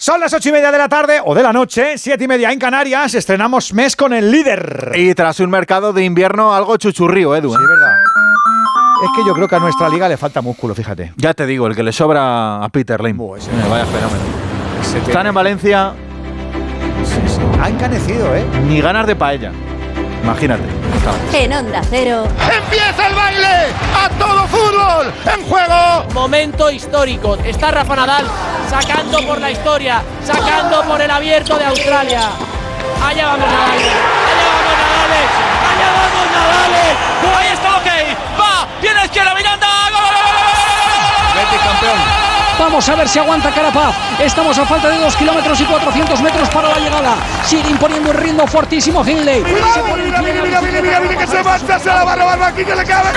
Son las 8:30 de la tarde o de la noche, 7:30 en Canarias. Estrenamos mes con el líder. Y tras un mercado de invierno algo chuchurrío, Edu. Sí, verdad. Es que yo creo que a nuestra liga le falta músculo, fíjate. Ya te digo, el que le sobra a Peter Lim. Vaya fenómeno. Están en Valencia. Sí. Ha encanecido, ¿eh? Ni ganas de paella. Imagínate. En Onda Cero. ¡Empieza el baile! ¡A todo fútbol! ¡En juego! Momento histórico. Está Rafa Nadal sacando por la historia, sacando por el abierto de Australia. Allá vamos Nadal. Allá vamos Nadal. Allá vamos Nadal. Ahí está ok. Va. Viene izquierda Miranda. Betis campeón. Vamos a ver si aguanta Carapaz. Estamos a falta de 2 kilómetros y 400 metros para la llegada. Sigue imponiendo un ritmo fortísimo Hindley. Mira que se marcha, se la va a robar aquí, que le cabe.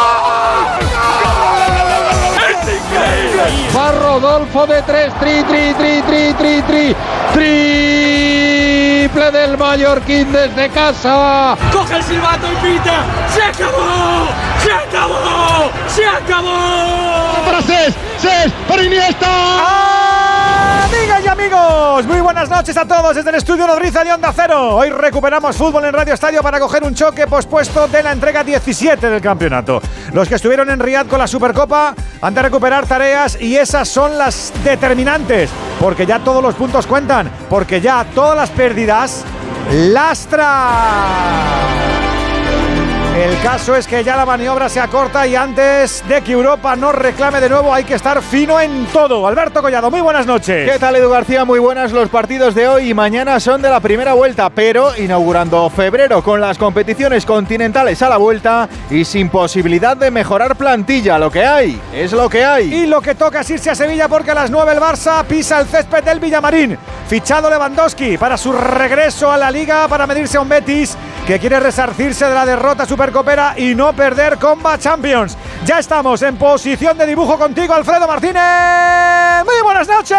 ¡Es increíble! Va Rodolfo de 3, triple del Mallorquín desde casa. Coge el silbato y pita. ¡Se acabó! ¡Se acabó! ¡Se acabó! Para Cés, para Iniesta. Amigas y amigos, muy buenas noches a todos desde el estudio Nodriza de Onda Cero. Hoy recuperamos fútbol en Radio Estadio para coger un choque pospuesto de la entrega 17 del campeonato. Los que estuvieron en Riad con la Supercopa han de recuperar tareas y esas son las determinantes, porque ya todos los puntos cuentan, porque ya todas las pérdidas lastran. El caso es que ya la maniobra se acorta y antes de que Europa nos reclame de nuevo hay que estar fino en todo. Alberto Collado, muy buenas noches. ¿Qué tal, Edu García? Muy buenas. Los partidos de hoy y mañana son de la primera vuelta, pero inaugurando febrero con las competiciones continentales a la vuelta y sin posibilidad de mejorar plantilla. Lo que hay es lo que hay. Y lo que toca es irse a Sevilla porque a las 9 el Barça pisa el césped del Villamarín. Fichado Lewandowski para su regreso a la Liga para medirse a un Betis que quiere resarcirse de la derrota supercopera y no perder Comba Champions. Ya estamos en posición de dibujo contigo, Alfredo Martínez. Muy buenas noches.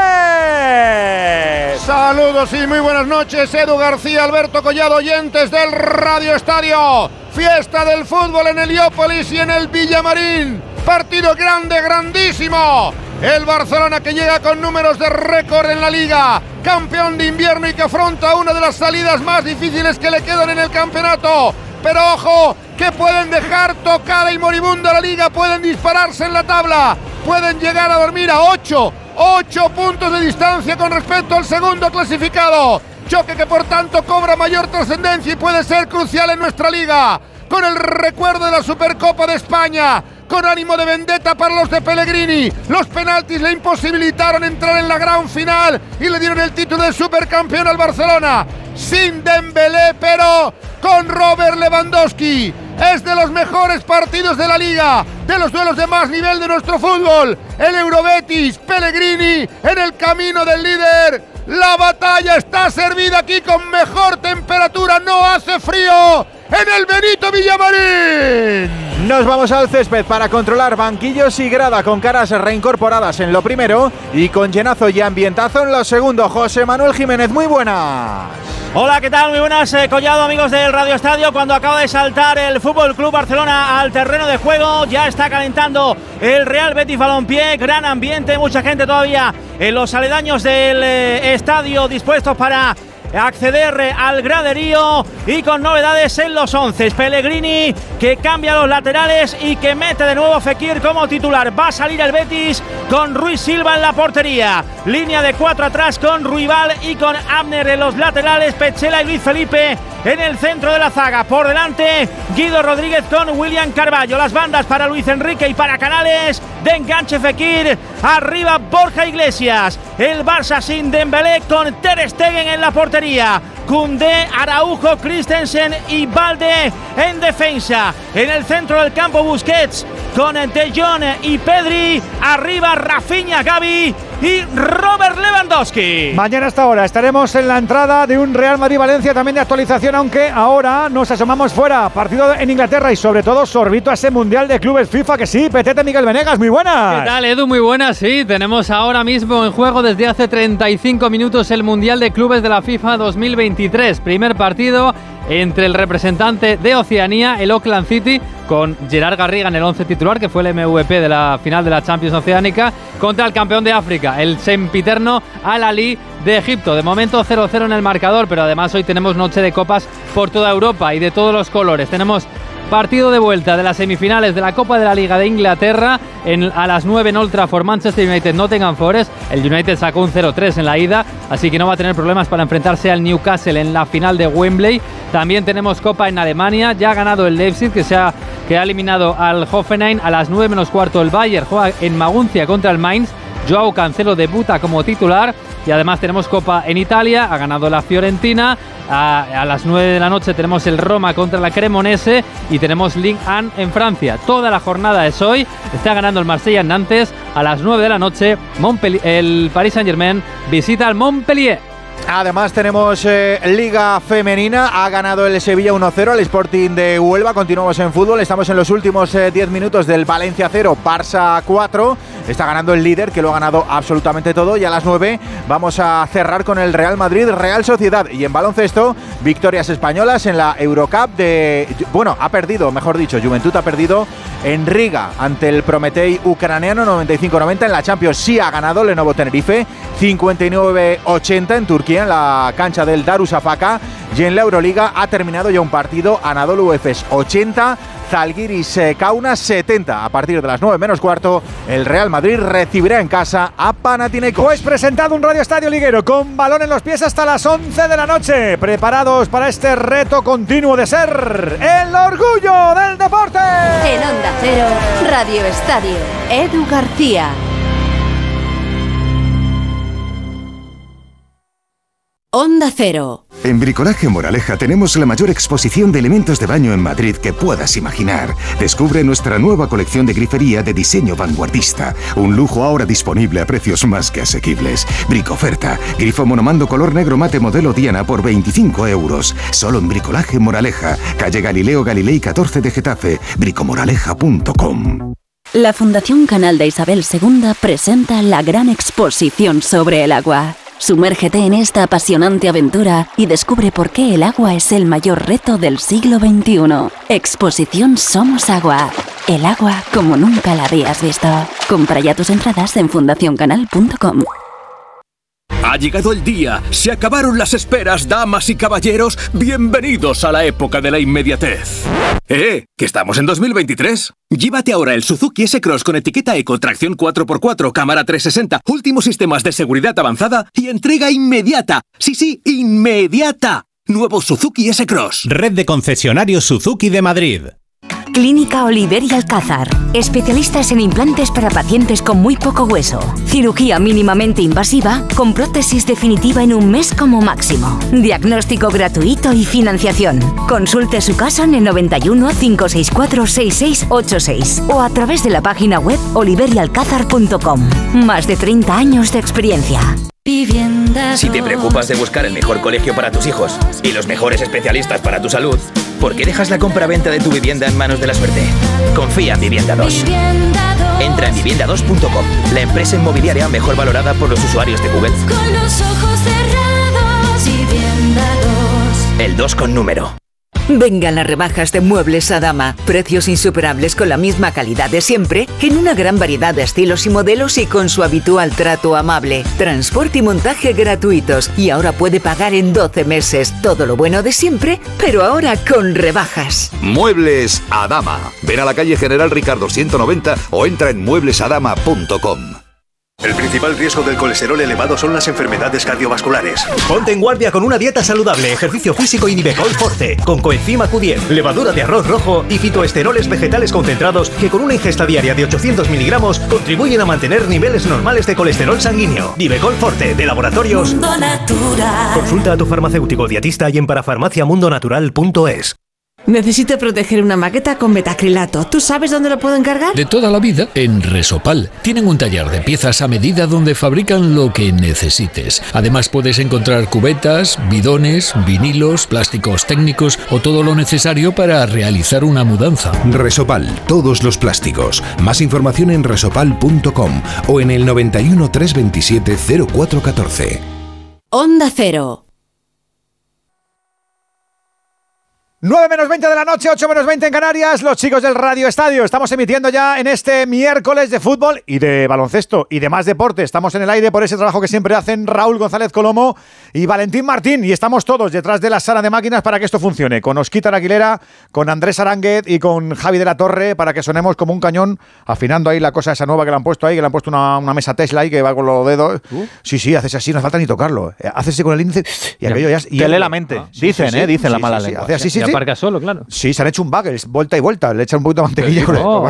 Saludos y muy buenas noches, Edu García, Alberto Collado, oyentes del Radio Estadio. Fiesta del fútbol en Heliópolis y en el Villamarín. Partido grande, grandísimo. El Barcelona que llega con números de récord en la Liga, campeón de invierno y que afronta una de las salidas más difíciles que le quedan en el campeonato. Pero ojo, que pueden dejar tocada y moribunda la Liga, pueden dispararse en la tabla, pueden llegar a dormir a 8 puntos de distancia con respecto al segundo clasificado. Choque que por tanto cobra mayor trascendencia y puede ser crucial en nuestra Liga. Con el recuerdo de la Supercopa de España, con ánimo de vendetta para los de Pellegrini. Los penaltis le imposibilitaron entrar en la gran final y le dieron el título de supercampeón al Barcelona. Sin Dembélé, pero con Robert Lewandowski. Es de los mejores partidos de la Liga, de los duelos de más nivel de nuestro fútbol. El Eurobetis, Pellegrini en el camino del líder. La batalla está servida aquí con mejor temperatura, no hace frío en el Benito Villamarín. Nos vamos al césped para controlar banquillos y grada con caras reincorporadas en lo primero y con llenazo y ambientazo en lo segundo. José Manuel Jiménez, muy buenas. Hola, ¿qué tal? Muy buenas, Collado, amigos del Radio Estadio. Cuando acaba de saltar el Fútbol Club Barcelona al terreno de juego, ya está calentando el Real Betis Balompié. Gran ambiente, mucha gente todavía en los aledaños del estadio dispuestos para acceder al graderío y con novedades en los 11. Pellegrini que cambia los laterales y que mete de nuevo Fekir como titular. Va a salir el Betis con Ruiz Silva en la portería. Línea de 4 atrás con Ruibal y con Abner en los laterales. Petzela y Luis Felipe en el centro de la zaga. Por delante Guido Rodríguez con William Carballo. Las bandas para Luis Enrique y para Canales. De enganche Fekir. Arriba Borja Iglesias. El Barça sin Dembélé con Ter Stegen en la portería. Koundé, Araujo, Christensen y Balde en defensa. En el centro del campo Busquets con De Jong y Pedri. Arriba Rafinha, Gavi y Robert Lewandowski. Mañana a esta hora estaremos en la entrada de un Real Madrid-Valencia también de actualización, aunque ahora nos asomamos fuera. Partido en Inglaterra y sobre todo sorbito a ese Mundial de Clubes FIFA que sí. Petete, Miguel Venegas, muy buenas. ¿Qué tal, Edu? Muy buenas, sí. Tenemos ahora mismo en juego desde hace 35 minutos el Mundial de Clubes de la FIFA 2023. Primer partido entre el representante de Oceanía, el Auckland City, con Gerard Garriga en el 11 titular, que fue el MVP de la final de la Champions Oceánica, contra el campeón de África, el sempiterno Al Ahly de Egipto. De momento 0-0 en el marcador, pero además hoy tenemos noche de copas por toda Europa y de todos los colores. Tenemos partido de vuelta de las semifinales de la Copa de la Liga de Inglaterra a las 9 en Old Trafford, Manchester United, Nottingham Forest. El United sacó un 0-3 en la ida, así que no va a tener problemas para enfrentarse al Newcastle en la final de Wembley. También tenemos Copa en Alemania, ya ha ganado el Leipzig, que ha eliminado al Hoffenheim. A las 9 menos cuarto el Bayern juega en Maguncia contra el Mainz. Joao Cancelo debuta como titular. Y además tenemos Copa en Italia, ha ganado la Fiorentina. A las 9 de la noche tenemos el Roma contra la Cremonese y tenemos Ligue 1 en Francia. Toda la jornada es hoy. Está ganando el Marsella en Nantes. A las 9 de la noche el Paris Saint-Germain visita al Montpellier. Además tenemos Liga Femenina, ha ganado el Sevilla 1-0 al Sporting de Huelva. Continuamos en fútbol, estamos en los últimos 10 minutos del Valencia 0, Barça 4. Está ganando el líder, que lo ha ganado absolutamente todo. Y a las 9 vamos a cerrar con el Real Madrid, Real Sociedad. Y en baloncesto, victorias españolas en la Eurocup ha perdido, mejor dicho, Juventud ha perdido en Riga ante el Prometei ucraniano 95-90. En la Champions sí ha ganado Lenovo Tenerife 59-80 en Turquía, en la cancha del Darüşşafaka. Y en la Euroliga ha terminado ya un partido, Anadolu Efes 80, Zalgiris Kaunas 70. A partir de las 9 menos cuarto, el Real Madrid recibirá en casa a Panathinaikos. Pues presentado un Radio Estadio Liguero con balón en los pies hasta las 11 de la noche. Preparados para este reto continuo de ser el orgullo del deporte. En Onda Cero, Radio Estadio, Edu García. Onda Cero. En Bricolaje Moraleja tenemos la mayor exposición de elementos de baño en Madrid que puedas imaginar. Descubre nuestra nueva colección de grifería de diseño vanguardista. Un lujo ahora disponible a precios más que asequibles. Bricoferta. Grifo monomando color negro mate modelo Diana por 25 euros. Solo en Bricolaje Moraleja. Calle Galileo Galilei 14 de Getafe. bricomoraleja.com. La Fundación Canal de Isabel II presenta la gran exposición sobre el agua. Sumérgete en esta apasionante aventura y descubre por qué el agua es el mayor reto del siglo XXI. Exposición Somos Agua. El agua como nunca la habías visto. Compra ya tus entradas en fundacioncanal.com. Ha llegado el día, se acabaron las esperas, damas y caballeros, bienvenidos a la época de la inmediatez. Que estamos en 2023. Llévate ahora el Suzuki S-Cross con etiqueta Eco, tracción 4x4, cámara 360, últimos sistemas de seguridad avanzada y entrega inmediata. Sí, inmediata. Nuevo Suzuki S-Cross. Red de concesionarios Suzuki de Madrid. Clínica Oliver y Alcázar. Especialistas en implantes para pacientes con muy poco hueso. Cirugía mínimamente invasiva con prótesis definitiva en un mes como máximo. Diagnóstico gratuito y financiación. Consulte su caso en el 91 564 6686 o a través de la página web oliverialcázar.com. Más de 30 años de experiencia. Si te preocupas de buscar el mejor colegio para tus hijos y los mejores especialistas para tu salud, ¿por qué dejas la compra-venta de tu vivienda en manos de la suerte? Confía en Vivienda 2. Entra en vivienda2.com, la empresa inmobiliaria mejor valorada por los usuarios de Google. Con los ojos cerrados, Vivienda 2. El 2 con número. Vengan las rebajas de Muebles Adama. Precios insuperables con la misma calidad de siempre, en una gran variedad de estilos y modelos y con su habitual trato amable. Transporte y montaje gratuitos. Y ahora puede pagar en 12 meses. Todo lo bueno de siempre, pero ahora con rebajas. Muebles Adama. Ven a la calle General Ricardo 190 o entra en mueblesadama.com. El principal riesgo del colesterol elevado son las enfermedades cardiovasculares. Ponte en guardia con una dieta saludable, ejercicio físico y Nivecol Forte, con coenzima Q10, levadura de arroz rojo y fitoesteroles vegetales concentrados que con una ingesta diaria de 800 miligramos contribuyen a mantener niveles normales de colesterol sanguíneo. Nivecol Forte, de Laboratorios Mundo Natural. Consulta a tu farmacéutico dietista y en parafarmaciamundonatural.es. Necesito proteger una maqueta con metacrilato. ¿Tú sabes dónde lo puedo encargar? De toda la vida, en Resopal. Tienen un taller de piezas a medida donde fabrican lo que necesites. Además puedes encontrar cubetas, bidones, vinilos, plásticos técnicos o todo lo necesario para realizar una mudanza. Resopal, todos los plásticos. Más información en resopal.com o en el 91 327 0414. Onda Cero. 9 menos 20 de la noche, 8 menos 20 en Canarias, los chicos del Radio Estadio. Estamos emitiendo ya en este miércoles de fútbol y de baloncesto y de más deporte. Estamos en el aire por ese trabajo que siempre hacen Raúl González Colomo y Valentín Martín. Y estamos todos detrás de la sala de máquinas para que esto funcione. Con Osquitar Aguilera, con Andrés Aránguez y con Javi de la Torre para que sonemos como un cañón, afinando ahí la cosa esa nueva que le han puesto ahí, que le han puesto una mesa Tesla ahí que va con los dedos. Sí, haces así, no hace falta ni tocarlo. Haces así con el índice y aquello ya... Te lee la mente. Dicen la mala lengua. Hace así, Y aparca solo, claro. Sí, se han hecho un bagel, vuelta y vuelta, le echan un poquito de mantequilla.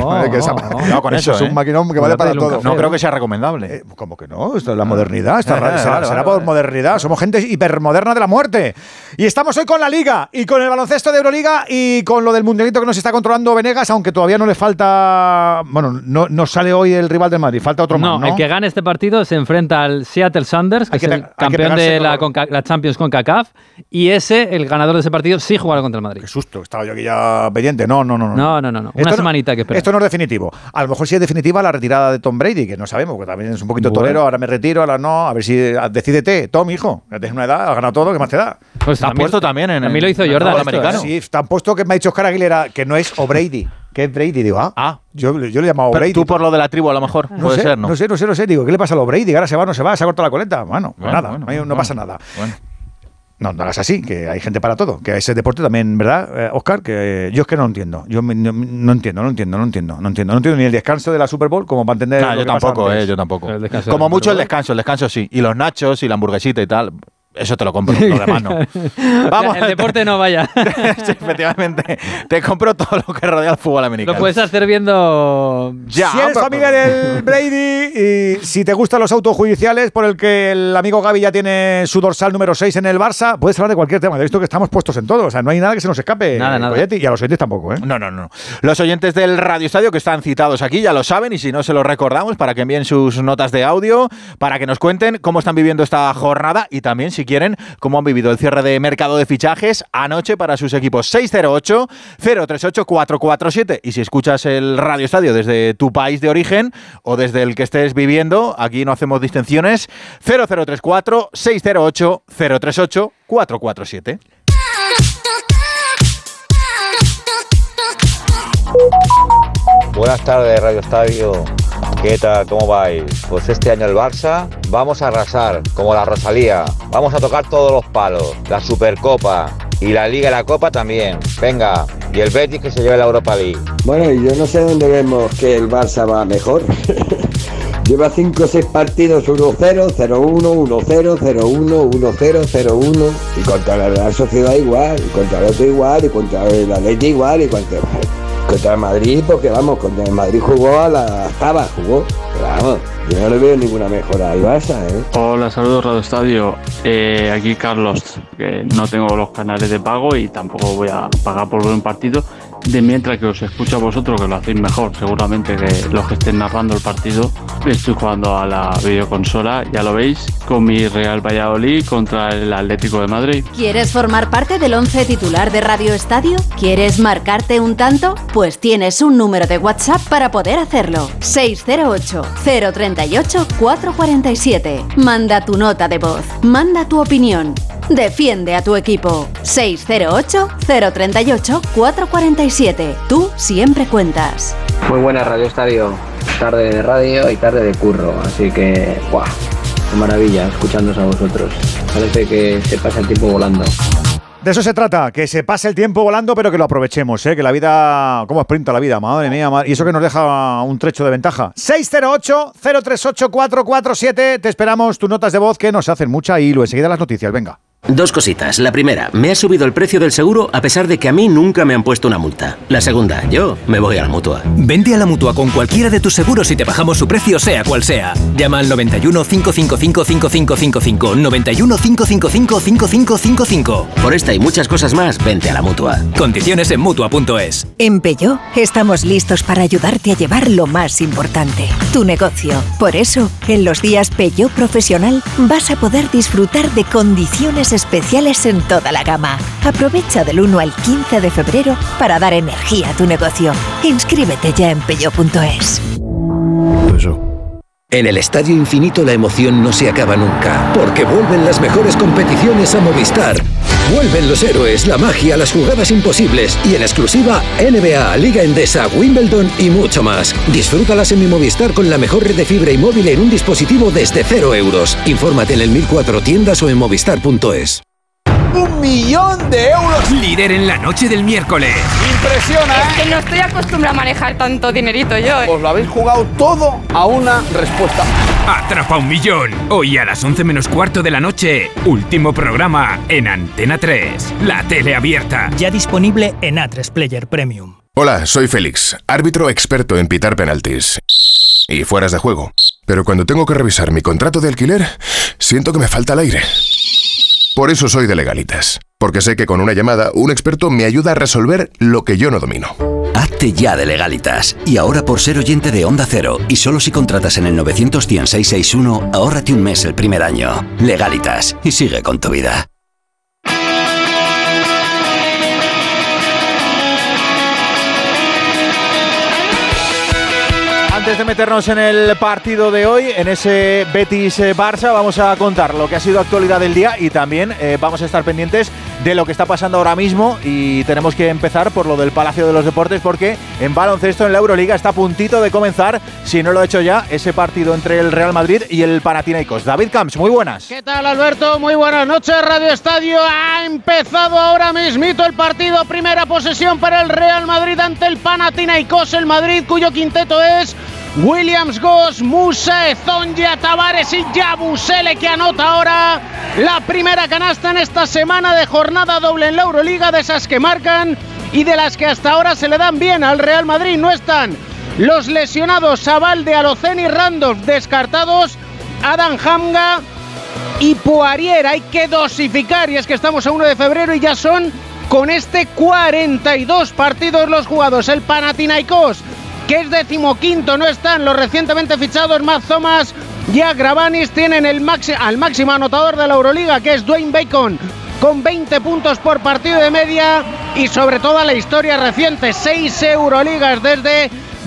No, con eso es un maquinón que vale para todo. No creo que sea recomendable. ¿Cómo que no? Esto es la modernidad, será por modernidad. Somos gente hipermoderna de la muerte. Y estamos hoy con la Liga y con el baloncesto de Euroliga y con lo del mundialito que nos está controlando Venegas, aunque todavía no le falta... Bueno, no sale hoy el rival del Madrid, falta otro más, ¿no? El que gane este partido se enfrenta al Seattle Sounders, que es el campeón de la Champions con CONCACAF, y el ganador de ese partido, sí jugará contra el Madrid. Qué susto, estaba yo aquí ya pendiente. No. Una semanita que esperar. Esto no es definitivo. A lo mejor sí es definitiva la retirada de Tom Brady, que no sabemos, porque también es un poquito torero. Ahora me retiro, ahora no. A ver si decídete, Tom, hijo. Ya tienes una edad, has ganado todo, ¿qué más te da? Pues te han puesto también en... A mí lo hizo Jordan. El americano. Sí, te han puesto que me ha dicho Oscar Aguilera que no es O'Brady. ¿Qué es Brady? Digo, yo le he llamado Brady. Tú por lo de la tribu a lo mejor, puede ser, ¿no? No sé. Digo, ¿qué le pasa a Brady? Ahora se va, no se va, se ha cortado la coleta. Bueno, no pasa nada. Bueno. No hagas así, que hay gente para todo. Que ese deporte también, ¿verdad, Óscar? Que yo es que no entiendo. Yo no entiendo ni el descanso de la Super Bowl como para entender. Yo tampoco. Como mucho el descanso sí. Y los nachos y la hamburguesita y tal. Eso te lo compro, lo demás no. Vamos, el deporte no vaya. Sí, efectivamente, te compro todo lo que rodea al fútbol americano. Lo puedes hacer viendo... Si eres familia del Brady y si te gustan los autos judiciales por el que el amigo Gaby ya tiene su dorsal número 6 en el Barça, puedes hablar de cualquier tema. He visto que estamos puestos en todo. O sea, no hay nada que se nos escape. Nada. Y a los oyentes tampoco, ¿eh? No. Los oyentes del Radio Estadio que están citados aquí ya lo saben, y si no se los recordamos para que envíen sus notas de audio, para que nos cuenten cómo están viviendo esta jornada y también, si quieren, cómo han vivido el cierre de mercado de fichajes anoche para sus equipos. 608-038-447. Y si escuchas el Radio Estadio desde tu país de origen o desde el que estés viviendo, aquí no hacemos distinciones. 0034-608-038-447. Buenas tardes, Radio Estadio. ¿Qué tal? ¿Cómo vais? Pues este año el Barça vamos a arrasar, como la Rosalía. Vamos a tocar todos los palos. La Supercopa y la Liga y la Copa también. Venga, y el Betis que se lleve la Europa League. Bueno, y yo no sé dónde vemos que el Barça va mejor. Lleva 5 o 6 partidos 1-0, 0-1, 1-0, 0-1, 1-0, 0-1. Y contra la Real Sociedad igual, y contra el otro igual, y contra el Atleti igual, y contra el Madrid, porque vamos, contra el Madrid jugó a la octava, pero vamos, yo no le veo ninguna mejora al Barça, ¿eh? Hola, saludos Radio Estadio, aquí Carlos, que no tengo los canales de pago y tampoco voy a pagar por ver un partido, de mientras que os escucho a vosotros, que lo hacéis mejor, seguramente que los que estén narrando el partido. Estoy jugando a la videoconsola, ya lo veis, con mi Real Valladolid contra el Atlético de Madrid. ¿Quieres formar parte del 11 titular de Radio Estadio? ¿Quieres marcarte un tanto? Pues tienes un número de WhatsApp para poder hacerlo. 608-038-447. Manda tu nota de voz. Manda tu opinión. Defiende a tu equipo. 608-038-447. Tú siempre cuentas. Muy buena Radio Estadio. Tarde de radio y tarde de curro. Así que, ¡guau! ¡Qué maravilla escuchándoos a vosotros! Parece que se pasa el tiempo volando. De eso se trata, que se pase el tiempo volando, pero que lo aprovechemos, que la vida... ¿Cómo sprinta la vida? Madre mía, y eso que nos deja un trecho de ventaja. 608-038-447. Te esperamos tus notas de voz, que nos hacen mucha, y luego enseguida las noticias. Venga. Dos cositas. La primera, me ha subido el precio del seguro a pesar de que a mí nunca me han puesto una multa. La segunda, yo me voy a la Mutua. Vente a la Mutua con cualquiera de tus seguros y te bajamos su precio sea cual sea. Llama al 91 555 5555. 91 555 5555. Por esta y muchas cosas más, vente a la Mutua. Condiciones en Mutua.es. En Peugeot estamos listos para ayudarte a llevar lo más importante, tu negocio. Por eso, en los días Peugeot Profesional vas a poder disfrutar de condiciones especiales en toda la gama. Aprovecha del 1 al 15 de febrero para dar energía a tu negocio. Inscríbete ya en Peugeot.es. En el Estadio Infinito la emoción no se acaba nunca, porque vuelven las mejores competiciones a Movistar. Vuelven los héroes, la magia, las jugadas imposibles y en exclusiva NBA, Liga Endesa, Wimbledon y mucho más. Disfrútalas en mi Movistar con la mejor red de fibra y móvil en un dispositivo desde 0 euros. Infórmate en el 1004 tiendas o en movistar.es. ¡1.000.000 de euros! Líder en la noche del miércoles. Impresiona, ¿eh? Es que no estoy acostumbrada a manejar tanto dinerito yo, ¿eh? Os lo habéis jugado todo a una respuesta. Atrapa 1 millón. Hoy a las 11 menos cuarto de la noche. Último programa en Antena 3. La tele abierta. Ya disponible en A3 Player Premium. Hola, soy Félix, árbitro experto en pitar penaltis y fueras de juego. Pero cuando tengo que revisar mi contrato de alquiler, siento que me falta el aire. Por eso soy de Legalitas, porque sé que con una llamada un experto me ayuda a resolver lo que yo no domino. Hazte ya de Legalitas. Y ahora por ser oyente de Onda Cero y solo si contratas en el 900-100-661, ahórrate un mes el primer año. Legalitas. Y sigue con tu vida. Antes de meternos en el partido de hoy, en ese Betis-Barça, vamos a contar lo que ha sido actualidad del día y también vamos a estar pendientes de lo que está pasando ahora mismo y tenemos que empezar por lo del Palacio de los Deportes porque en baloncesto en la Euroliga está a puntito de comenzar, si no lo ha hecho ya, ese partido entre el Real Madrid y el Panathinaikos. David Camps, muy buenas. ¿Qué tal, Alberto? Muy buenas noches, Radio Estadio. Ha empezado ahora mismito el partido, primera posesión para el Real Madrid ante el Panathinaikos, el Madrid cuyo quinteto es Williams, Goss, Musa, Ezonja, Tavares y Yabusele, que anota ahora la primera canasta en esta semana de jornada doble en la Euroliga, de esas que marcan y de las que hasta ahora se le dan bien al Real Madrid. No están los lesionados Sabalde, Alocen y Randolph, descartados Adam Hamga y Poirier. Hay que dosificar y es que estamos a 1 de febrero y ya son con este 42 partidos los jugados. El Panathinaikos, que es 15º, no están los recientemente fichados Matt Thomas y Agravanis, tienen al máximo anotador de la Euroliga, que es Dwayne Bacon, con 20 puntos por partido de media y sobre todo la historia reciente, 6 Euroligas desde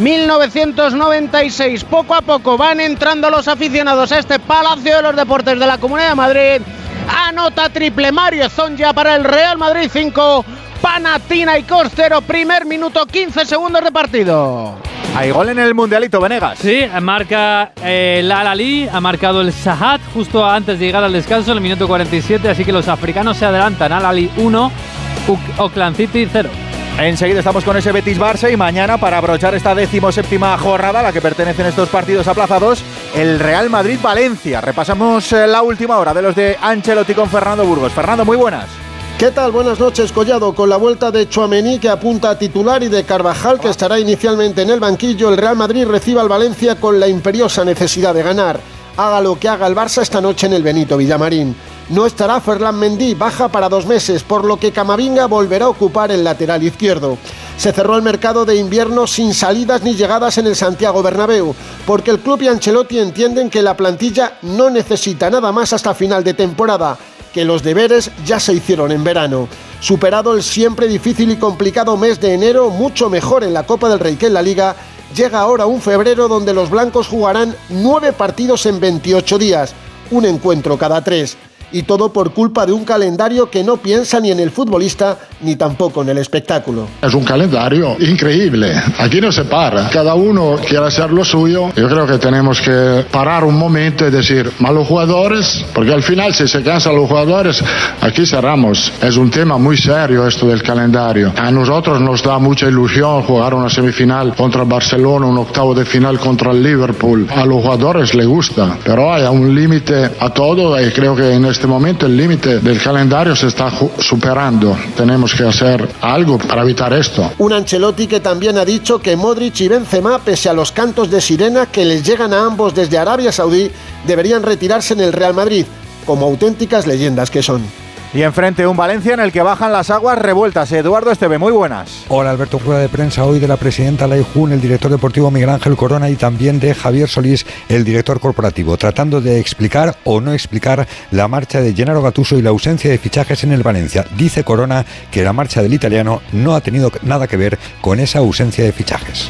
1996. Poco a poco van entrando los aficionados a este Palacio de los Deportes de la Comunidad de Madrid. Anota triple Mario Ezonja para el Real Madrid 5, Panathinaikos 0, primer minuto, 15 segundos de partido. Hay gol en el Mundialito, Venegas. Sí, marca el Al-Ahly, ha marcado el Sahat justo antes de llegar al descanso, en el minuto 47, así que los africanos se adelantan. Al-Ahly 1, Auckland City 0. Enseguida estamos con ese Betis-Barça y mañana, para abrochar esta 17ª jornada a la que pertenecen estos partidos aplazados, el Real Madrid-Valencia. Repasamos la última hora de los de Ancelotti con Fernando Burgos. Fernando, muy buenas. ¿Qué tal? Buenas noches, Collado. Con la vuelta de Tchouaméni, que apunta a titular, y de Carvajal, que estará inicialmente en el banquillo, el Real Madrid recibe al Valencia con la imperiosa necesidad de ganar. Haga lo que haga el Barça esta noche en el Benito Villamarín. No estará Ferland Mendy, baja para 2 meses, por lo que Camavinga volverá a ocupar el lateral izquierdo. Se cerró el mercado de invierno sin salidas ni llegadas en el Santiago Bernabéu, porque el club y Ancelotti entienden que la plantilla no necesita nada más hasta final de temporada, que los deberes ya se hicieron en verano. Superado el siempre difícil y complicado mes de enero, mucho mejor en la Copa del Rey que en la Liga, llega ahora un febrero donde los blancos jugarán 9 partidos en 28 días, un encuentro cada 3. Y todo por culpa de un calendario que no piensa ni en el futbolista ni tampoco en el espectáculo. Es un calendario increíble. Aquí no se para. Cada uno quiere hacer lo suyo. Yo creo que tenemos que parar un momento y decir, ¿a los jugadores? Porque al final, si se cansan los jugadores, aquí cerramos. Es un tema muy serio esto del calendario. A nosotros nos da mucha ilusión jugar una semifinal contra el Barcelona, un octavo de final contra el Liverpool. A los jugadores les gusta, pero hay un límite a todo y creo que en este momento el límite del calendario se está superando. Tenemos que hacer algo para evitar esto. Un Ancelotti que también ha dicho que Modric y Benzema, pese a los cantos de sirena que les llegan a ambos desde Arabia Saudí, deberían retirarse en el Real Madrid, como auténticas leyendas que son. Y enfrente un Valencia en el que bajan las aguas revueltas. Eduardo Esteve, muy buenas. Hola, Alberto. Rueda de prensa hoy de la presidenta Lai Jun, el director deportivo Miguel Ángel Corona y también de Javier Solís, el director corporativo, tratando de explicar o no explicar la marcha de Gennaro Gattuso y la ausencia de fichajes en el Valencia. Dice Corona que la marcha del italiano no ha tenido nada que ver con esa ausencia de fichajes.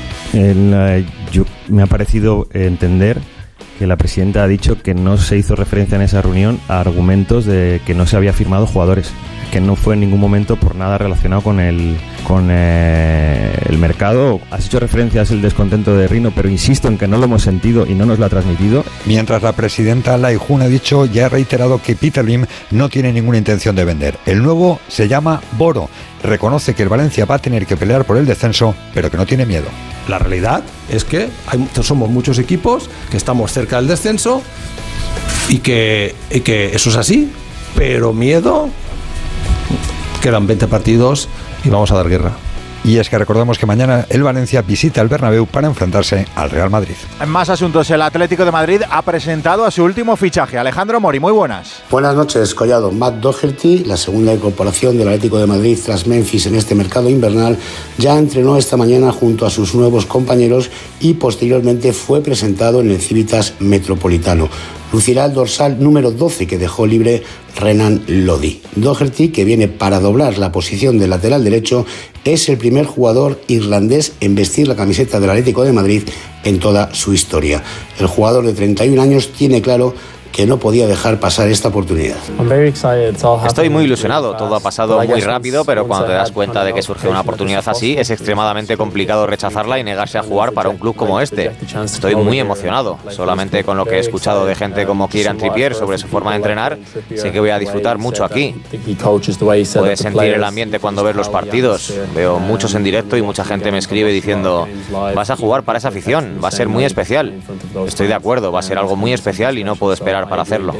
Me ha parecido entender que la presidenta ha dicho que no se hizo referencia en esa reunión a argumentos de que no se había firmado jugadores, que no fue en ningún momento por nada relacionado con el mercado. Has hecho referencias al descontento de Rino, pero insisto en que no lo hemos sentido y no nos lo ha transmitido. Mientras la presidenta Lai Jun ha dicho, ya ha reiterado que Peter Lim no tiene ninguna intención de vender. El nuevo se llama Boro. Reconoce que el Valencia va a tener que pelear por el descenso, pero que no tiene miedo. La realidad es que somos muchos equipos que estamos cerca del descenso y que eso es así, pero miedo, quedan 20 partidos y vamos a dar guerra. Y es que recordamos que mañana el Valencia visita el Bernabéu para enfrentarse al Real Madrid. En más asuntos, el Atlético de Madrid ha presentado a su último fichaje. Alejandro Mori, muy buenas. Buenas noches, Collado. Matt Doherty, la segunda incorporación del Atlético de Madrid tras Memphis en este mercado invernal, ya entrenó esta mañana junto a sus nuevos compañeros y posteriormente fue presentado en el Civitas Metropolitano. Lucirá el dorsal número 12 que dejó libre Renan Lodi. Doherty, que viene para doblar la posición del lateral derecho, es el primer jugador irlandés en vestir la camiseta del Atlético de Madrid en toda su historia. El jugador de 31 años tiene claro que no podía dejar pasar esta oportunidad. Estoy muy ilusionado, todo ha pasado muy rápido, pero cuando te das cuenta de que surge una oportunidad así, es extremadamente complicado rechazarla y negarse a jugar para un club como este. Estoy muy emocionado, solamente con lo que he escuchado de gente como Kieran Trippier sobre su forma de entrenar, sé que voy a disfrutar mucho aquí. Puedes sentir el ambiente cuando ves los partidos, veo muchos en directo y mucha gente me escribe diciendo, vas a jugar para esa afición, va a ser muy especial. Estoy de acuerdo, va a ser algo muy especial y no puedo esperar para hacerlo.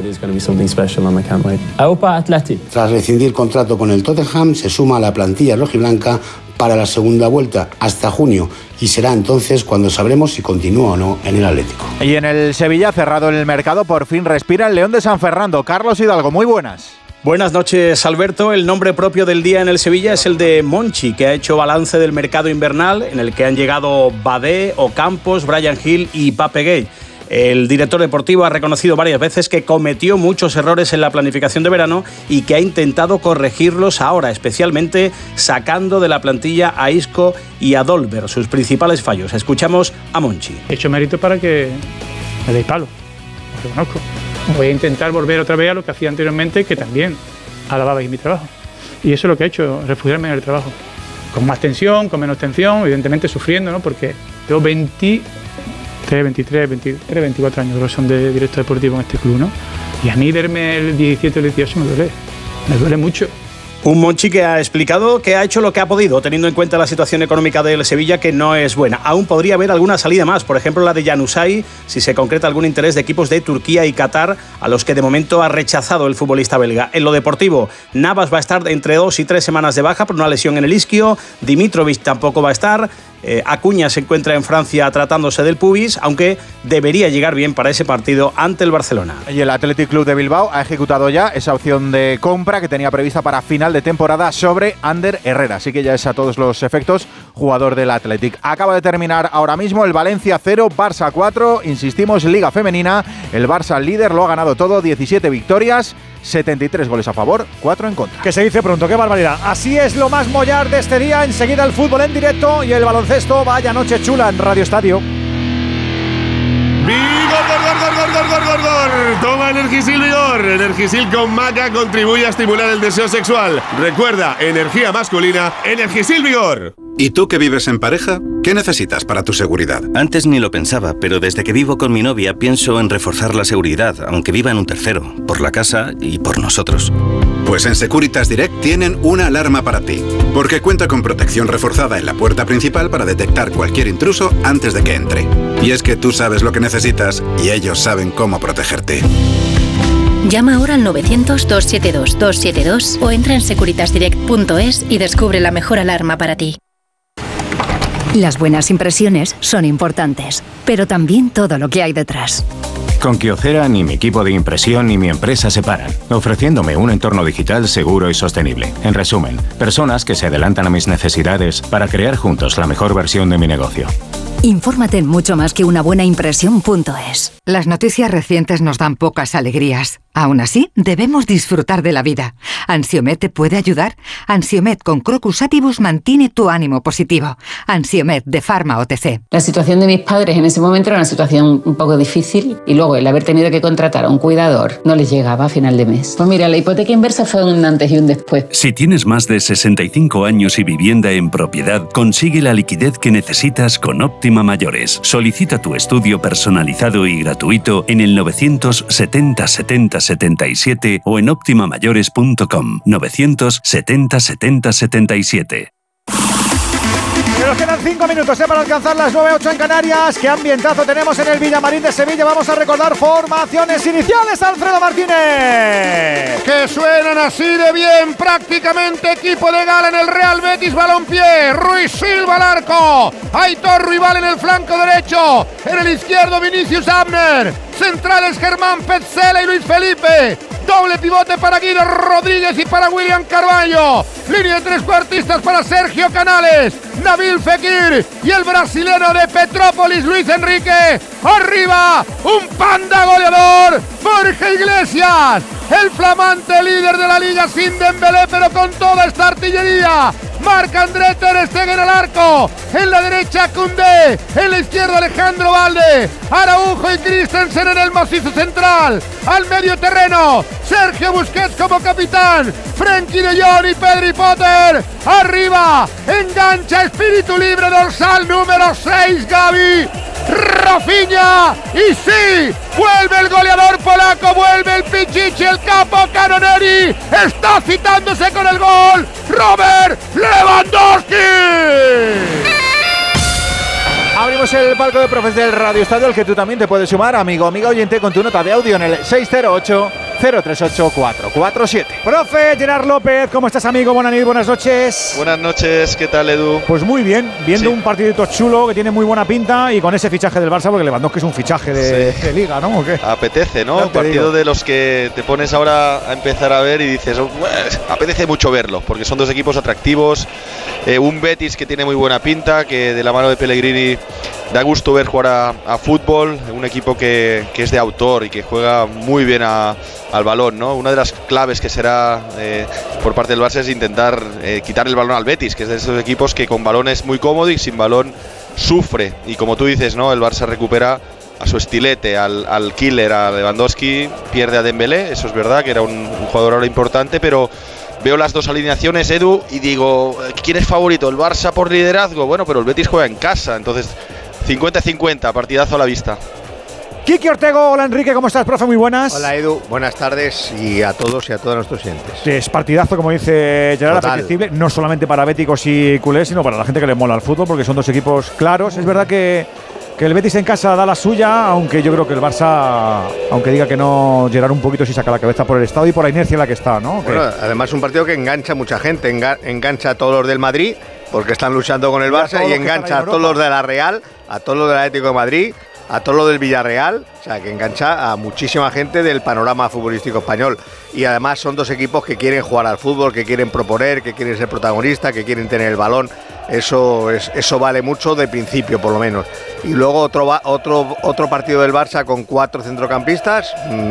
Tras rescindir contrato con el Tottenham, se suma a la plantilla rojiblanca para la segunda vuelta hasta junio y será entonces cuando sabremos si continúa o no en el Atlético. Y en el Sevilla, cerrado el mercado, por fin respira el León de San Fernando. Carlos Hidalgo, muy buenas. Buenas noches, Alberto. El nombre propio del día en el Sevilla es el de Monchi, que ha hecho balance del mercado invernal en el que han llegado Badé, Ocampos, Bryan Gil y Pape Gueye. El director deportivo ha reconocido varias veces que cometió muchos errores en la planificación de verano y que ha intentado corregirlos ahora, especialmente sacando de la plantilla a Isco y a Dolber, sus principales fallos. Escuchamos a Monchi. He hecho mérito para que me deis palo, lo reconozco. Voy a intentar volver otra vez a lo que hacía anteriormente, que también alababais mi trabajo. Y eso es lo que he hecho, refugiarme en el trabajo. Con más tensión, con menos tensión, evidentemente sufriendo, ¿no? Porque tengo 24 años que son de director deportivo en este club, ¿no? Y a mí verme el 17 o el 18 me duele mucho. Un Monchi que ha explicado que ha hecho lo que ha podido, teniendo en cuenta la situación económica del Sevilla, que no es buena. Aún podría haber alguna salida más, por ejemplo la de Januzaj, si se concreta algún interés de equipos de Turquía y Qatar, a los que de momento ha rechazado el futbolista belga. En lo deportivo, Navas va a estar entre 2 y 3 semanas de baja por una lesión en el isquio, Dimitrovic tampoco va a estar, Acuña se encuentra en Francia tratándose del pubis, aunque debería llegar bien para ese partido ante el Barcelona. Y el Athletic Club de Bilbao ha ejecutado ya esa opción de compra que tenía prevista para final de temporada sobre Ander Herrera, así que ya es a todos los efectos jugador del Athletic. Acaba de terminar ahora mismo el Valencia 0, Barça 4, insistimos, Liga Femenina, el Barça líder lo ha ganado todo, 17 victorias, 73 goles a favor, 4 en contra. Que se dice pronto, qué barbaridad. Así es lo más mollar de este día. Enseguida el fútbol en directo y el baloncesto. Vaya noche chula en Radio Estadio. ¡Vigor! Toma Energisil Vigor. Energisil con maca contribuye a estimular el deseo sexual. Recuerda, energía masculina, Energisil Vigor. ¿Y tú que vives en pareja? ¿Qué necesitas para tu seguridad? Antes ni lo pensaba, pero desde que vivo con mi novia pienso en reforzar la seguridad, aunque viva en un tercero, por la casa y por nosotros. Pues en Securitas Direct tienen una alarma para ti, porque cuenta con protección reforzada en la puerta principal para detectar cualquier intruso antes de que entre. Y es que tú sabes lo que necesitas y ellos saben cómo protegerte. Llama ahora al 900-272-272 o entra en securitasdirect.es y descubre la mejor alarma para ti. Las buenas impresiones son importantes, pero también todo lo que hay detrás. Con Kyocera ni mi equipo de impresión ni mi empresa se paran, ofreciéndome un entorno digital seguro y sostenible. En resumen, personas que se adelantan a mis necesidades para crear juntos la mejor versión de mi negocio. Infórmate en mucho más que unabuenaimpresión.es. Las noticias recientes nos dan pocas alegrías. Aún así, debemos disfrutar de la vida. ¿Ansiomed te puede ayudar? Ansiomed con Crocus Atibus mantiene tu ánimo positivo. Ansiomed de Pharma OTC. La situación de mis padres en ese momento era una situación un poco difícil y luego el haber tenido que contratar a un cuidador no les llegaba a final de mes. Pues mira, la hipoteca inversa fue un antes y un después. Si tienes más de 65 años y vivienda en propiedad, consigue la liquidez que necesitas con Óptima Mayores. Solicita tu estudio personalizado y gratuito en el 970 70 77 o en optimamayores.com. 970 70 77. Nos quedan 5 minutos para alcanzar las 9:08 en Canarias. ¿Qué ambientazo tenemos en el Villamarín de Sevilla? Vamos a recordar formaciones iniciales, Alfredo Martínez. Que suenan así de bien, prácticamente equipo de gala en el Real Betis Balompié. Ruiz Silva al arco, Aitor Ruibal en el flanco derecho, en el izquierdo Vinicius Abner, centrales Germán Petzela y Luis Felipe. Doble pivote para Guido Rodríguez y para William Carvalho. Línea de trecuartistas para Sergio Canales, Nabil Fekir y el brasileño de Petrópolis, Luis Enrique. Arriba, un panda goleador, Borja Iglesias. El flamante líder de la liga sin Dembélé, pero con toda esta artillería. Marc-André ter Stegen al arco. En la derecha Koundé. En la izquierda Alejandro Valde. Araujo y Christensen en el macizo central. Al medio terreno Sergio Busquets como capitán. Frenkie de Jong y Pedri Potter. Arriba, engancha espíritu libre dorsal número 6 Gavi. Rafinha. Y sí, vuelve el goleador polaco. Vuelve el Pichichi, el capo Canoneri. Está citándose con el gol Robert Lewandowski. Abrimos el palco de profes del Radio Estadio, al que tú también te puedes sumar, amigo, amiga oyente, con tu nota de audio en el 608-038-447. Profe Gerard López, ¿cómo estás, amigo? Buenas noches. Buenas noches, ¿qué tal, Edu? Pues muy bien, viendo un partidito chulo que tiene muy buena pinta y con ese fichaje del Barça, porque Lewandowski es un fichaje de liga, ¿no? ¿O qué? Apetece, ¿no? Un partido de los que te pones ahora a empezar a ver y dices, apetece mucho verlo, porque son dos equipos atractivos. Un Betis que tiene muy buena pinta, que de la mano de Pellegrini da gusto ver jugar a fútbol, un equipo que es de autor y que juega muy bien al balón, ¿no? Una de las claves que será por parte del Barça es intentar quitar el balón al Betis, que es de esos equipos que con balón es muy cómodo y sin balón sufre. Y como tú dices, ¿no? El Barça recupera a su estilete, al killer, a Lewandowski, pierde a Dembélé, eso es verdad, que era un jugador ahora importante, pero veo las dos alineaciones, Edu, y digo, ¿quién es favorito? ¿El Barça por liderazgo? Bueno, pero el Betis juega en casa, entonces 50-50, partidazo a la vista. Kiki Ortego, hola Enrique, ¿cómo estás, profe? Muy buenas. Hola Edu, buenas tardes y a todos y a todos nuestros oyentes. Es partidazo, como dice Gerard, apetecible, no solamente para béticos y culés, sino para la gente que le mola el fútbol, porque son dos equipos claros. Es verdad que el Betis en casa da la suya, aunque yo creo que el Barça, aunque diga que no, Gerard un poquito sí saca la cabeza por el estado y por la inercia en la que está, ¿no? Bueno, además un partido que engancha a mucha gente, engancha a todos los del Madrid, porque están luchando con el Barça, y engancha a todos los de la Real, a todos los del Atlético de Madrid, a todos los del Villarreal, o sea, que engancha a muchísima gente del panorama futbolístico español. Y además son dos equipos que quieren jugar al fútbol, que quieren proponer, que quieren ser protagonistas, que quieren tener el balón. Eso vale mucho de principio, por lo menos. Y luego otro partido del Barça con 4 centrocampistas.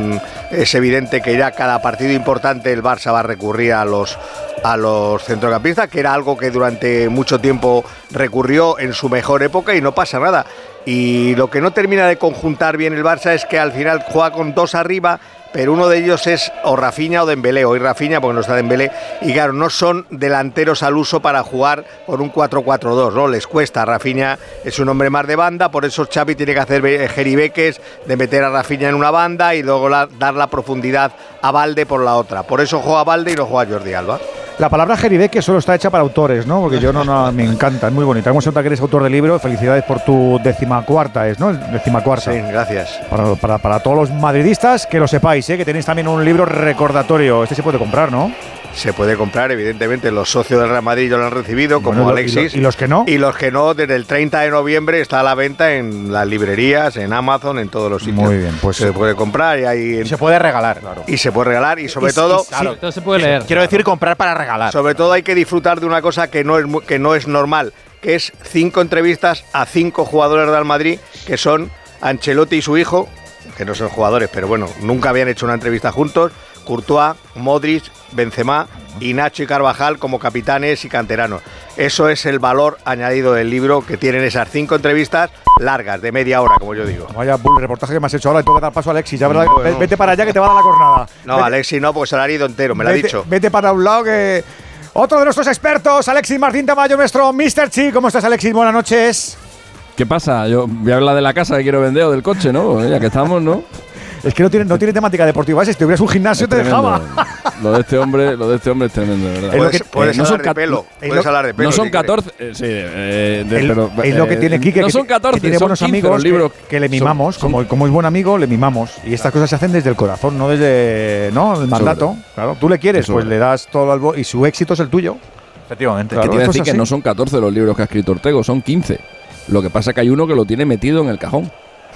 Es evidente que ya cada partido importante el Barça va a recurrir a los centrocampistas, que era algo que durante mucho tiempo recurrió en su mejor época y no pasa nada. Y lo que no termina de conjuntar bien el Barça es que al final juega con 2 arriba, pero uno de ellos es o Rafinha o Dembélé. Hoy Rafinha porque no está Dembélé, y claro, no son delanteros al uso para jugar con un 4-4-2, ¿no? Les cuesta. Rafinha es un hombre más de banda, por eso Xavi tiene que hacer jeribeques de meter a Rafinha en una banda y luego dar la profundidad a Valde por la otra. Por eso juega Valde y no juega Jordi Alba. La palabra jeribeque solo está hecha para autores, ¿no? Porque yo no me encanta, es muy bonita. Hemos notado que eres autor del libro, felicidades por tu 14ª, ¿no? 14ª. Sí, gracias. Para todos los madridistas, que lo sepáis, que tenéis también un libro recordatorio. Este se puede comprar, ¿no? Se puede comprar, evidentemente. Los socios del Real Madrid ya lo han recibido, como Alexis. ¿Y los que no? Y los que no, desde el 30 de noviembre está a la venta en las librerías, en Amazon, en todos los sitios. Muy bien, pues se puede comprar y se puede regalar, claro. Y se puede regalar y sobre todo… Claro, todo se puede leer. Quiero decir, comprar para regalar. Sobre todo hay que disfrutar de una cosa que no es normal, que es 5 entrevistas a 5 jugadores del Real Madrid, que son Ancelotti y su hijo, que no son jugadores, pero bueno, nunca habían hecho una entrevista juntos, Courtois, Modric, Benzema y Nacho y Carvajal como capitanes y canteranos. Eso es el valor añadido del libro, que tienen esas 5 entrevistas largas, de media hora, como yo digo. Vaya bull reportaje que me has hecho ahora y tengo que dar paso a Alexis. Ya verdad, bueno. Vete para allá que te va a dar la cornada. No, vete. Alexis no, porque se lo ha ido entero, me lo ha dicho. Vete para un lado que... Otro de nuestros expertos, Alexis Martín Tamayo, nuestro Mr. Chi. ¿Cómo estás, Alexis? Buenas noches. ¿Qué pasa? Yo voy a hablar de la casa que quiero vender o del coche, ¿no? Ya que estamos, ¿no? Es que no tiene temática deportiva. Si tuvieras un gimnasio te dejaba. Lo de este hombre es tremendo, de verdad. Puedes hablar de pelo. Puedes hablar de pelo. No son 14. Sí, pero es lo que tiene Quique. No son 14, que tiene son buenos 15 amigos los libros que le mimamos. Como es buen amigo, le mimamos. Y estas cosas se hacen desde el corazón, no desde el mandato. Claro, tú le quieres, pues le das todo y su éxito es el tuyo. Efectivamente. Claro, te voy a decir que no son 14 los libros que ha escrito Ortego, son 15. Lo que pasa es que hay uno que lo tiene metido en el cajón.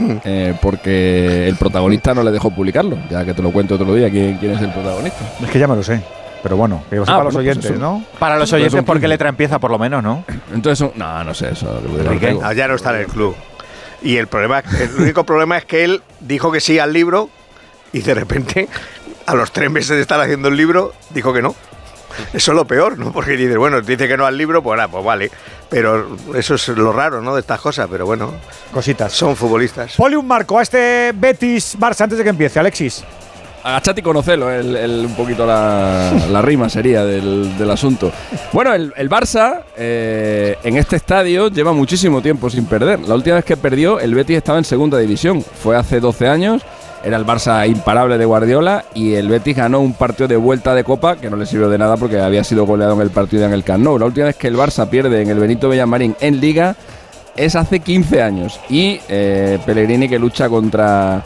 Porque el protagonista no le dejó publicarlo. Ya que te lo cuento otro día quién es el protagonista. Es que ya me lo sé. Pero bueno, que lo sepa los oyentes, pues ¿no? Para los oyentes, porque letra empieza por lo menos, ¿no? Entonces, no sé eso. Ya no está en el club. Y el único problema es que él dijo que sí al libro y de repente, a los 3 meses de estar haciendo el libro, dijo que no. Eso es lo peor, ¿no? Porque dice, bueno, dice que no al libro, pues vale. Pero eso es lo raro, ¿no? De estas cosas, pero bueno. Cositas. Son futbolistas. Ponle un marco a este Betis-Barça antes de que empiece, Alexis. Agachate y conocelo, un poquito la rima sería del asunto. Bueno, el Barça en este estadio lleva muchísimo tiempo sin perder. La última vez que perdió, el Betis estaba en segunda división. Fue hace 12 años. Era el Barça imparable de Guardiola y el Betis ganó un partido de vuelta de Copa que no le sirvió de nada porque había sido goleado en el partido en el Camp Nou. La última vez que el Barça pierde en el Benito Villamarín en Liga es hace 15 años. Y Pellegrini, que lucha contra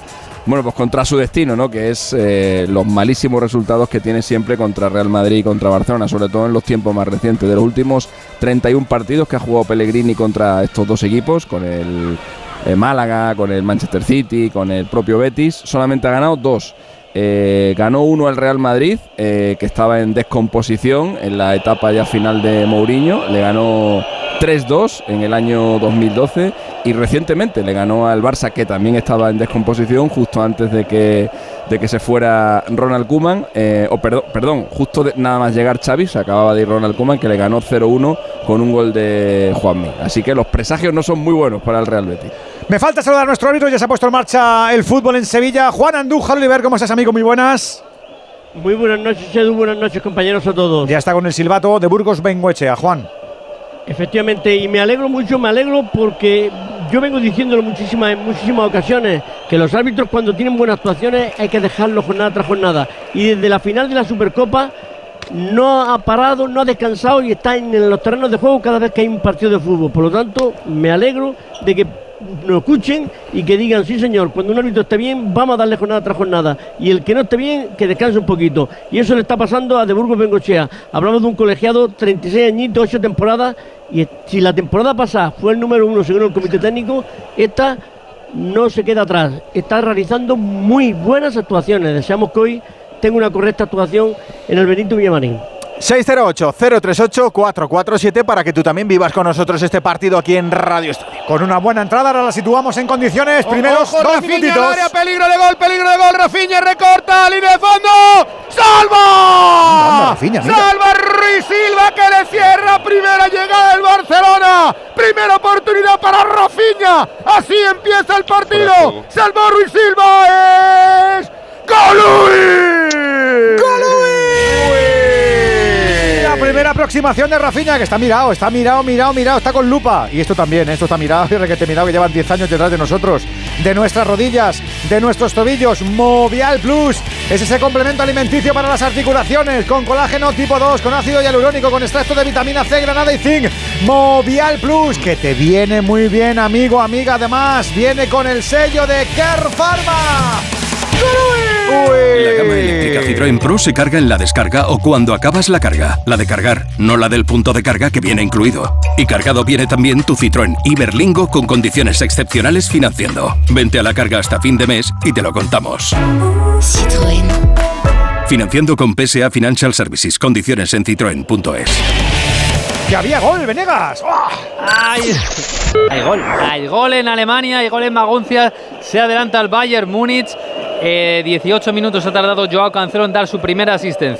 su destino, ¿no? Que es los malísimos resultados que tiene siempre contra Real Madrid y contra Barcelona, sobre todo en los tiempos más recientes. De los últimos 31 partidos que ha jugado Pellegrini contra estos dos equipos, con el Málaga, con el Manchester City, con el propio Betis, solamente ha ganado 2. Ganó 1 al Real Madrid, que estaba en descomposición en la etapa ya final de Mourinho. Le ganó 3-2 en el año 2012 y recientemente le ganó al Barça, que también estaba en descomposición justo antes de que se fuera Ronald Koeman, justo nada más llegar Xavi, se acababa de ir Ronald Koeman, que le ganó 0-1 con un gol de Juanmi. Así que los presagios no son muy buenos para el Real Betis. Me falta saludar a nuestro árbitro, ya se ha puesto en marcha el fútbol en Sevilla. Juan Andújar Oliver, ¿cómo estás, amigo? Muy buenas. Muy buenas noches, Edu, buenas noches, compañeros, a todos. Ya está con el silbato de Burgos Bengoechea, Juan. Efectivamente, y me alegro porque yo vengo diciéndolo en muchísimas ocasiones, que los árbitros cuando tienen buenas actuaciones hay que dejarlo jornada tras jornada. Y desde la final de la Supercopa no ha parado, no ha descansado y está en los terrenos de juego cada vez que hay un partido de fútbol. Por lo tanto, me alegro de que nos escuchen y que digan, sí señor, cuando un árbitro esté bien, vamos a darle jornada tras jornada, y el que no esté bien, que descanse un poquito. Y eso le está pasando a de Burgos Bengoechea. Hablamos de un colegiado, 36 añitos, 8 temporadas, y si la temporada pasada fue el número 1 según el comité técnico, esta no se queda atrás, está realizando muy buenas actuaciones. Deseamos que hoy tenga una correcta actuación en el Benito Villamarín. 608-038-447 para que tú también vivas con nosotros este partido aquí en Radio Estadio. Con una buena entrada, ahora la situamos en condiciones. Primeros 2 Rafinha minutitos. Área, peligro de gol, Rafinha recorta, línea de fondo. ¡Salva! ¡Salva Ruiz Silva, que le cierra! Primera llegada del Barcelona. Primera oportunidad para Rafinha. Así empieza el partido. Salvó Ruiz Silva. Es Golui. La primera aproximación de Rafinha, que está mirado, está con lupa. Y esto también, esto está mirado y requete mirado, que llevan 10 años detrás de nosotros, de nuestras rodillas, de nuestros tobillos. Movial Plus es ese complemento alimenticio para las articulaciones, con colágeno tipo 2, con ácido hialurónico, con extracto de vitamina C, granada y zinc. Movial Plus, que te viene muy bien, amigo, amiga. Además, viene con el sello de Care Pharma. La gama eléctrica Citroën Pro se carga en la descarga o cuando acabas la carga. La de cargar, no la del punto de carga que viene incluido. Y cargado viene también tu Citroën Iberlingo con condiciones excepcionales financiando. Vente a la carga hasta fin de mes y te lo contamos. Citroën. Financiando con PSA Financial Services. Condiciones en citroen.es. ¡Que había gol, Venegas! ¡Oh! ¡Ay! Hay gol en Alemania, hay gol en Maguncia. Se adelanta el Bayern Múnich. 18 minutos ha tardado Joao Cancelo en dar su primera asistencia.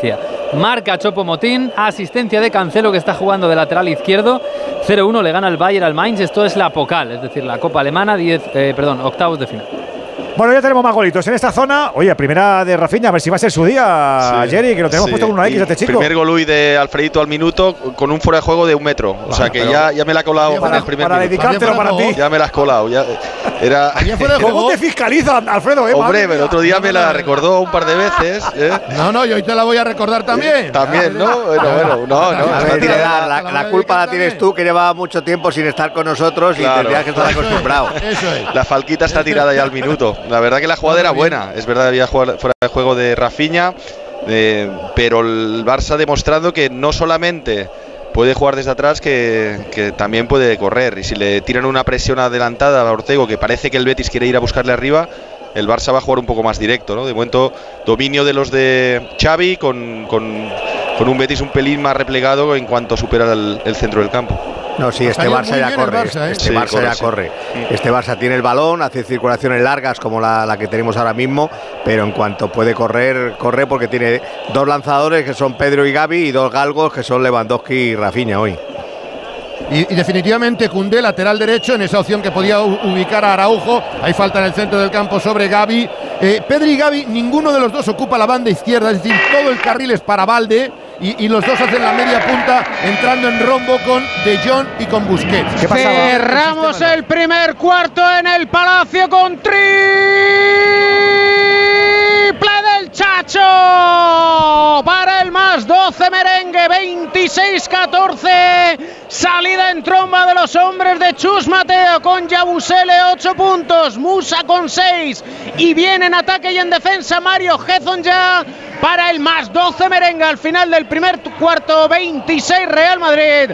marca Choupo-Moting, asistencia de Cancelo que está jugando de lateral izquierdo. 0-1 le gana el Bayern al Mainz. Esto es la Pokal, es decir, la Copa Alemana, octavos de final. Bueno, ya tenemos más golitos en esta zona. Oye, primera de Rafinha, a ver si va a ser su día, Jerry, que lo tenemos puesto con una X a este chico. Primer gol de Alfredito al minuto con un fuera de juego de 1 metro. O sea que ya me la ha colado en el primer para minuto. dedicártelo para ti. Ya me la has colado. ¿Cómo te fiscalizan, Alfredo? Hombre, el otro día me la recordó un par de veces. No, y hoy te la voy a recordar también. También, ¿no? Bueno, no. A ver, la culpa la tienes tú, que llevaba mucho tiempo sin estar con nosotros y tendrías que estar acostumbrado. Eso es. La falquita está tirada ya al minuto. La verdad que la jugada era buena. Es verdad, había fuera de juego de Rafinha, pero el Barça ha demostrado que no solamente puede jugar desde atrás, que también puede correr. Y si le tiran una presión adelantada a Ortego, que parece que el Betis quiere ir a buscarle arriba, el Barça va a jugar un poco más directo, ¿no? De momento, dominio de los de Xavi con un Betis un pelín más replegado en cuanto supera el centro del campo. No, sí, este Barça ya corre. Este Barça ya corre. Este Barça tiene el balón, hace circulaciones largas como la que tenemos ahora mismo, pero en cuanto puede correr, corre porque tiene 2 lanzadores que son Pedro y Gavi y 2 galgos que son Lewandowski y Rafinha hoy. Y definitivamente Koundé, lateral derecho, en esa opción que podía ubicar a Araujo. Hay falta en el centro del campo sobre Gavi. Pedri y Gavi, ninguno de los dos ocupa la banda izquierda, es decir, todo el carril es para Valde. Y los dos hacen la media punta entrando en rombo con De Jong y con Busquets. Cerramos el primer cuarto en el Palacio con triple del Chacho para el más 12 merengue, 26-14. Salida en tromba de los hombres de Chus Mateo con Yabusele 8 puntos, Musa con 6 y viene en ataque y en defensa Mario Gezon ya para el más 12 merengue al final del primer cuarto. 26 Real Madrid,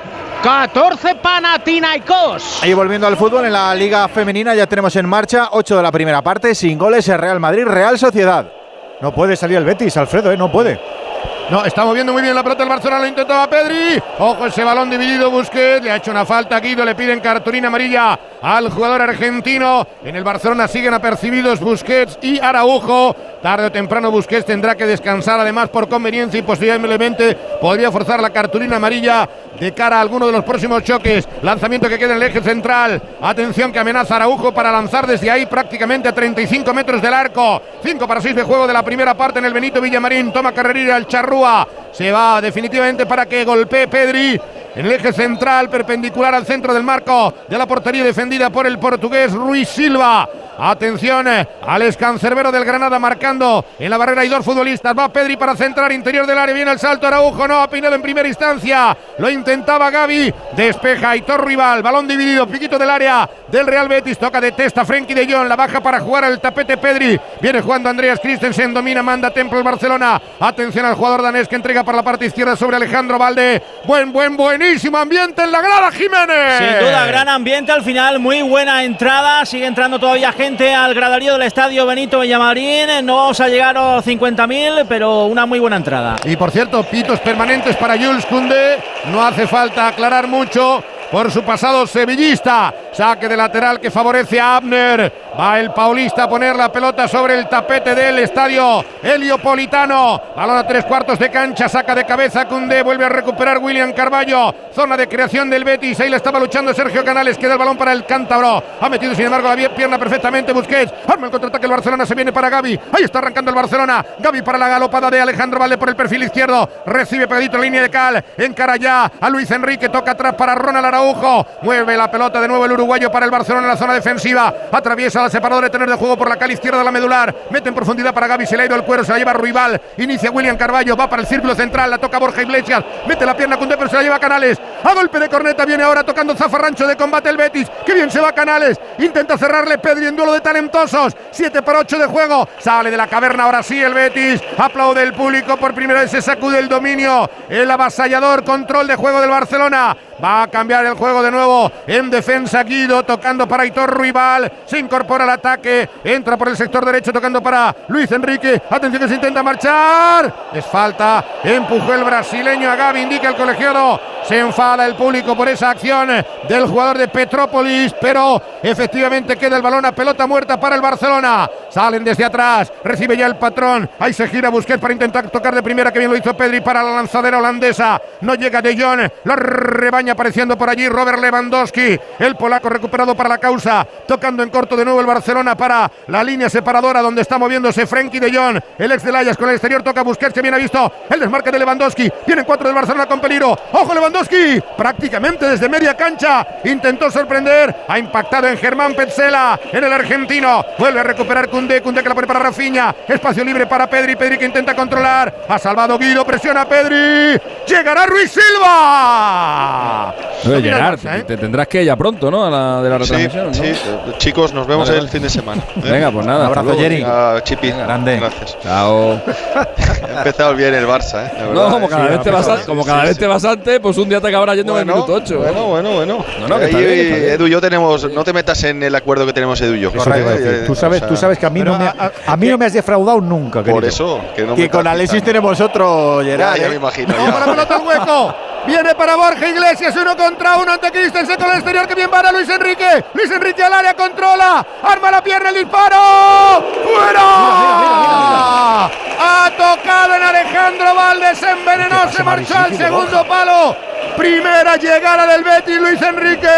14 Panathinaikos. Y volviendo al fútbol, en la Liga Femenina ya tenemos en marcha 8 de la primera parte, sin goles el Real Madrid, Real Sociedad. No puede salir el Betis, Alfredo, no puede. No, está moviendo muy bien la pelota el Barcelona, lo intentaba Pedri. Ojo ese balón dividido, Busquets, le ha hecho una falta a Guido, le piden cartulina amarilla al jugador argentino. En el Barcelona siguen apercibidos Busquets y Araujo. Tarde o temprano Busquets tendrá que descansar, además por conveniencia, y posiblemente podría forzar la cartulina amarilla de cara a alguno de los próximos choques. Lanzamiento que queda en el eje central. Atención que amenaza Araujo para lanzar desde ahí prácticamente a 35 metros del arco. 5-6 de juego de la primera parte en el Benito Villamarín. Toma carrerilla el Charrúa. Se va definitivamente para que golpee Pedri en el eje central, perpendicular al centro del marco de la portería defendida por el portugués Ruiz Silva. Atención al escancerbero del Granada marcando en la barrera. Hay 2 futbolistas. Va Pedri para centrar interior del área. Viene el salto Araujo. No ha peinado en primera instancia. Lo intentaba Gavi. Despeja Aitor Rival. Balón dividido. Piquito del área del Real Betis. Toca de testa Frenkie de Jong. La baja para jugar al tapete Pedri. Viene jugando Andreas Christensen. Domina, manda Templo el Barcelona. Atención al jugador danés que entrega por la parte izquierda sobre Alejandro Valde. Buenísimo ambiente en la grada, Jiménez. Sin duda, gran ambiente al final. Muy buena entrada. Sigue entrando todavía gente al graderío del estadio Benito Villamarín. No vamos a llegar a 50.000, pero una muy buena entrada. Y por cierto, pitos permanentes para Jules Koundé. No hace falta aclarar mucho por su pasado sevillista. Saque de lateral que favorece a Abner. Va el paulista a poner la pelota sobre el tapete del estadio Heliopolitano. Balón a 3/4 de cancha. Saca de cabeza Koundé. Vuelve a recuperar William Carballo. Zona de creación del Betis. Ahí la estaba luchando Sergio Canales. Queda el balón para el cántabro. Ha metido sin embargo la pierna perfectamente Busquets. Arma el contraataque el Barcelona. Se viene para Gavi. Ahí está arrancando el Barcelona. Gavi para la galopada de Alejandro Valde por el perfil izquierdo. Recibe pegadito en línea de cal. Encara ya a Luis Enrique. Toca atrás para Ronald Araujo. Mueve la pelota de nuevo el uruguayo para el Barcelona en la zona defensiva. Atraviesa la separadora de tener de juego por la cal izquierda de la medular. Mete en profundidad para Gavi. Se le ha ido el cuero. Se la lleva Ruibal. Inicia William Carballo. Va para el círculo central. La toca Borja Iglesias. Mete la pierna Koundé, pero se la lleva Canales. A golpe de corneta viene ahora tocando zafarrancho de combate el Betis. Que bien se va Canales. Intenta cerrarle Pedri en duelo de talentosos. 7/8 de juego. Sale de la caverna ahora sí el Betis. Aplaude el público. Por primera vez se sacude el dominio. El avasallador control de juego del Barcelona. Va a cambiar el juego de nuevo en defensa Guido, tocando para Aitor Ruibal, se incorpora al ataque, entra por el sector derecho tocando para Luis Enrique, atención que se intenta marchar, es falta, empujó el brasileño a Gavi, indica el colegiado, se enfada el público por esa acción del jugador de Petrópolis, pero efectivamente queda el balón a pelota muerta para el Barcelona. salen desde atrás, recibe ya el patrón, ahí se gira Busquets para intentar tocar de primera, que bien lo hizo Pedri para la lanzadera holandesa, no llega De Jong, lo rebaña apareciendo por allí Robert Lewandowski, el polaco recuperado para la causa, tocando en corto de nuevo el Barcelona para la línea separadora donde está moviéndose Frenkie De Jong, el ex del Ajax con el exterior, toca Busquets que bien ha visto el desmarque de Lewandowski, vienen 4 del Barcelona con peligro, ojo Lewandowski, prácticamente desde media cancha, intentó sorprender, ha impactado en Germán Petzela, en el argentino, vuelve a recuperar Koundé que la pone para Rafinha, espacio libre para Pedri que intenta controlar, ha salvado Guido, presiona Pedri, llegará Ruiz Silva. Gerard, te tendrás que ir ya pronto, ¿no? A la de la retransmisión, sí, ¿no? Sí, chicos, nos vemos el fin de semana. Venga, pues nada, un abrazo, Jerry. Chipi, grande. Gracias. Chao. Ha empezado bien el Barça, ¿eh? No, como cada vez te vas antes, pues un día te acabarás yendo en el minuto 8. Bueno. No, que está bien. Edu y yo tenemos, no te metas en el acuerdo que tenemos Edu y yo. Tú sabes que a mí no me has defraudado nunca, querido. Por eso. Que con Alexis tenemos otro, Gerard. Ya me imagino. Vamos la pelota al hueco. Viene para Borja Iglesias, 1 contra 1 ante Christensen con el exterior, que bien para Luis Enrique. Luis Enrique al área, controla, arma la pierna, el disparo. ¡Fuera! Mira. Ha tocado en Alejandro Valdes, se envenenó, se marchó al segundo palo. Primera llegada del Betis, Luis Enrique.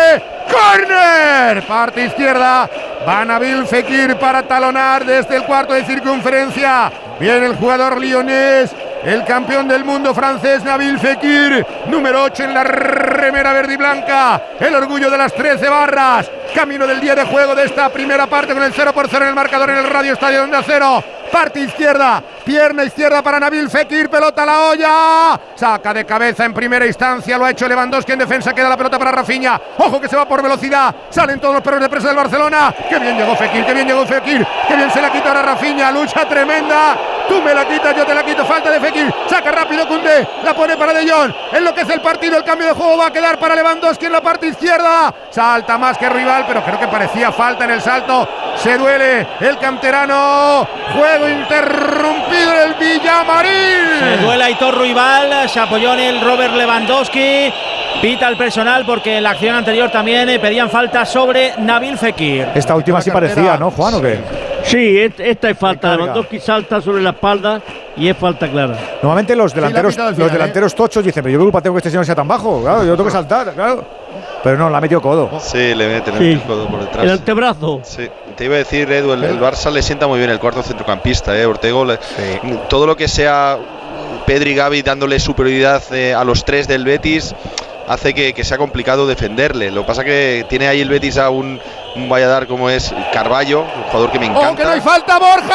¡Corner! Parte izquierda. Va Nabil Fekir para talonar desde el cuarto de circunferencia. Viene el jugador lionés, el campeón del mundo francés Nabil Fekir, número 8 en la remera verde y blanca, el orgullo de las 13 barras, camino del día de juego de esta primera parte con el 0-0 en el marcador en el Radio Estadio Onda Cero. Parte izquierda, pierna izquierda para Nabil Fekir, pelota a la olla, saca de cabeza en primera instancia, lo ha hecho Lewandowski en defensa, queda la pelota para Rafinha, ojo que se va por velocidad, salen todos los perros de presa del Barcelona, que bien llegó Fekir, que bien se la quita ahora Rafinha, lucha tremenda, tú me la quitas, yo te la quito, falta de Fekir, saca rápido Koundé, la pone para De Jong, enloquece el partido, el cambio de juego va a quedar para Lewandowski en la parte izquierda, salta más que rival, pero creo que parecía falta en el salto, se duele el canterano, juego interrumpido en el Villamarín. Se duele Aitor Ruibal, se apoyó en el Robert Lewandowski, pita el personal porque en la acción anterior también pedían falta sobre Nabil Fekir. Esta última sí parecía, ¿no, Juan, o qué? Sí, esta es falta. Lewandowski salta sobre la espalda y es falta clara. Normalmente los delanteros tochos dicen, pero yo qué culpa tengo que este señor sea tan bajo, claro, yo tengo que saltar, claro. Pero no, la ha metido codo. Sí, le mete el codo por detrás. El antebrazo. Sí, te iba a decir, Edu, el Barça le sienta muy bien el cuarto centrocampista, Ortego. Todo lo que sea Pedri y Gavi dándole superioridad a los 3 del Betis hace que sea complicado defenderle. Lo que pasa que tiene ahí el Betis a un Valladar como es Carballo, un jugador que me encanta. ¡Oh, que no hay falta! ¡Borja!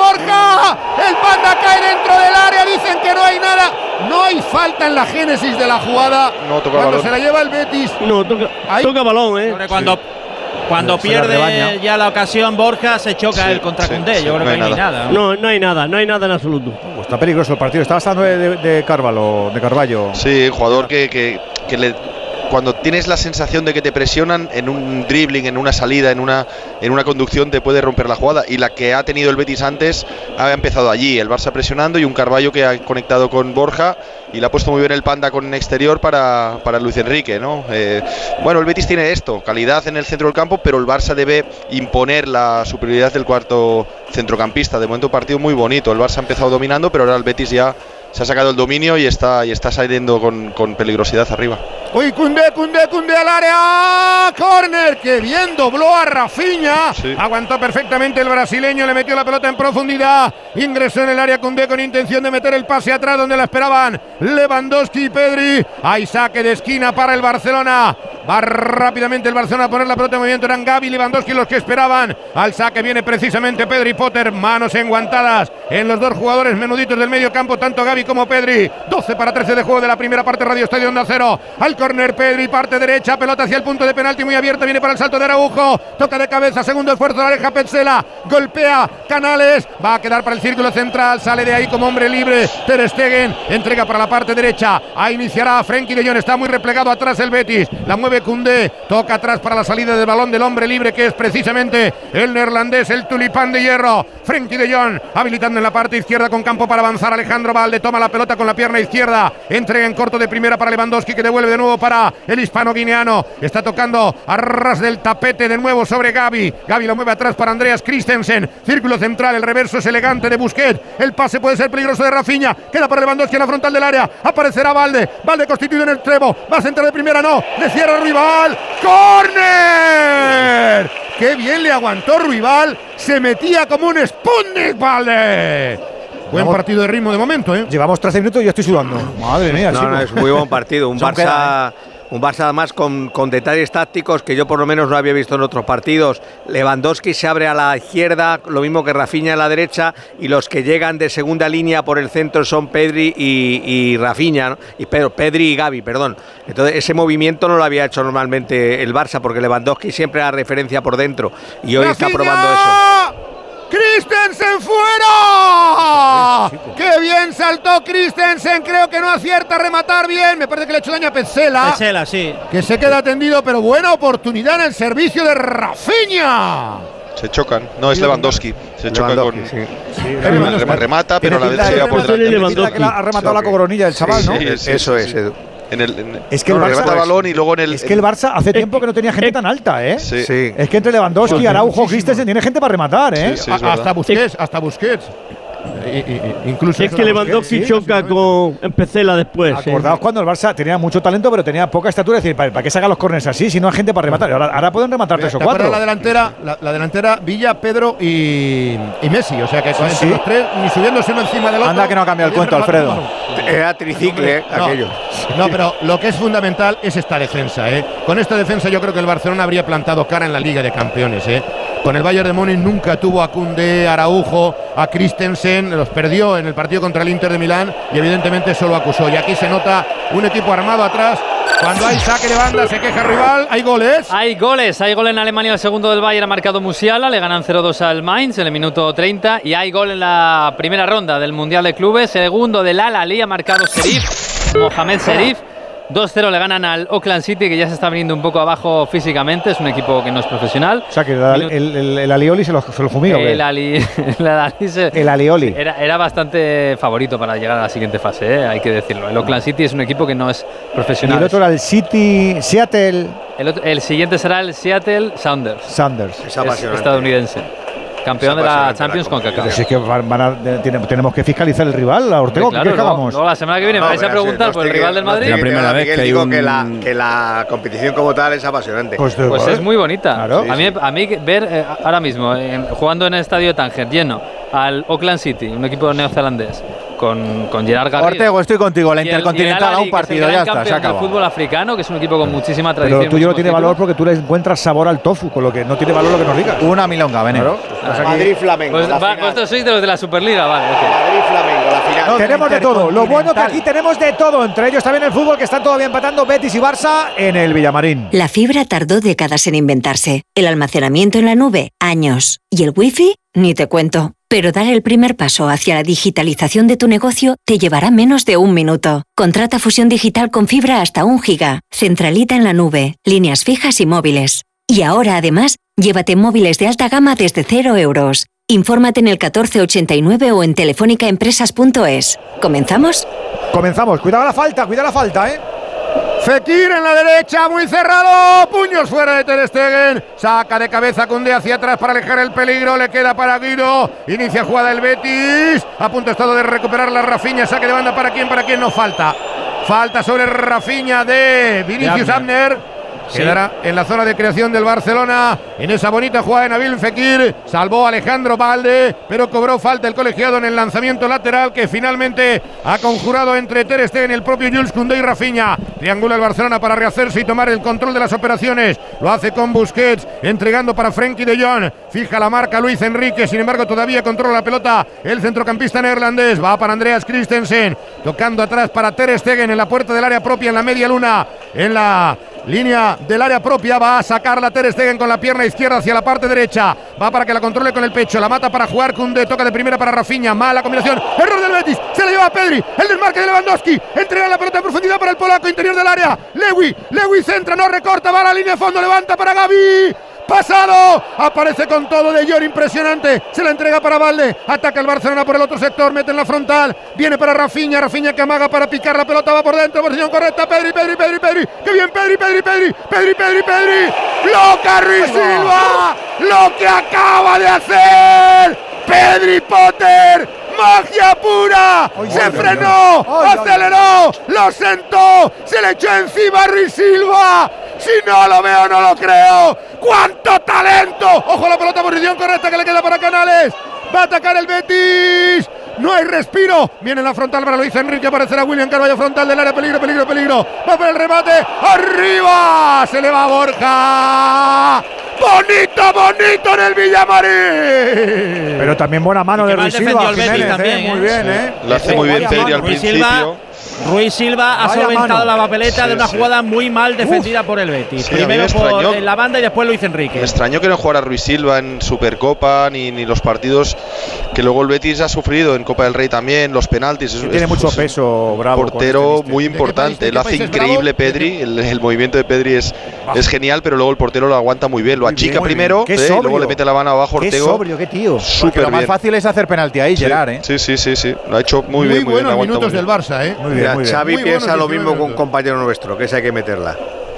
El Panda cae dentro del área, dicen que no hay nada. No hay falta en la génesis de la jugada. No toca cuando balón. Se la lleva el Betis. No, toca balón, Cuando pierde ya la ocasión Borja, se choca el contra Koundé. Yo creo que no hay nada. No hay nada en absoluto. Pues está peligroso el partido. Estaba hablando de Carvalho. Sí, jugador que cuando tienes la sensación de que te presionan en un dribbling, en una salida, en una conducción, te puede romper la jugada. Y la que ha tenido el Betis antes ha empezado allí, el Barça presionando y un Carballo que ha conectado con Borja y le ha puesto muy bien el Panda con exterior para Luis Enrique, ¿no? Bueno, el Betis tiene esto, calidad en el centro del campo, pero el Barça debe imponer la superioridad del cuarto centrocampista. De momento partido muy bonito, el Barça ha empezado dominando, pero ahora el Betis ya se ha sacado el dominio y está saliendo con peligrosidad arriba. Uy, Koundé al área, córner, que bien dobló a Rafinha, aguantó perfectamente el brasileño, le metió la pelota en profundidad, ingresó en el área Koundé con intención de meter el pase atrás donde la esperaban Lewandowski y Pedri, hay saque de esquina para el Barcelona, va rápidamente el Barcelona a poner la pelota en movimiento, eran Gavi y Lewandowski los que esperaban, al saque viene precisamente Pedri Potter, manos enguantadas en los dos jugadores menuditos del medio campo, tanto Gavi como Pedri, 12:13 de juego de la primera parte, Radio Estadio Onda Cero, al córner Pedri, parte derecha, pelota hacia el punto de penalti muy abierta, viene para el salto de Araujo, toca de cabeza, segundo esfuerzo, la aleja Petzela, golpea Canales, va a quedar para el círculo central, sale de ahí como hombre libre, Ter Stegen, entrega para la parte derecha, ahí iniciará Frenkie de Jong, está muy replegado atrás el Betis, la mueve mueve Koundé, toca atrás para la salida del balón del hombre libre, que es precisamente el neerlandés, el tulipán de hierro, Frenkie de Jong, habilitando en la parte izquierda con campo para avanzar. Alejandro Balde toma la pelota con la pierna izquierda, entrega en corto de primera para Lewandowski, que devuelve de nuevo para el hispano-guineano, está tocando a ras del tapete de nuevo sobre Gavi, Gavi lo mueve atrás para Andreas Christensen, círculo central, el reverso es elegante de Busquets, el pase puede ser peligroso de Rafinha, queda para Lewandowski en la frontal del área, aparecerá Balde constituido en el extremo, va a centrar de primera, no, le cierra Ruibal, ¡córner! ¡Qué bien le aguantó Ruibal! Se metía como un Sputnik, Balde. Buen partido de ritmo de momento, ¿eh? Llevamos 13 minutos y yo estoy sudando. Madre mía, no, es muy buen partido. Un Barça además con detalles tácticos que yo por lo menos no había visto en otros partidos. Lewandowski se abre a la izquierda, lo mismo que Rafinha a la derecha, y los que llegan de segunda línea por el centro son Pedri y Rafinha, ¿no? Pedri y Gavi, perdón. Entonces ese movimiento no lo había hecho normalmente el Barça, porque Lewandowski siempre da referencia por dentro, y hoy ¡Rafinha! Está probando eso. ¡Christensen fuera! ¡Qué bien saltó Christensen! Creo que no acierta a rematar bien. Me parece que le ha hecho daño a Petzela. Petzela, sí. Que se queda tendido, pero buena oportunidad en el servicio de Rafinha. Se chocan. No, es Lewandowski. Se chocan con… Sí. Remata, pero a la vez se va por delante. Ha rematado la coronilla del chaval, ¿no? Eso es, Edu. Es que el Barça, balón y luego es que el Barça hace tiempo que no tenía gente tan alta, ¿eh? Sí. Es que entre Lewandowski, Araujo, Christensen tiene gente para rematar, ¿eh? Sí, hasta Busquets. Incluso es que Lewandowski choca con Petzela después. Acordaos cuando el Barça tenía mucho talento, pero tenía poca estatura. Es decir, ¿para qué sacan los córneres así si no hay gente para rematar? Ahora pueden rematar 3 o 4. La delantera Villa, Pedro y Messi. O sea que con los tres, ni subiéndose uno encima del otro. Anda que no ha cambiado el cuento, Alfredo. Era tricicle aquello. No, pero lo que es fundamental es esta defensa, ¿eh? Con esta defensa yo creo que el Barcelona habría plantado cara en la Liga de Campeones, ¿eh? Con el Bayern de Múnich nunca tuvo a Koundé, a Araujo, a Christensen, los perdió en el partido contra el Inter de Milán y evidentemente solo acusó. Y aquí se nota un equipo armado atrás. Cuando hay saque de banda se queja rival. ¿Hay goles? Hay gol en Alemania. El segundo del Bayern ha marcado Musiala, le ganan 0-2 al Mainz en el minuto 30. Y hay gol en la primera ronda del Mundial de Clubes. Segundo del Al-Ahly ha marcado Mohamed Serif. 2-0 le ganan al Auckland City, que ya se está viniendo un poco abajo físicamente. Es un equipo que no es profesional. O sea, que el Alioli se lo fumiga. El Alioli era bastante favorito para llegar a la siguiente fase, hay que decirlo. El Auckland City es un equipo que no es profesional. Y el otro era el Seattle. El siguiente será el Seattle Sounders. Es estadounidense. Campeón de la Champions con Kaká. Es que tenemos que fiscalizar el rival, a Ortega. Claro, ¿qué hagamos? La semana que viene me vais a preguntar por el rival del Madrid. La primera vez que digo que la competición como tal es apasionante. Pues es muy bonita. Claro. A mí ver ahora mismo, jugando en el estadio Tánger lleno, al Auckland City, un equipo neozelandés, con Gerard Garriga. Ortego, estoy contigo. La Intercontinental a un partido, ya está, se acaba. El fútbol africano, que es un equipo con muchísima tradición. Pero tuyo no tiene valor porque tú le encuentras sabor al tofu, con lo que no tiene valor lo que nos digas. Una milonga, ven. Claro. Madrid-Flamengo. Vosotros sois de los de la Superliga, vale. Madrid-Flamengo, la final. No, tenemos de todo. Lo bueno que aquí tenemos de todo. Entre ellos también el fútbol, que están todavía empatando Betis y Barça en el Villamarín. La fibra tardó décadas en inventarse. El almacenamiento en la nube, años. Y el wifi, ni te cuento. Pero dar el primer paso hacia la digitalización de tu negocio te llevará menos de 1 minuto. Contrata Fusión Digital con fibra hasta 1 giga, centralita en la nube, líneas fijas y móviles. Y ahora, además, llévate móviles de alta gama desde 0 euros. Infórmate en el 1489 o en telefónicaempresas.es. ¿Comenzamos? Comenzamos. Cuidado la falta, ¿eh? Fekir en la derecha, muy cerrado, puños fuera de Ter Stegen, saca de cabeza Koundé hacia atrás para alejar el peligro, le queda para Guido, inicia jugada el Betis, a punto estado de recuperar la Rafinha, saque de banda para quién no falta sobre Rafinha de Vinicius Abner. Quedará en la zona de creación del Barcelona, en esa bonita jugada de Nabil Fekir, salvó a Alejandro Balde, pero cobró falta el colegiado en el lanzamiento lateral que finalmente ha conjurado entre Ter Stegen, el propio Jules Koundé y Rafinha. Triangula el Barcelona para rehacerse y tomar el control de las operaciones, lo hace con Busquets, entregando para Frenkie de Jong, fija la marca Luis Enrique, sin embargo todavía controla la pelota el centrocampista neerlandés, va para Andreas Christensen, tocando atrás para Ter Stegen en la puerta del área propia, en la media luna, en la línea del área propia, va a sacar la Ter Stegen con la pierna izquierda hacia la parte derecha, va para que la controle con el pecho, la mata para jugar Koundé, toca de primera para Rafinha, mala combinación, error del Betis, se la lleva a Pedri, el desmarque de Lewandowski, entrega la pelota en profundidad para el polaco, interior del área, Lewy centra, no recorta, va a la línea de fondo, levanta para Gavi. Pasado, aparece con todo de Jong, impresionante, se la entrega para Valde, ataca el Barcelona por el otro sector, mete en la frontal, viene para Rafinha que amaga para picar, la pelota va por dentro, posición correcta, Pedri, que bien Pedri, bloca Rui Silva, lo que acaba de hacer Pedri Potter, magia pura, se frenó, aceleró, lo sentó, se le echó encima a Rui Silva. Si no lo veo, no lo creo. ¡Cuánto talento! Ojo la pelota, posición correcta que le queda para Canales. Va a atacar el Betis. No hay respiro. Viene la frontal para Luis Enrique. Aparecerá William Carvalho, frontal del área. Peligro. Va por el remate. ¡Arriba! Se le va a Borja. Bonito en el Villamarín. Pero también buena mano de Rui Silva. El Betis también, muy bien, Lo hace muy bien Pedri al principio. Rui Silva ha solventado la papeleta de una jugada muy mal defendida por el Betis. Sí, primero por la banda y después Luis Enrique. Me extrañó que no jugara Rui Silva en Supercopa ni los partidos que luego el Betis ha sufrido en Copa del Rey también, los penaltis. Tiene mucho peso, Bravo. Portero muy importante. Lo hace increíble Pedri. El movimiento de Pedri es genial, pero luego el portero lo aguanta muy bien. Lo achica primero, luego le mete la mano abajo Ortego. Qué sobrio, qué tío. Lo más fácil es hacer penalti ahí, Gerard. Sí. Lo ha hecho muy bien. Muy buenos minutos del Barça, Muy bien. Xavi piensa lo mismo con un compañero nuestro, que esa hay que meterla.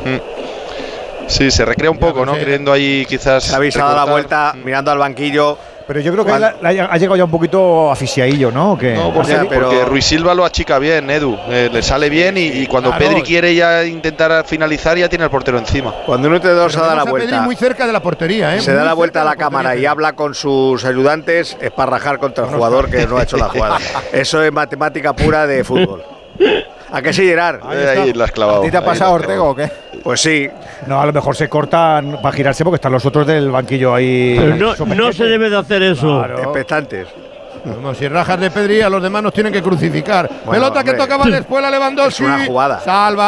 Sí, se recrea un poco, ¿no? Queriendo ahí quizás. Xavi se ha dado la vuelta mirando al banquillo. Pero yo creo que ha llegado ya un poquito asfixiadillo, ¿no? No, porque Rui Silva lo achica bien, Edu. Le sale bien y cuando Pedri quiere ya intentar finalizar, ya tiene al portero encima. Cuando uno de dos se da la vuelta. Pedri muy cerca de la portería, Se da la vuelta a la cámara y habla con sus ayudantes, es para rajar contra el jugador que no ha hecho la jugada. Eso es matemática pura de fútbol. ¿A qué sí, Gerard? Ahí la has clavado. ¿A ti te ha pasado, Ortego, o qué? Pues sí. No, a lo mejor se cortan para girarse porque están los otros del banquillo ahí. Pero no se debe de hacer eso. Claro. Expectantes. Como si rajas de Pedri, a los demás nos tienen que crucificar. Bueno, pelota que tocaba después la Lewandowski. Es una jugada.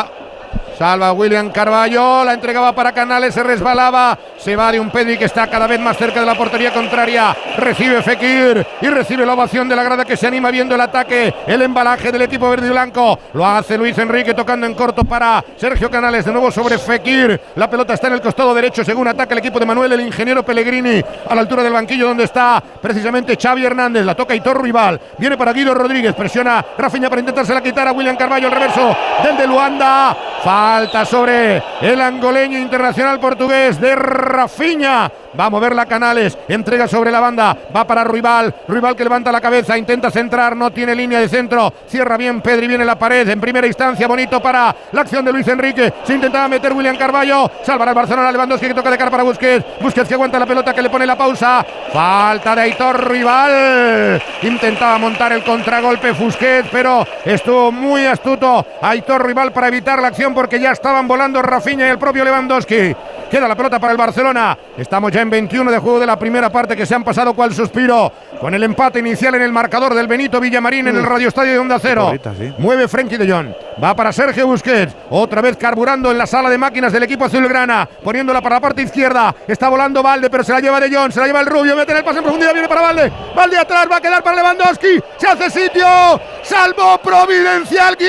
Salva William Carvalho, la entregaba para Canales, se resbalaba, se va de un Pedri que está cada vez más cerca de la portería contraria, recibe Fekir y recibe la ovación de la grada que se anima viendo el ataque, el embalaje del equipo verde y blanco, lo hace Luis Enrique tocando en corto para Sergio Canales, de nuevo sobre Fekir, la pelota está en el costado derecho según ataca el equipo de Manuel, el ingeniero Pellegrini, a la altura del banquillo donde está precisamente Xavi Hernández, la toca Aitor Rival, viene para Guido Rodríguez, presiona Rafinha para intentársela quitar a William Carvalho, el reverso del de Luanda, falta sobre el angoleño internacional portugués de Rafinha. Va a mover la Canales, entrega sobre la banda, va para Rival que levanta la cabeza, intenta centrar, no tiene línea de centro, cierra bien Pedri, viene la pared, en primera instancia, bonito para la acción de Luis Enrique, se intentaba meter William Carvalho, salvará el Barcelona, Lewandowski que toca de cara para Busquets que aguanta la pelota, que le pone la pausa, falta de Aitor Rival, intentaba montar el contragolpe Busquets, pero estuvo muy astuto Aitor Rival para evitar la acción porque ya estaban volando Rafinha y el propio Lewandowski. Queda la pelota para el Barcelona. Estamos ya en 21 de juego de la primera parte que se han pasado cual suspiro con el empate inicial en el marcador del Benito Villamarín en el Radio Estadio de Onda Cero. Mueve Frenkie de Jong. Va para Sergio Busquets. Otra vez carburando en la sala de máquinas del equipo azulgrana. Poniéndola para la parte izquierda. Está volando Valde, pero se la lleva de Jong. Se la lleva el Rubio. Mete el pase en profundidad. Viene para Valde. Valde atrás. Va a quedar para Lewandowski. Se hace sitio. Salvo providencial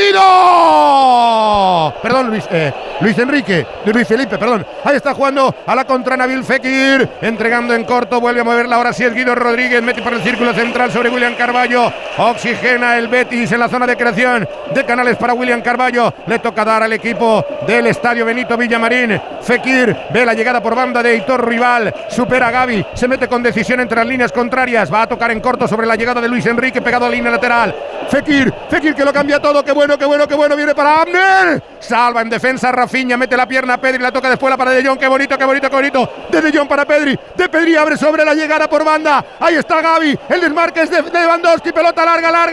Guido. Perdón, Luis Enrique. Luis Felipe, perdón. Ahí está jugando a la contra Nabil Fekir. Entregando en corto. Vuelve a moverla. Ahora sí es Guido Rodríguez. Mete por el círculo central sobre William Carvalho. Oxigena el Betis en la zona de creación de Canales para William Carvalho. Le toca dar al equipo del Estadio Benito Villamarín. Fekir ve la llegada por banda de Aitor Rival. Supera a Gavi. Se mete con decisión entre las líneas contrarias. Va a tocar en corto sobre la llegada de Luis Enrique pegado a la línea lateral. Fekir que lo cambia todo. Qué bueno. Viene para Abner. Salva en defensa Rafinha. Mete la pierna a Pedri. La toca después la para De Jong. Qué bonito. De De Jong para Pedri. De Pedri abre sobre la llegada por banda. Ahí está Gavi. El desmarque es de Lewandowski. Pelota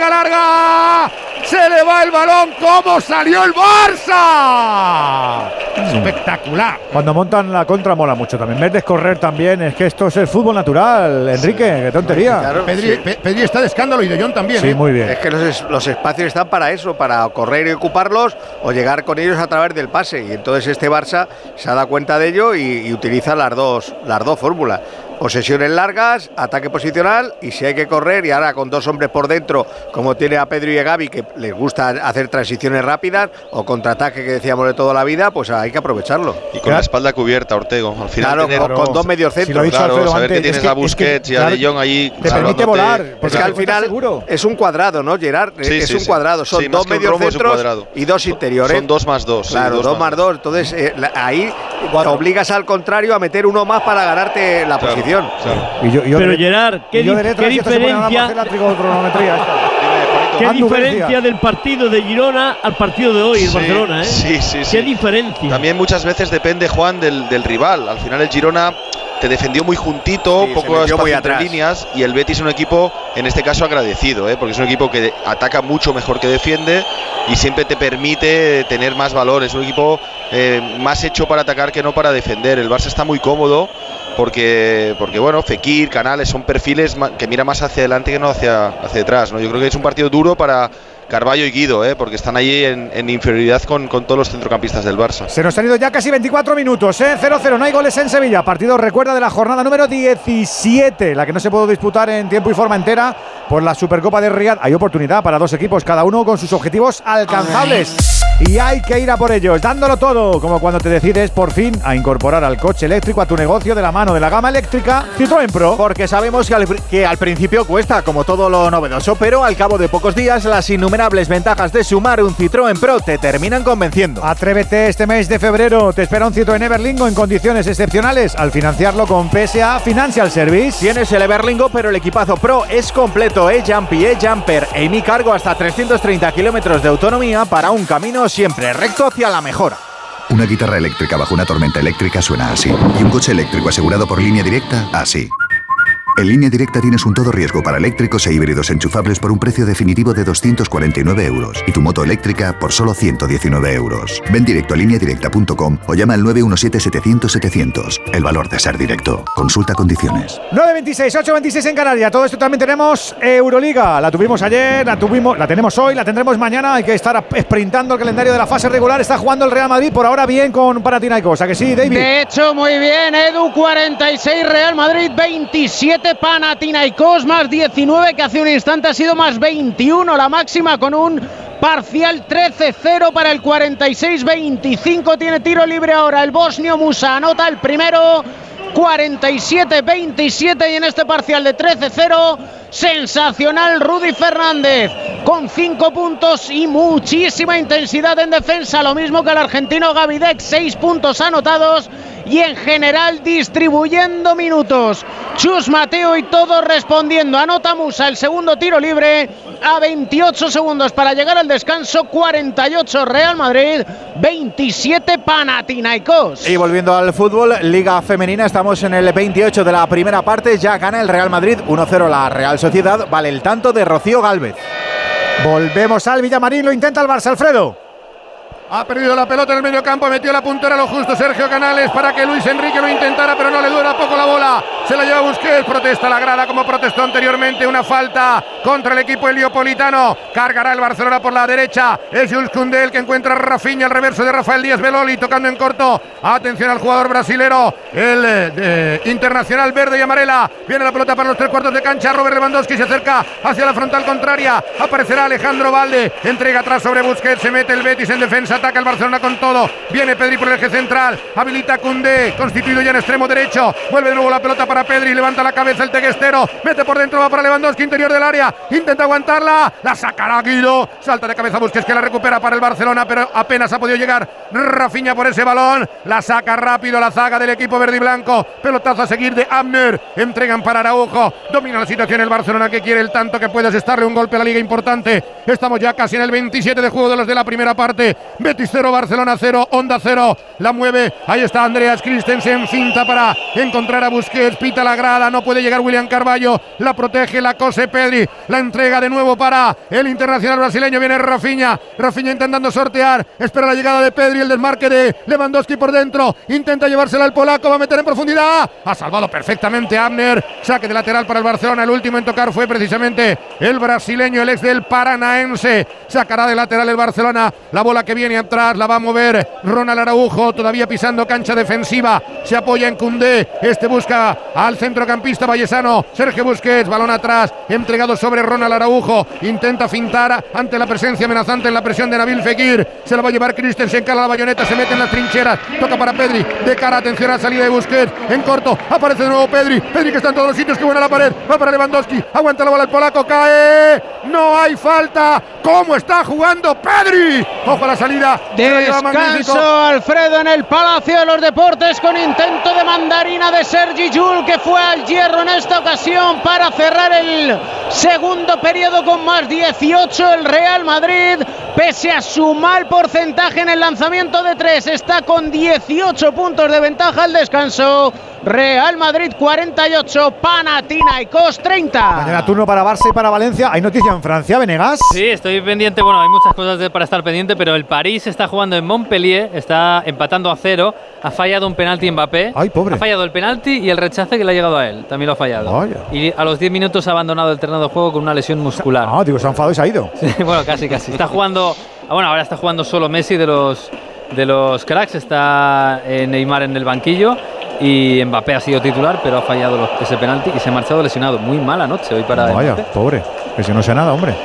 larga. Se le va el balón. ¿Cómo salió el Barça? espectacular. Cuando montan la contra mola mucho también. Ver correr también, es que esto es el fútbol natural, Enrique, qué tontería. Claro, Pedri está de escándalo y De Jong también. Sí, muy bien. Es que los espacios están para eso, para correr y ocuparlos o llegar con ellos a través del pase. Y entonces este Barça se ha dado cuenta de ello y utiliza las dos fórmulas. Posesiones largas, ataque posicional y si hay que correr y ahora con dos hombres por dentro como tiene a Pedro y a Gavi que les gusta hacer transiciones rápidas o contraataque que decíamos de toda la vida, pues hay que aprovecharlo. Y con la espalda cubierta, Ortego. Al final con dos mediocentros. Claro, saber que tienes a Busquets y a De Jong ahí. Te permite volar. Porque al final es un cuadrado, ¿no, Gerard? Es un cuadrado. Son dos mediocentros y dos interiores. Son 2 más 2. Claro, 2 más 2. Entonces ahí te obligas al contrario a meter uno más para ganarte la posición. Pero Gerard, ¿qué diferencia? ¿Qué diferencia del partido de Girona al partido de hoy, el Barcelona? Sí. ¿Qué diferencia? También muchas veces depende, Juan, del rival. Al final el Girona te defendió muy juntito, poco espacio entre líneas, y el Betis es un equipo, en este caso, agradecido, porque es un equipo que ataca mucho mejor que defiende y siempre te permite tener más valor. Es un equipo más hecho para atacar que no para defender. El Barça está muy cómodo porque bueno, Fekir, Canales son perfiles que miran más hacia adelante que no hacia detrás, ¿no? Yo creo que es un partido duro para Carballo y Guido, porque están allí en inferioridad con todos los centrocampistas del Barça. Se nos han ido ya casi 24 minutos, 0-0, no hay goles en Sevilla. Partido, recuerda, de la jornada número 17, la que no se pudo disputar en tiempo y forma entera por la Supercopa de Riyadh. Hay oportunidad para dos equipos, cada uno con sus objetivos alcanzables. Y hay que ir a por ellos, dándolo todo, como cuando te decides por fin a incorporar al coche eléctrico a tu negocio de la mano de la gama eléctrica Citroën Pro. Porque sabemos que al principio cuesta, como todo lo novedoso, pero al cabo de pocos días las innumerables ventajas de sumar un Citroën Pro te terminan convenciendo. Atrévete este mes de febrero, te espera un Citroën Everlingo en condiciones excepcionales al financiarlo con PSA Financial Service. Tienes el Everlingo, pero el equipazo Pro es completo, E-Jumpy, E-Jumper, mi cargo hasta 330 kilómetros de autonomía para un camino siempre recto hacia la mejora. Una guitarra eléctrica bajo una tormenta eléctrica suena así. Y un coche eléctrico asegurado por Línea Directa, así. En Línea Directa tienes un todo riesgo para eléctricos e híbridos enchufables por un precio definitivo de 249 euros y tu moto eléctrica por solo 119 euros. Ven directo a lineadirecta.com o llama al 917-700-700. El valor de ser directo. Consulta condiciones. 9.26, 8.26 en Canarias. Todo esto también tenemos Euroliga. La tuvimos ayer, la tenemos hoy, la tendremos mañana. Hay que estar sprintando el calendario de la fase regular. Está jugando el Real Madrid por ahora bien con Panathinaikos. ¿A que sí, David? De hecho, muy bien, Edu. 46 Real Madrid, 27 Panathinaikos, más 19, que hace un instante ha sido más 21 la máxima, con un parcial 13-0 para el 46-25. Tiene tiro libre ahora el bosnio Musa, anota el primero. 47-27 y en este parcial de 13-0 sensacional Rudy Fernández con 5 puntos y muchísima intensidad en defensa, lo mismo que el argentino Gavidec, 6 puntos anotados y en general distribuyendo minutos. Chus Mateo y todos respondiendo. Anota Musa el segundo tiro libre a 28 segundos para llegar al descanso. 48 Real Madrid, 27 Panathinaikos. Y volviendo al fútbol, Liga Femenina, estamos en el 28 de la primera parte. Ya gana el Real Madrid 1-0 la Real Sociedad. Vale el tanto de Rocío Gálvez. Volvemos al Villamarín, lo intenta el Barça, Alfredo. Ha perdido la pelota en el medio campo, metió la puntera lo justo Sergio Canales para que Luis Enrique lo intentara, pero no le dura poco la bola. Se la lleva Busquets, protesta la grada como protestó anteriormente. Una falta contra el equipo heliopolitano. Cargará el Barcelona por la derecha. Es Jules Koundé el que encuentra a Rafinha, al reverso de Rafael Díaz Beloli, tocando en corto. Atención al jugador brasilero, el internacional verde y amarela. Viene la pelota para los 3/4 de cancha. Robert Lewandowski se acerca hacia la frontal contraria. Aparecerá Alejandro Valde. Entrega atrás sobre Busquets. Se mete el Betis en defensa. Ataca el Barcelona con todo. Viene Pedri por el eje central. Habilita Koundé, constituido ya en extremo derecho. Vuelve de nuevo la pelota para Pedri. Levanta la cabeza el teguestero. Mete por dentro, va para Lewandowski, interior del área. Intenta aguantarla. La sacará Guido. Salta de cabeza Busquets, que la recupera para el Barcelona, pero apenas ha podido llegar Rafinha por ese balón. La saca rápido la zaga del equipo verde y blanco. Pelotazo a seguir de Abner. Entregan para Araujo. Domina la situación el Barcelona, que quiere el tanto que puede asestarle un golpe a la liga importante. Estamos ya casi en el 27 de juego de los de la primera parte. Betis 0, Barcelona 0, Onda 0. La mueve, ahí está Andreas Christensen, cinta para encontrar a Busquets, pita la grada, no puede llegar William Carvalho, la protege, la cose Pedri, la entrega de nuevo para el internacional brasileño, viene Rafinha intentando sortear, espera la llegada de Pedri, el desmarque de Lewandowski por dentro, intenta llevársela al polaco, va a meter en profundidad, ha salvado perfectamente a Abner, saque de lateral para el Barcelona, el último en tocar fue precisamente el brasileño, el ex del Paranaense, sacará de lateral el Barcelona, la bola que viene atrás, la va a mover Ronald Araujo, todavía pisando cancha defensiva, se apoya en Koundé, este busca al centrocampista vallesano, Sergio Busquets, balón atrás, entregado sobre Ronald Araujo, intenta fintar ante la presencia amenazante en la presión de Nabil Fekir, se la va a llevar Christensen, cala la bayoneta, se mete en las trincheras, toca para Pedri, de cara, atención a la salida de Busquets, en corto, aparece de nuevo Pedri que está en todos los sitios, que buena la pared, va para Lewandowski, aguanta la bola el polaco, cae, no hay falta, ¿cómo está jugando Pedri? Ojo a la salida, descanso Alfredo en el Palacio de los Deportes con intento de mandarina de Sergi Llull, que fue al hierro en esta ocasión para cerrar el segundo periodo con más 18 el Real Madrid, pese a su mal porcentaje en el lanzamiento de 3, está con 18 puntos de ventaja al descanso. Real Madrid 48, Panathinaikos 30. Mañana turno para Barça y para Valencia. ¿Hay noticia en Francia, Venegas? Sí, estoy pendiente. Bueno, hay muchas cosas para estar pendiente, pero el París está jugando en Montpellier, está empatando a 0. Ha fallado un penalti Mbappé. Ay, pobre. Ha fallado el penalti y el rechace que le ha llegado a él. También lo ha fallado. Vaya. Y a los 10 minutos ha abandonado el terreno de juego con una lesión muscular. Ah, digo, se ha enfadado y se ha ido. Sí, bueno, casi. Está jugando. Bueno, ahora está jugando solo Messi de los cracks. Está Neymar en el banquillo. Y Mbappé ha sido titular, pero ha fallado ese penalti y se ha marchado lesionado. Muy mala noche hoy para Vaya, Mbappé. pobre, que si no sea nada, hombre.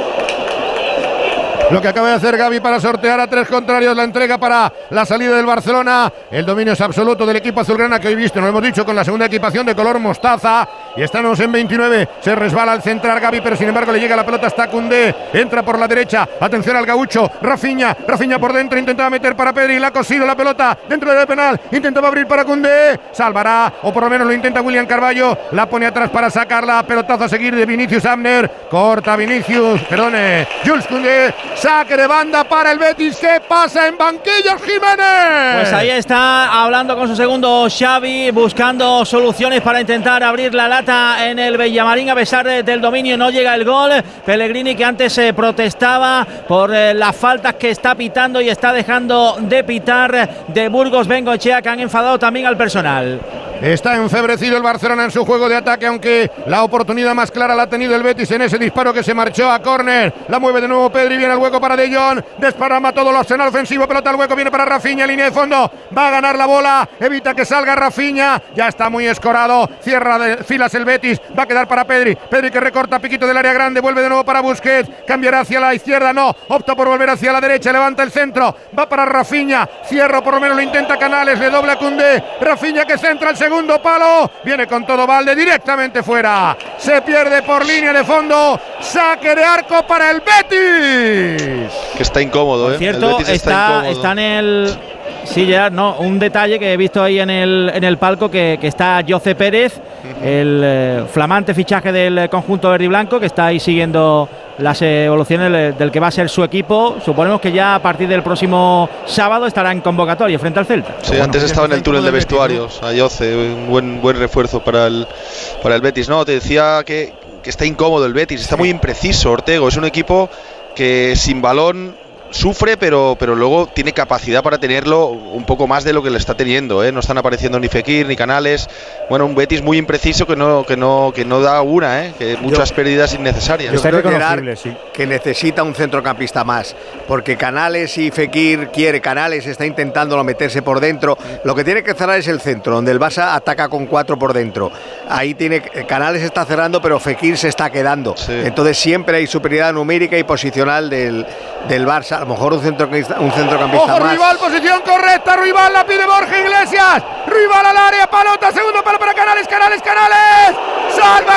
Lo que acaba de hacer Gavi para sortear a 3 contrarios, la entrega para la salida del Barcelona. El dominio es absoluto del equipo azulgrana, que hoy viste, nos lo hemos dicho, con la segunda equipación de color mostaza. Y estamos en 29, se resbala al centrar Gavi, pero sin embargo le llega la pelota hasta Koundé. Entra por la derecha, atención al gaucho, Rafinha por dentro, intentaba meter para Pedri, la ha cosido la pelota dentro del penal, intentaba abrir para Koundé, salvará, o por lo menos lo intenta William Carvalho, la pone atrás para sacarla, pelotazo a seguir de Vinicius Abner, corta Jules Koundé, saque de banda para el Betis. ¿Qué pasa en banquillos, Jiménez? Pues ahí está hablando con su segundo Xavi, buscando soluciones para intentar abrir la lata en el Villamarín. A pesar del dominio no llega el gol. Pellegrini, que antes protestaba por las faltas que está pitando y está dejando de pitar, de Burgos, Bengoechea, que han enfadado también al personal. Está enfebrecido el Barcelona en su juego de ataque, aunque la oportunidad más clara la ha tenido el Betis en ese disparo que se marchó a córner. La mueve de nuevo Pedri, viene al hueco para De Jong, desparrama todo el arsenal ofensivo, pelota al hueco, viene para Rafinha, línea de fondo, va a ganar la bola, evita que salga Rafinha, ya está muy escorado, cierra de filas el Betis, va a quedar para Pedri que recorta piquito del área grande, vuelve de nuevo para Busquets, cambiará hacia la izquierda, no, opta por volver hacia la derecha, levanta el centro, va para Rafinha, cierra, por lo menos lo intenta Canales, le dobla Koundé, Rafinha que centra el segundo palo, viene con todo Valde directamente fuera, se pierde por línea de fondo, saque de arco para el Betis. Que está incómodo, Por cierto, el Betis está en el... Sí, Gerard, no, un detalle que he visto ahí en el palco, que está José Pérez, el flamante fichaje del conjunto verde y blanco, que está ahí siguiendo las evoluciones del que va a ser su equipo. Suponemos que ya a partir del próximo sábado estará en convocatoria frente al Celta. Sí, antes estaba en el túnel de vestuarios, a Jose, un buen refuerzo para el Betis. No, te decía que está incómodo el Betis, está muy impreciso Ortego, es un equipo que sin balón sufre, pero luego tiene capacidad para tenerlo un poco más de lo que le está teniendo, ¿eh? No están apareciendo ni Fekir ni Canales. Bueno, un Betis muy impreciso que no da una, que muchas pérdidas innecesarias. Yo creo que necesita un centrocampista más, porque Canales y Fekir Canales está intentándolo meterse por dentro. Lo que tiene que cerrar es el centro, donde el Barça ataca con 4 por dentro. Ahí Canales está cerrando, pero Fekir se está quedando. Sí. Entonces siempre hay superioridad numérica y posicional del Barça. A lo mejor un centrocampista ¡ojo, más. Rival, posición correcta, Rival, la pide Borja Iglesias, Rival al área, palota, segundo palo para Canales, salva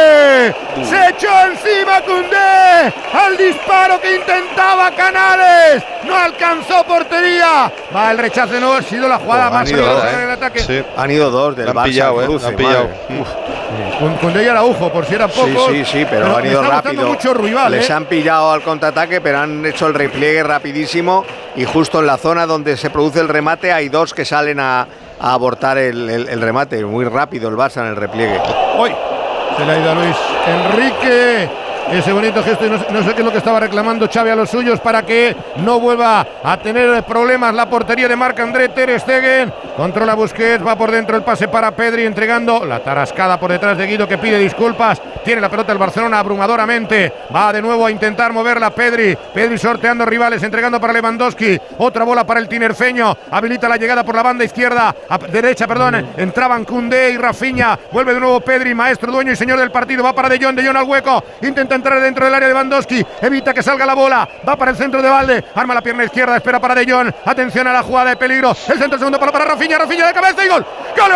Koundé, se echó encima Koundé al disparo que intentaba Canales, Rivales, no alcanzó portería. Va el rechace, no ha sido la jugada más peligrosa en el ataque. Sí. Han ido dos del Barça. Han pillado. Con de Araujo, por si eran pocos. Sí, pero han ido rápido. Mucho rival, Les han pillado al contraataque, pero han hecho el repliegue rapidísimo y justo en la zona donde se produce el remate hay dos que salen a abortar el remate. Muy rápido el Barça en el repliegue. Hoy se le ha ido a Luis Enrique. Ese bonito gesto, y no sé qué es lo que estaba reclamando Xavi a los suyos para que no vuelva a tener problemas la portería de Marc-André Ter Stegen. Controla Busquets, va por dentro el pase para Pedri, entregando la tarascada por detrás de Guido, que pide disculpas. Tiene la pelota el Barcelona abrumadoramente. Va de nuevo a intentar moverla Pedri. Pedri sorteando rivales, entregando para Lewandowski. Otra bola para el tinerfeño. Habilita la llegada por la banda izquierda, derecha, perdón. Entraban Koundé y Rafinha. Vuelve de nuevo Pedri, maestro, dueño y señor del partido. Va para De Jong al hueco. Intenta entrar dentro del área de Lewandowski, evita que salga la bola, va para el centro de Valde, arma la pierna izquierda, espera para De Jong, atención a la jugada de peligro, el centro segundo palo para Rafinha de cabeza y gol, gol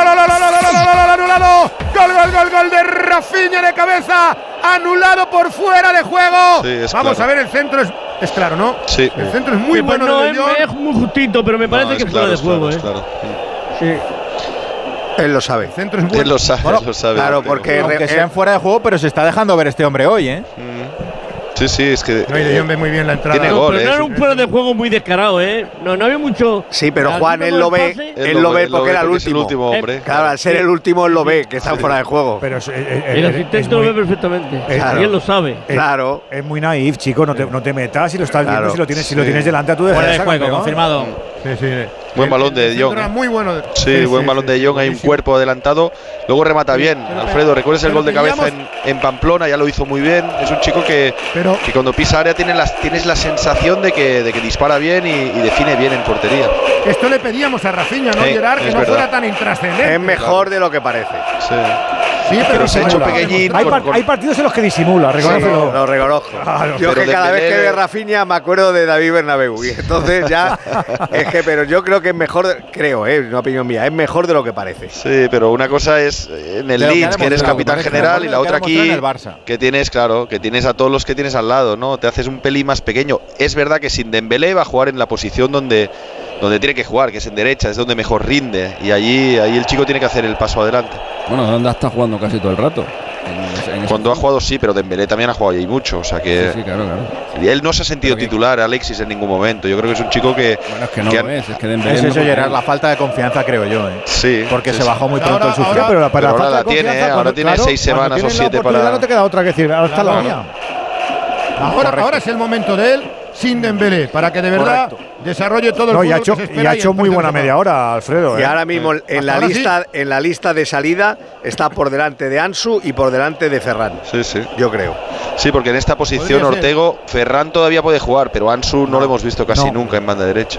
anulado, gol de Rafinha de cabeza, anulado por fuera de juego. Vamos a ver, el centro es claro, ¿no? Sí. El centro es muy bueno. No, es muy justito, pero me parece que es fuera de juego, Sí. Él lo sabe. El centro es bueno. Él lo sabe. Claro, porque aunque sean fuera de juego, pero se está dejando ver este hombre hoy, ¿eh? Sí, es que no, y De Jong ve muy bien la entrada. Tiene gol, pero no era un fuera de juego muy descarado, ¿eh? No había mucho. Sí, pero Juan, él lo ve porque era el último. Hombre. Claro, al ser el último, él lo ve, que está fuera de juego. Pero el asistente lo ve perfectamente. Y él lo sabe. Claro. Es muy naif, chico, no te metas si lo estás viendo, si lo tienes delante a tu defensa. Fuera de juego, confirmado. Sí. Buen balón de De Jong. Muy bueno. Sí, buen balón de De Jong, hay un cuerpo adelantado. Luego remata bien. Alfredo, ¿recuerdas el gol de cabeza en Pamplona? Ya lo hizo muy bien. Es un chico que cuando pisa área tienes la sensación de que dispara bien y define bien en portería. Esto le pedíamos a Rafinha, ¿no, Gerard? Que no fuera tan intrascendente. Es mejor de lo que parece. Sí, pero se ha hecho pequeñín. Hay partidos en los que disimula, reconócelo. Lo reconozco. Claro. Yo que cada vez que veo Rafinha me acuerdo de David Bernabéu. Y entonces ya pero yo creo que es mejor, una opinión mía, es mejor de lo que parece. Sí, pero una cosa es en el Leeds, que eres capitán general, y la otra aquí, que tienes a todos los que tienes al lado, ¿no? Te haces un pelín más pequeño. Es verdad que sin Dembélé va a jugar en la posición donde tiene que jugar, que es en derecha, es donde mejor rinde, y ahí el chico tiene que hacer el paso adelante. Bueno, Danda está jugando casi todo el rato. Cuando ha jugado sí, pero Dembélé también ha jugado ahí mucho, o sea que sí, claro. Y él no se ha sentido titular, Alexis, en ningún momento. Yo creo que es un chico que bueno, es que no lo es que Dembélé es eso, Gerard, la falta de confianza, creo yo, Sí, porque se bajó muy pronto el sufrido. Pero para ahora la tiene, ahora tiene 6 semanas o 7 para. No te queda otra que decir, ahora está la mía. Ahora es el momento de él sin Dembélé, para que de verdad desarrolle todo el fútbol que se espera. Y ha hecho muy buena media hora, Alfredo. Y ahora mismo en la lista de salida está por delante de Ansu y por delante de Ferran. Sí. Yo creo. Sí, porque en esta posición Ortego, Ferran todavía puede jugar, pero Ansu no lo hemos visto casi nunca en banda derecha.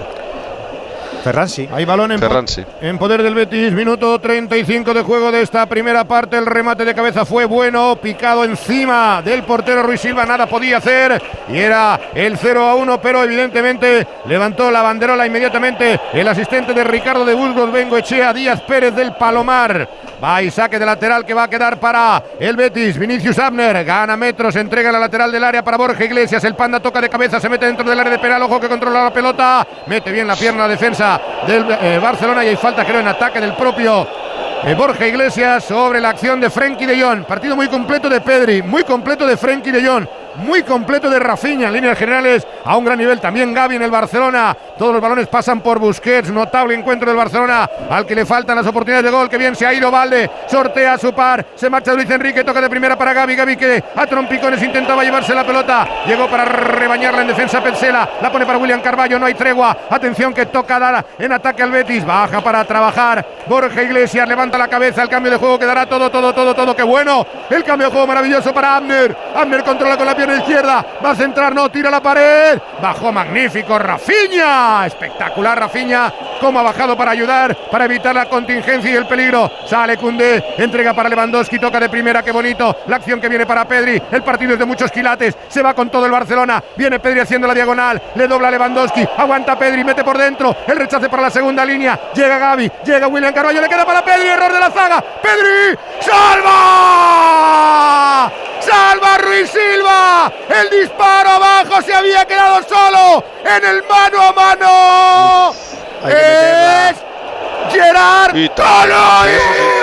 Ferran sí. Hay balón en poder del Betis. Minuto 35 de juego de esta primera parte. El remate de cabeza fue bueno. Picado encima del portero Ruiz Silva. Nada podía hacer. Y era el 0-1. Pero evidentemente levantó la banderola inmediatamente el asistente de Ricardo de Burgos, Bengoechea Díaz Pérez del Palomar. Va y saque de lateral que va a quedar para el Betis. Vinicius Abner gana metros. Entrega la lateral del área para Borja Iglesias. El Panda toca de cabeza. Se mete dentro del área de penal. Ojo que controla la pelota. Mete bien la pierna defensa del Barcelona y hay falta, creo, en ataque del propio Borja Iglesias sobre la acción de Frenkie de Jong. Partido muy completo de Pedri, muy completo de Frenkie de Jong, muy completo de Rafinha en líneas generales, a un gran nivel también Gavi en el Barcelona. Todos los balones pasan por Busquets. Notable encuentro del Barcelona, al que le faltan las oportunidades de gol. Que bien se ha ido Valde, sortea a su par, se marcha Luis Enrique, toca de primera para Gavi que a trompicones intentaba llevarse la pelota, llegó para rebañarla en defensa Petzela, la pone para William Carballo, no hay tregua, atención que toca dar en ataque al Betis, baja para trabajar Borja Iglesias, levanta la cabeza, el cambio de juego que dará todo, qué bueno, el cambio de juego maravilloso para Abner controla con la pierna izquierda, va a centrar, no, tira la pared, bajó magnífico Rafinha, espectacular Rafinha, cómo ha bajado para ayudar, para evitar la contingencia y el peligro, sale Koundé, entrega para Lewandowski, toca de primera, qué bonito, la acción que viene para Pedri, el partido es de muchos quilates, se va con todo el Barcelona, viene Pedri haciendo la diagonal, le dobla a Lewandowski, aguanta Pedri, mete por dentro, el rechace para la segunda línea, llega Gavi, llega William Carballo, le queda para Pedri, error de la zaga, Pedri, ¡salva! ¡Salva Ruiz Silva! El disparo abajo, se había quedado solo en el mano a mano. Es Gerard Toloi.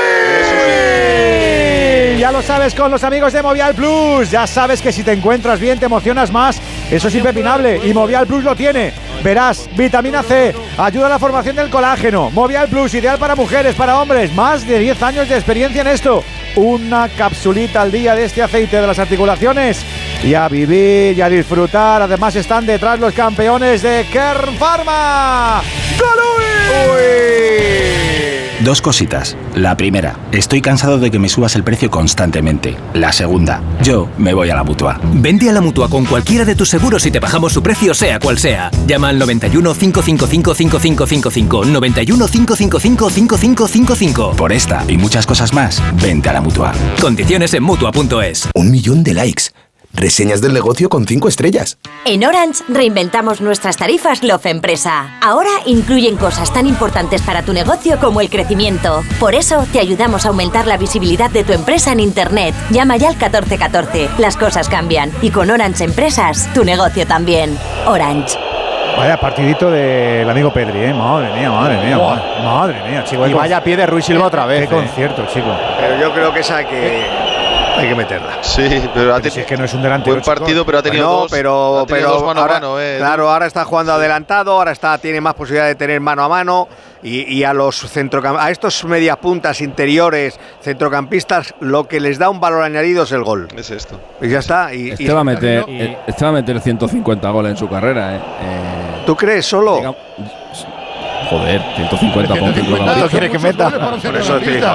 Ya lo sabes con los amigos de Movial Plus. Ya sabes que si te encuentras bien te emocionas más. Eso es impepinable y Movial Plus lo tiene. Verás, vitamina C, ayuda a la formación del colágeno. Movial Plus, ideal para mujeres, para hombres. Más de 10 años de experiencia en esto. Una capsulita al día de este aceite de las articulaciones. Y a vivir y a disfrutar. Además están detrás los campeones de Kern Pharma. Dos cositas. La primera, estoy cansado de que me subas el precio constantemente. La segunda, yo me voy a la Mutua. Vente a la Mutua con cualquiera de tus seguros y te bajamos su precio sea cual sea. Llama al 91 555 5555. 91 555 5555. Por esta y muchas cosas más, vente a la Mutua. Condiciones en Mutua.es. 1 millón de likes. Reseñas del negocio con 5 estrellas. En Orange reinventamos nuestras tarifas Love Empresa. Ahora incluyen cosas tan importantes para tu negocio como el crecimiento. Por eso te ayudamos a aumentar la visibilidad de tu empresa en Internet. Llama ya al 1414. Las cosas cambian. Y con Orange Empresas, tu negocio también. Orange. Vaya partidito del amigo Pedri, ¿eh? Madre mía, madre mía, chico. Y vaya pie de Ruiz Silva otra vez. Qué concierto, chico. Pero yo creo que esa hay que meterla. Sí, pero si es que no es un delantero. Buen partido, pero ha tenido dos mano a mano. Claro, ahora está jugando adelantado, ahora tiene más posibilidad de tener mano a mano y a los a estos medias puntas interiores, centrocampistas, lo que les da un valor añadido es el gol. Es esto. Y ya está. Este va a meter 150 goles en su carrera. ¿Tú crees solo? Joder, 150 con 150. ¿No quieres que meta? Por eso te digo,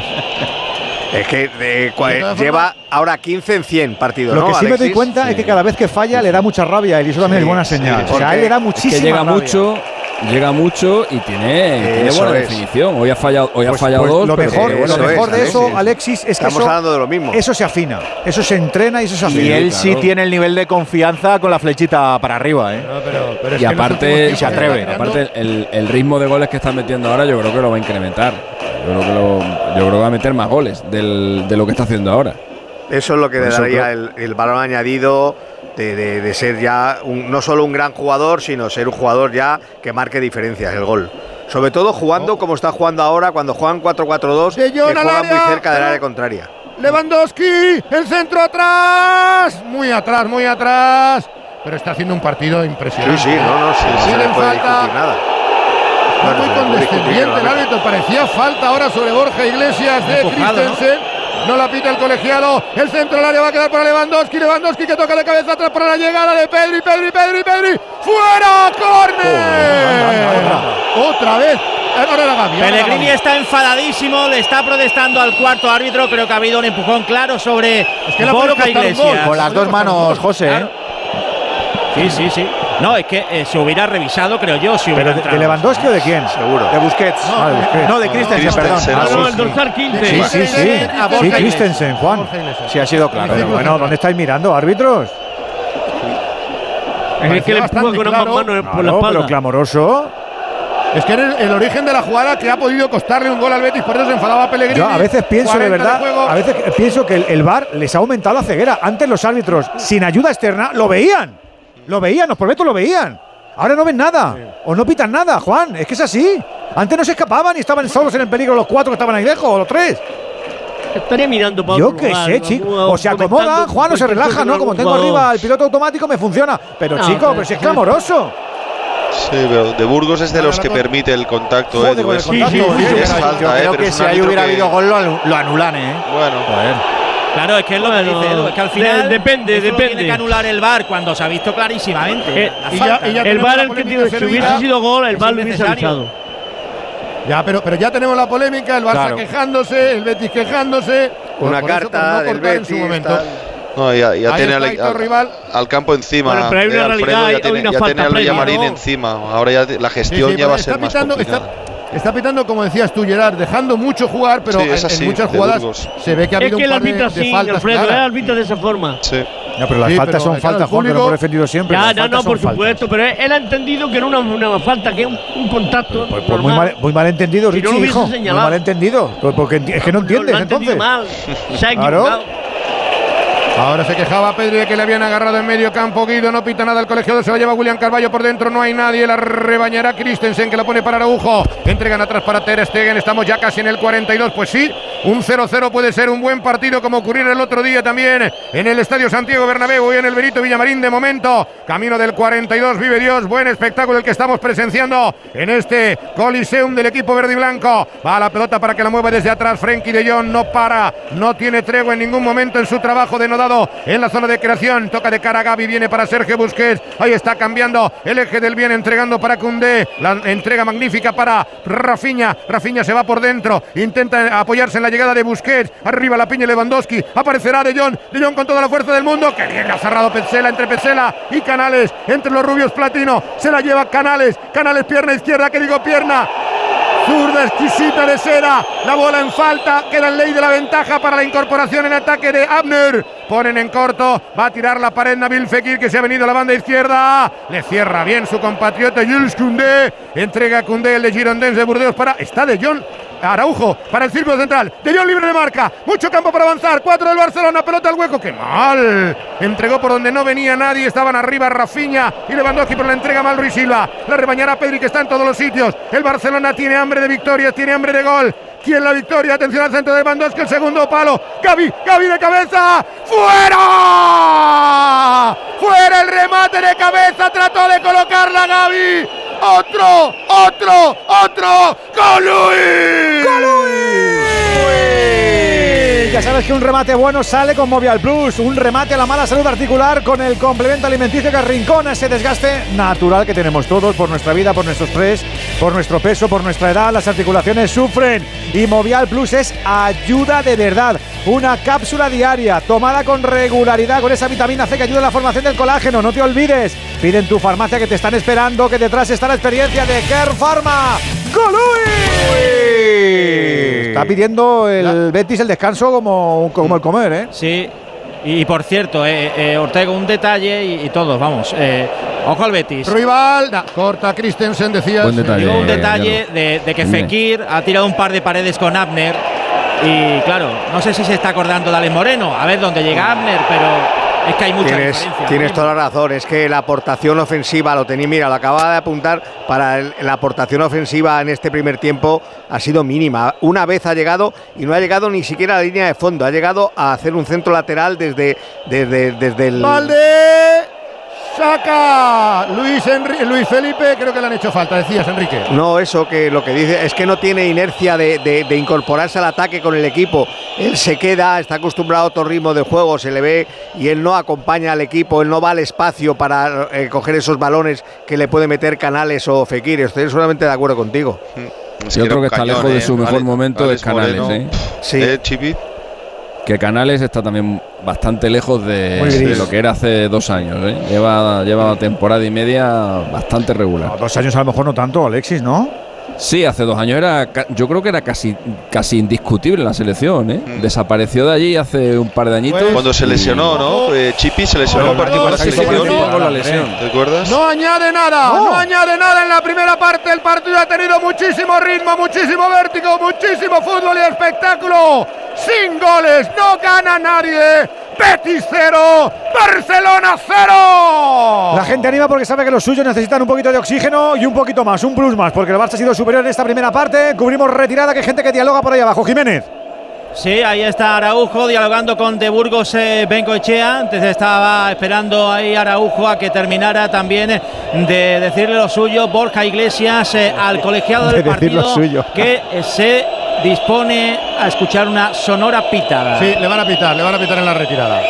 Es que lleva ahora 15 en 100 partidos. Lo que sí Alexis? me doy cuenta es que cada vez que falla le da mucha rabia y eso también es buena señal. O sea, a él le da muchísima que llega rabia. Llega mucho y tiene buena definición. Hoy ha fallado dos. Lo mejor de eso, Alexis, es que estamos hablando de lo mismo. Eso se afina, eso se entrena y eso se afina. Y él sí tiene el nivel de confianza con la flechita para arriba, ¿eh? Pero y aparte, se atreve. Aparte, el ritmo de goles que está metiendo ahora, yo creo que lo va a incrementar. Yo creo que va a meter más goles de lo que está haciendo ahora. Eso es lo que le daría el valor añadido de ser ya no solo un gran jugador, sino ser un jugador ya que marque diferencias, el gol. Sobre todo jugando como está jugando ahora, cuando juegan 4-4-2, que juegan muy cerca del área contraria. Lewandowski, el centro atrás, muy atrás, pero está haciendo un partido impresionante. Sí, no se le puede discutir nada. Está muy condescendiente el árbitro, parecía falta ahora sobre Borja Iglesias de Christensen. No la pita el colegiado, el centro del área va a quedar para Lewandowski que toca de cabeza atrás para la llegada de Pedri, ¡fuera! ¡Córner! Otra vez. Pellegrini está enfadadísimo, le está protestando al cuarto árbitro, creo que ha habido un empujón claro sobre Borja Iglesias. Con las dos manos, José, ¿eh? Sí. No, es que se hubiera revisado, creo yo. Si ¿Pero de Lewandowski o de quién? Seguro. De Busquets. No, de Christensen, perdón. El dorsal 15. Sí, Christensen, Juan. Sí, ha sido claro. Pero bueno, ¿dónde estáis mirando, árbitros? Es que le empuja con ambas manos por la espalda. Pero clamoroso. Es que era el origen de la jugada que ha podido costarle un gol al Betis, por eso se enfadaba Pellegrini. Yo a veces pienso, de verdad, que el VAR les ha aumentado la ceguera. Antes los árbitros, sin ayuda externa, lo veían, os prometo, lo veían. Ahora no ven nada, o no pitan nada, Juan, es que es así. Antes no se escapaban y estaban solos en el peligro los 4 que estaban ahí lejos, o los 3. Estaría mirando para yo qué sé, chico. O se acomoda, Juan, o se relaja, ¿no? Como tengo arriba el piloto automático me funciona. Pero chico, pero si es clamoroso. Sí, pero de Burgos es de los que permite el contacto. Sí, es falta, yo creo que si ahí hubiera habido gol lo anulan, Bueno, claro, es que es lo que dice Edu, es que al final depende. Tiene que anular el VAR cuando se ha visto clarísimamente. El VAR, el que si hubiese sido gol, el VAR lo hubiese avisado. Ya, pero ya tenemos la polémica, el Barça quejándose, el Betis quejándose. Una carta del Betis. En su momento. No, ya tiene al campo encima. Bueno, pero hay una realidad, ya tiene al Villamarín encima. Ahora ya la gestión ya va a ser más complicada. Está pitando, como decías tú, Gerard, dejando mucho jugar, pero en muchas jugadas se ve que ha habido un par de faltas. Es que el árbitro Alfredo, el árbitro de esa forma. Sí. No, pero las faltas son faltas, Juan, que lo hemos defendido siempre. No, por supuesto, pero él ha entendido que era una falta, que es un contacto. Pues muy mal entendido, Richie, hijo. Muy mal entendido. Porque es que no entiendes, lo ha entendido entonces. mal. Se ha equivocado. Ahora se quejaba Pedri de que le habían agarrado en medio campo. Guido no pita nada, el colegiado se lo lleva William Carvalho por dentro, no hay nadie, la rebañará Christensen que la pone para Araujo, entregan atrás para Ter Stegen, estamos ya casi en el 42, pues sí, un 0-0 puede ser un buen partido como ocurrió el otro día también en el Estadio Santiago Bernabéu y en el Benito Villamarín. De momento, camino del 42, vive Dios, buen espectáculo el que estamos presenciando en este Coliseum del equipo verde y blanco. Va la pelota para que la mueva desde atrás, Frenkie de Jong no para, no tiene tregua en ningún momento en su trabajo denodado en la zona de creación, toca de cara a Gavi, viene para Sergio Busquets, ahí está cambiando el eje del bien, entregando para Koundé, la entrega magnífica para Rafinha, Rafinha se va por dentro, intenta apoyarse en la llegada de Busquets, arriba la piña Lewandowski, aparecerá De Jong con toda la fuerza del mundo, que bien ha cerrado Petzela, entre Petzela y Canales, entre los rubios Platino, se la lleva Canales, pierna izquierda, que digo pierna, zurda exquisita de Seda, la bola en falta, queda en ley de la ventaja para la incorporación en ataque de Abner, ponen en corto, va a tirar la pared Nabil Fekir que se ha venido a la banda izquierda, le cierra bien su compatriota Jules Koundé, entrega a Koundé el de Girondins de Burdeos para, está De Jong, Araujo para el círculo central, De Jong libre de marca, mucho campo para avanzar, 4 del Barcelona, pelota al hueco, ¡qué mal! Entregó por donde no venía nadie, estaban arriba Rafinha y Lewandowski, pero la entrega mal Ruiz Silva, la rebañará Pedri que está en todos los sitios, el Barcelona tiene hambre de victorias, tiene hambre de gol, ¿quién la victoria? Atención al centro de Lewandowski, el segundo palo, Gavi de cabeza, ¡fuera! ¡Fuera el remate de cabeza! Trató de colocarla Gavi, ¡otro! ¡Gol Luis! Ya sabes que un remate bueno sale con Movial Plus, un remate a la mala salud articular con el complemento alimenticio que arrincona ese desgaste natural que tenemos todos por nuestra vida, por nuestro estrés, por nuestro peso, por nuestra edad. Las articulaciones sufren y Movial Plus es ayuda de verdad. Una cápsula diaria tomada con regularidad con esa vitamina C que ayuda a la formación del colágeno. No te olvides, pide en tu farmacia que te están esperando, que detrás está la experiencia de Care Pharma. ¡Golui! Está pidiendo el Betis el descanso como el comer, ¿eh? Sí, y por cierto, Ortega, un detalle y todos, vamos, ojo al Betis. Rival, corta Christensen, decías. Buen detalle, un detalle de que Fekir ha tirado un par de paredes con Abner y claro, no sé si se está acordando de Alex Moreno, a ver dónde llega Abner, pero es que hay mucha diferencia. Tienes toda la razón, es que la aportación ofensiva, lo acababa de apuntar, para la aportación ofensiva en este primer tiempo ha sido mínima. Una vez ha llegado y no ha llegado ni siquiera a la línea de fondo, ha llegado a hacer un centro lateral desde el... ¡Valde! ¡Saca! Luis Felipe, creo que le han hecho falta, decías, Enrique. No, eso que lo que dice es que no tiene inercia de incorporarse al ataque con el equipo. Él se queda, está acostumbrado a otro ritmo de juego, se le ve, y él no acompaña al equipo, él no va al espacio para coger esos balones que le puede meter Canales o Fekir. Estoy solamente de acuerdo contigo. Yo creo que está lejos de su mejor momento de Canales, Moreno, Sí. Chipi. Que Canales está también bastante lejos de lo que era hace 2 años, ¿eh? Lleva temporada y media bastante regular. 2 años a lo mejor no tanto, Alexis, ¿no? Sí, hace 2 años yo creo que era casi indiscutible en la selección, ¿eh? Desapareció de allí hace un par de añitos. Cuando se lesionó, ¿no? Chipi se lesionó partido con la selección. Con la lesión. ¿Te acuerdas? No añade nada, no añade nada en la primera parte. El partido ha tenido muchísimo ritmo, muchísimo vértigo, muchísimo fútbol y espectáculo. Sin goles, no gana nadie. Betis 0, Barcelona 0. La gente anima porque sabe que los suyos necesitan un poquito de oxígeno y un poquito más, un plus más, porque el Barça ha sido superior en esta primera parte. Cubrimos retirada, que hay gente que dialoga por ahí abajo. Jiménez. Sí, ahí está Araujo dialogando con De Burgos Bengoechea. Antes estaba esperando ahí Araujo a que terminara también de decirle lo suyo Borja Iglesias al colegiado del partido que se dispone a escuchar una sonora pitada. Sí, le van a pitar en la retirada.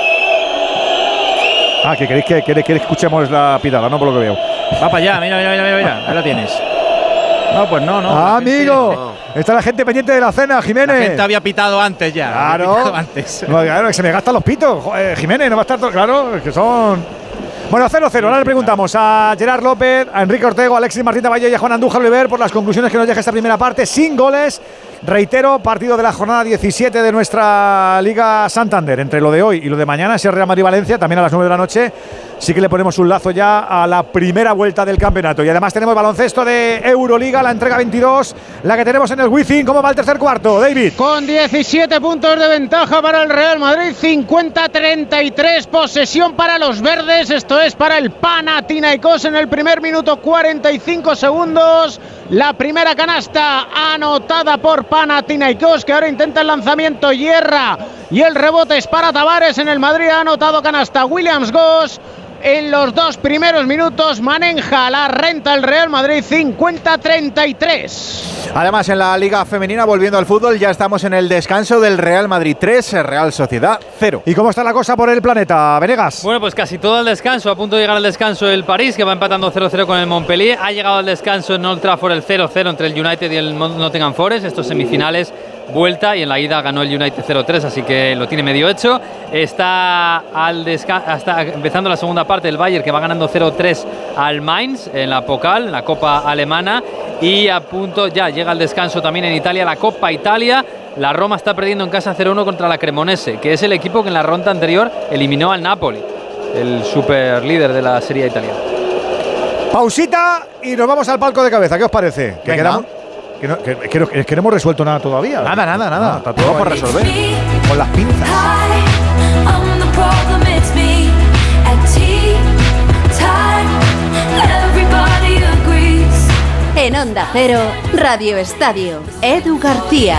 Ah, que queréis que escuchemos la pitada, no por lo que veo. Va para allá, mira, ahí la tienes. No, pues no. Ah, amigo, está la gente pendiente de la cena, Jiménez. La gente había pitado antes ya. Claro. Claro, que se me gastan los pitos. Jiménez, no va a estar todo. Claro, es que son. Bueno, 0-0. Ahora le preguntamos a Gerard López, a Enrique Ortego, a Alexis Martín Valle y a Juan Andújar Oliver por las conclusiones que nos deja esta primera parte sin goles. Reitero, partido de la jornada 17 de nuestra Liga Santander. Entre lo de hoy y lo de mañana, ese Real Madrid-Valencia, también a las 9 de la noche, sí que le ponemos un lazo ya a la primera vuelta del campeonato. Y además tenemos baloncesto de Euroliga, la entrega 22, la que tenemos en el Wizzing. ¿Cómo va el tercer cuarto, David? Con 17 puntos de ventaja para el Real Madrid, 50-33, posesión para los verdes, esto es para el Panathinaikos en el primer minuto, 45 segundos. La primera canasta anotada por Panathinaikos, que ahora intenta el lanzamiento, hierra, y el rebote es para Tavares. En el Madrid ha anotado canasta Williams-Goss. En los 2 primeros minutos, Manenja la renta el Real Madrid, 50-33. Además, en la Liga Femenina, volviendo al fútbol, ya estamos en el descanso del Real Madrid 3, Real Sociedad 0. ¿Y cómo está la cosa por el planeta, Venegas? Bueno, pues casi todo el descanso. A punto de llegar al descanso el París, que va empatando 0-0 con el Montpellier. Ha llegado al descanso en Old Trafford el 0-0 entre el United y el Nottingham Forest. Estos semifinales, vuelta, y en la ida ganó el United 0-3, así que lo tiene medio hecho. Está empezando la segunda parte el Bayern, que va ganando 0-3 al Mainz en la Pokal, en la Copa Alemana, y a punto ya llega al descanso también en Italia, la Copa Italia. La Roma está perdiendo en casa 0-1 contra la Cremonese, que es el equipo que en la ronda anterior eliminó al Napoli, el super líder de la Serie italiana. Pausita y nos vamos al palco de cabeza. ¿Qué os parece? ¿Que quedamos? Que no hemos resuelto nada todavía. Nada. Está todo por resolver. Con las pinzas. En Onda Cero, Radio Estadio, Edu García.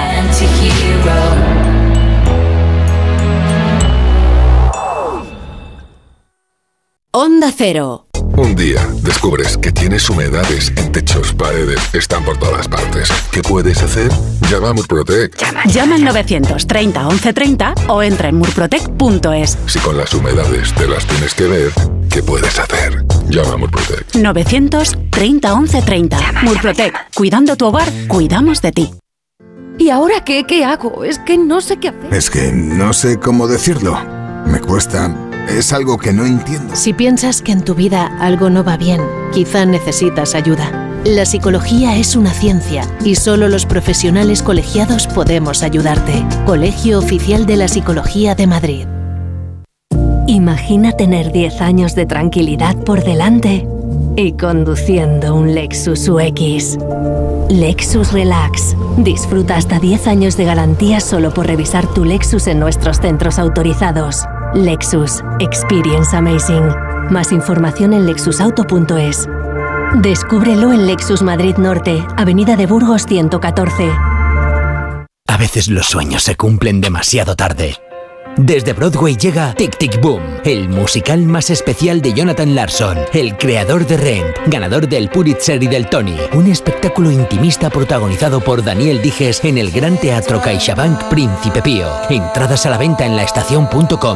Onda Cero. Un día descubres que tienes humedades en techos, paredes, están por todas partes. ¿Qué puedes hacer? Llama a Murprotec. Llama al 930 1130 o entra en murprotec.es. Si con las humedades te las tienes que ver, ¿qué puedes hacer? Llama a Murprotec. 930 1130. Murprotec. Cuidando tu hogar, cuidamos de ti. ¿Y ahora qué? ¿Qué hago? Es que no sé qué hacer. Es que no sé cómo decirlo. Me cuesta. Es algo que no entiendo. Si piensas que en tu vida algo no va bien, quizá necesitas ayuda. La psicología es una ciencia y solo los profesionales colegiados podemos ayudarte. Colegio Oficial de la Psicología de Madrid. Imagina tener 10 años de tranquilidad por delante y conduciendo un Lexus UX. Lexus Relax. Disfruta hasta 10 años de garantía solo por revisar tu Lexus en nuestros centros autorizados. Lexus. Experience Amazing. Más información en lexusauto.es. Descúbrelo en Lexus Madrid Norte, Avenida de Burgos 114. A veces los sueños se cumplen demasiado tarde. Desde Broadway llega Tic Tic Boom, el musical más especial de Jonathan Larson, el creador de Rent, ganador del Pulitzer y del Tony. Un espectáculo intimista protagonizado por Daniel Dijes en el Gran Teatro CaixaBank Príncipe Pío. Entradas a la venta en laestacion.com.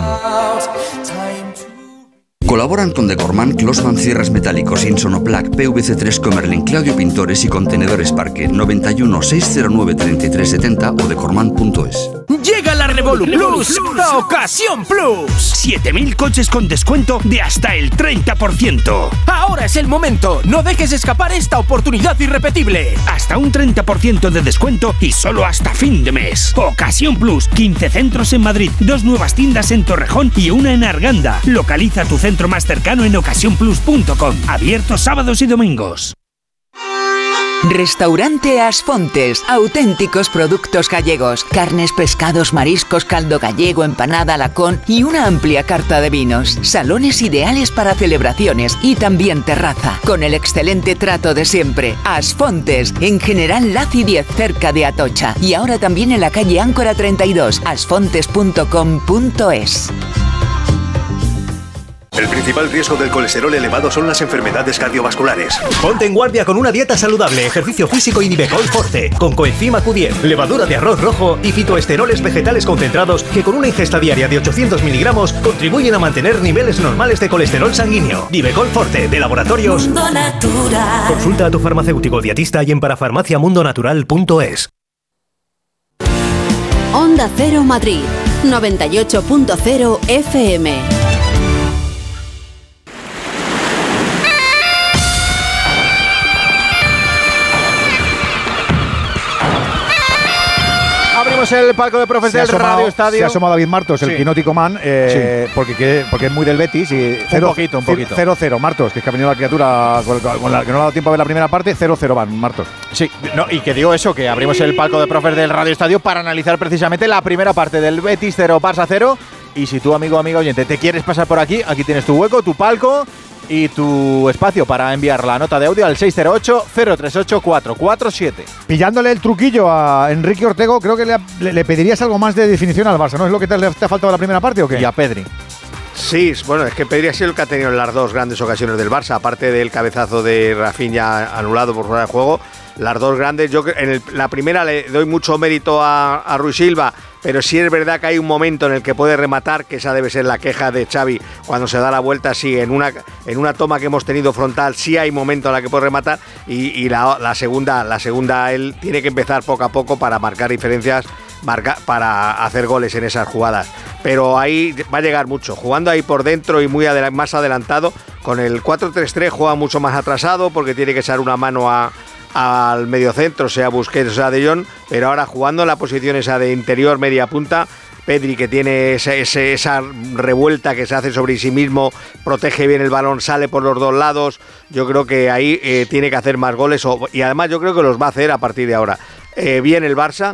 Colaboran con Decorman, Closman Cierres Metálicos, Insonoplac, PVC3 Comerlin, Claudio Pintores y Contenedores Parque. 91 609 3370 o decorman.es. Llega la Revolut Plus, la Ocasión Plus. 7.000 coches con descuento de hasta el 30%. Ahora es el momento. No dejes escapar esta oportunidad irrepetible. Hasta un 30% de descuento y solo hasta fin de mes. Ocasión Plus. 15 centros en Madrid, 2 nuevas tiendas en Torrejón y una en Arganda. Localiza tu centro más cercano en ocasiónplus.com. Abierto sábados y domingos. Restaurante Asfontes, auténticos productos gallegos, carnes, pescados, mariscos, caldo gallego, empanada, lacón y una amplia carta de vinos. Salones ideales para celebraciones y también terraza, con el excelente trato de siempre. Asfontes, en General Laci 10, cerca de Atocha, y ahora también en la calle Áncora 32, asfontes.com.es. El principal riesgo del colesterol elevado son las enfermedades cardiovasculares. Ponte en guardia con una dieta saludable, ejercicio físico y Nivecol Forte, con coenzima Q10, levadura de arroz rojo y fitoesteroles vegetales concentrados que con una ingesta diaria de 800 miligramos contribuyen a mantener niveles normales de colesterol sanguíneo. Nivecol Forte, de Laboratorios Mundo Natural. Consulta a tu farmacéutico dietista y en parafarmaciamundonatural.es. Onda Cero Madrid, 98.0 FM. abrimos el palco de profes del Radio Estadio. Se ha asomado David Martos, el quinótico man, porque es muy del Betis. Y un poquito. 0-0, Martos, que es que ha venido la criatura con la que no le ha dado tiempo a ver la primera parte. 0-0 van, Martos. Sí, y que digo eso, que abrimos el palco de profes del Radio Estadio para analizar precisamente la primera parte del Betis 0, Barça 0. Y si tú, amigo oyente, te quieres pasar por aquí tienes tu hueco, tu palco y tu espacio para enviar la nota de audio al 608-038-447. Pillándole el truquillo a Enrique Ortego, creo que le pedirías algo más de definición al Barça, ¿no? ¿Es lo que te ha faltado en la primera parte o qué? Y a Pedri. Sí, bueno, es que Pedri ha sido el que ha tenido las dos grandes ocasiones del Barça, aparte del cabezazo de Rafinha anulado por fuera de juego. Las dos grandes, yo la primera le doy mucho mérito a Rui Silva, pero sí es verdad que hay un momento en el que puede rematar, que esa debe ser la queja de Xavi cuando se da la vuelta. Sí, en una toma que hemos tenido frontal sí hay momento en la que puede rematar, y la segunda él tiene que empezar poco a poco para marcar diferencias, para hacer goles en esas jugadas. Pero ahí va a llegar mucho, jugando ahí por dentro y muy más adelantado. Con el 4-3-3 juega mucho más atrasado porque tiene que echar una mano al mediocentro, sea Busquets o sea De Jong, pero ahora jugando en la posición esa de interior media punta, Pedri, que tiene esa revuelta que se hace sobre sí mismo, protege bien el balón, sale por los dos lados. Yo creo que ahí tiene que hacer más goles, y además yo creo que los va a hacer a partir de ahora. Bien el Barça,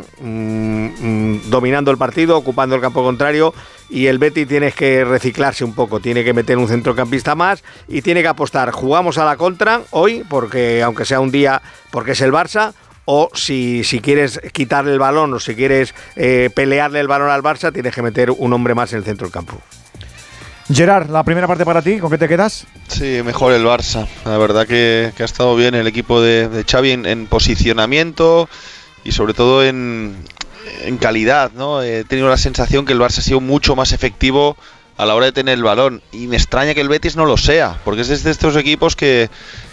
dominando el partido, ocupando el campo contrario, y el Betis tiene que reciclarse un poco, tiene que meter un centrocampista más y tiene que apostar. Jugamos a la contra hoy, porque aunque sea un día, porque es el Barça, o si quieres quitarle el balón o si quieres pelearle el balón al Barça, tienes que meter un hombre más en el centro del campo. Gerard, la primera parte para ti, ¿con qué te quedas? Sí, mejor el Barça. La verdad que ha estado bien el equipo de Xavi en posicionamiento y sobre todo en calidad, ¿no? He tenido la sensación que el Barça ha sido mucho más efectivo a la hora de tener el balón, y me extraña que el Betis no lo sea, porque es de estos equipos que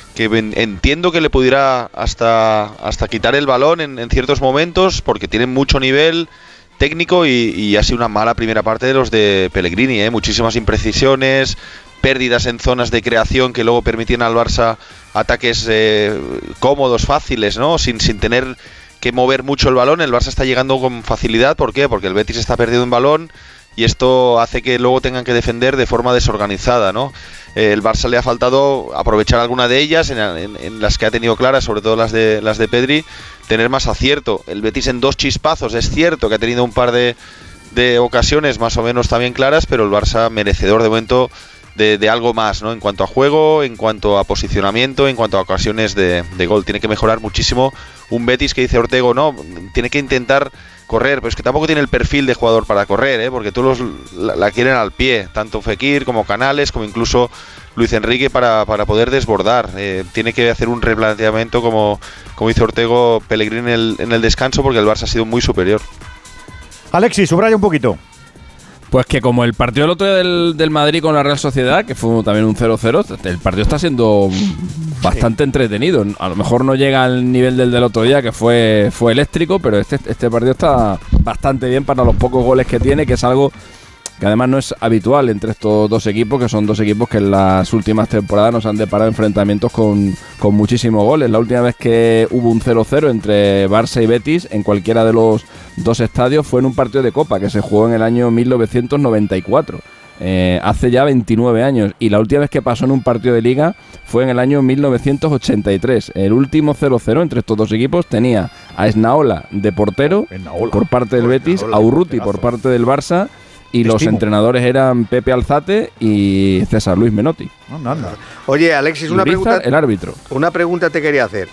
entiendo que le pudiera hasta quitar el balón en ciertos momentos, porque tienen mucho nivel técnico, y ha sido una mala primera parte de los de Pellegrini, muchísimas imprecisiones, pérdidas en zonas de creación que luego permitían al Barça ataques cómodos, fáciles, ¿no? Sin tener que mover mucho el balón. El Barça está llegando con facilidad. ¿Por qué? Porque el Betis está perdiendo un balón, y esto hace que luego tengan que defender de forma desorganizada, ¿no? El Barça le ha faltado aprovechar alguna de ellas, en las que ha tenido claras, sobre todo las de Pedri, tener más acierto. El Betis en dos chispazos, es cierto que ha tenido un par de ocasiones más o menos también claras, pero el Barça merecedor de momento de algo más, ¿no? En cuanto a juego, en cuanto a posicionamiento, en cuanto a ocasiones de gol. Tiene que mejorar muchísimo un Betis que, dice Ortego, no, tiene que intentar correr, pero es que tampoco tiene el perfil de jugador para correr, porque todos la quieren al pie, tanto Fekir como Canales, como incluso Luis Enrique, para poder desbordar. Tiene que hacer un replanteamiento, como dice Ortego, Pellegrini en el descanso, porque el Barça ha sido muy superior. Alexis, subraya un poquito. Pues que como el partido del otro día del Madrid con la Real Sociedad, que fue también un 0-0, el partido está siendo bastante entretenido. A lo mejor no llega al nivel del otro día, que fue eléctrico, pero este partido está bastante bien para los pocos goles que tiene, que es algo que además no es habitual entre estos dos equipos, que son dos equipos que en las últimas temporadas nos han deparado enfrentamientos con muchísimos goles. La última vez que hubo un 0-0 entre Barça y Betis en cualquiera de los dos estadios fue en un partido de Copa que se jugó en el año 1994, hace ya 29 años, y la última vez que pasó en un partido de Liga fue en el año 1983. El último 0-0 entre estos dos equipos tenía a Esnaola de portero por parte del Betis, a Urruti por parte del Barça, y los entrenadores eran Pepe Alzate y César Luis Menotti. Oye, Alexis, una pregunta. El árbitro. Una pregunta te quería hacer.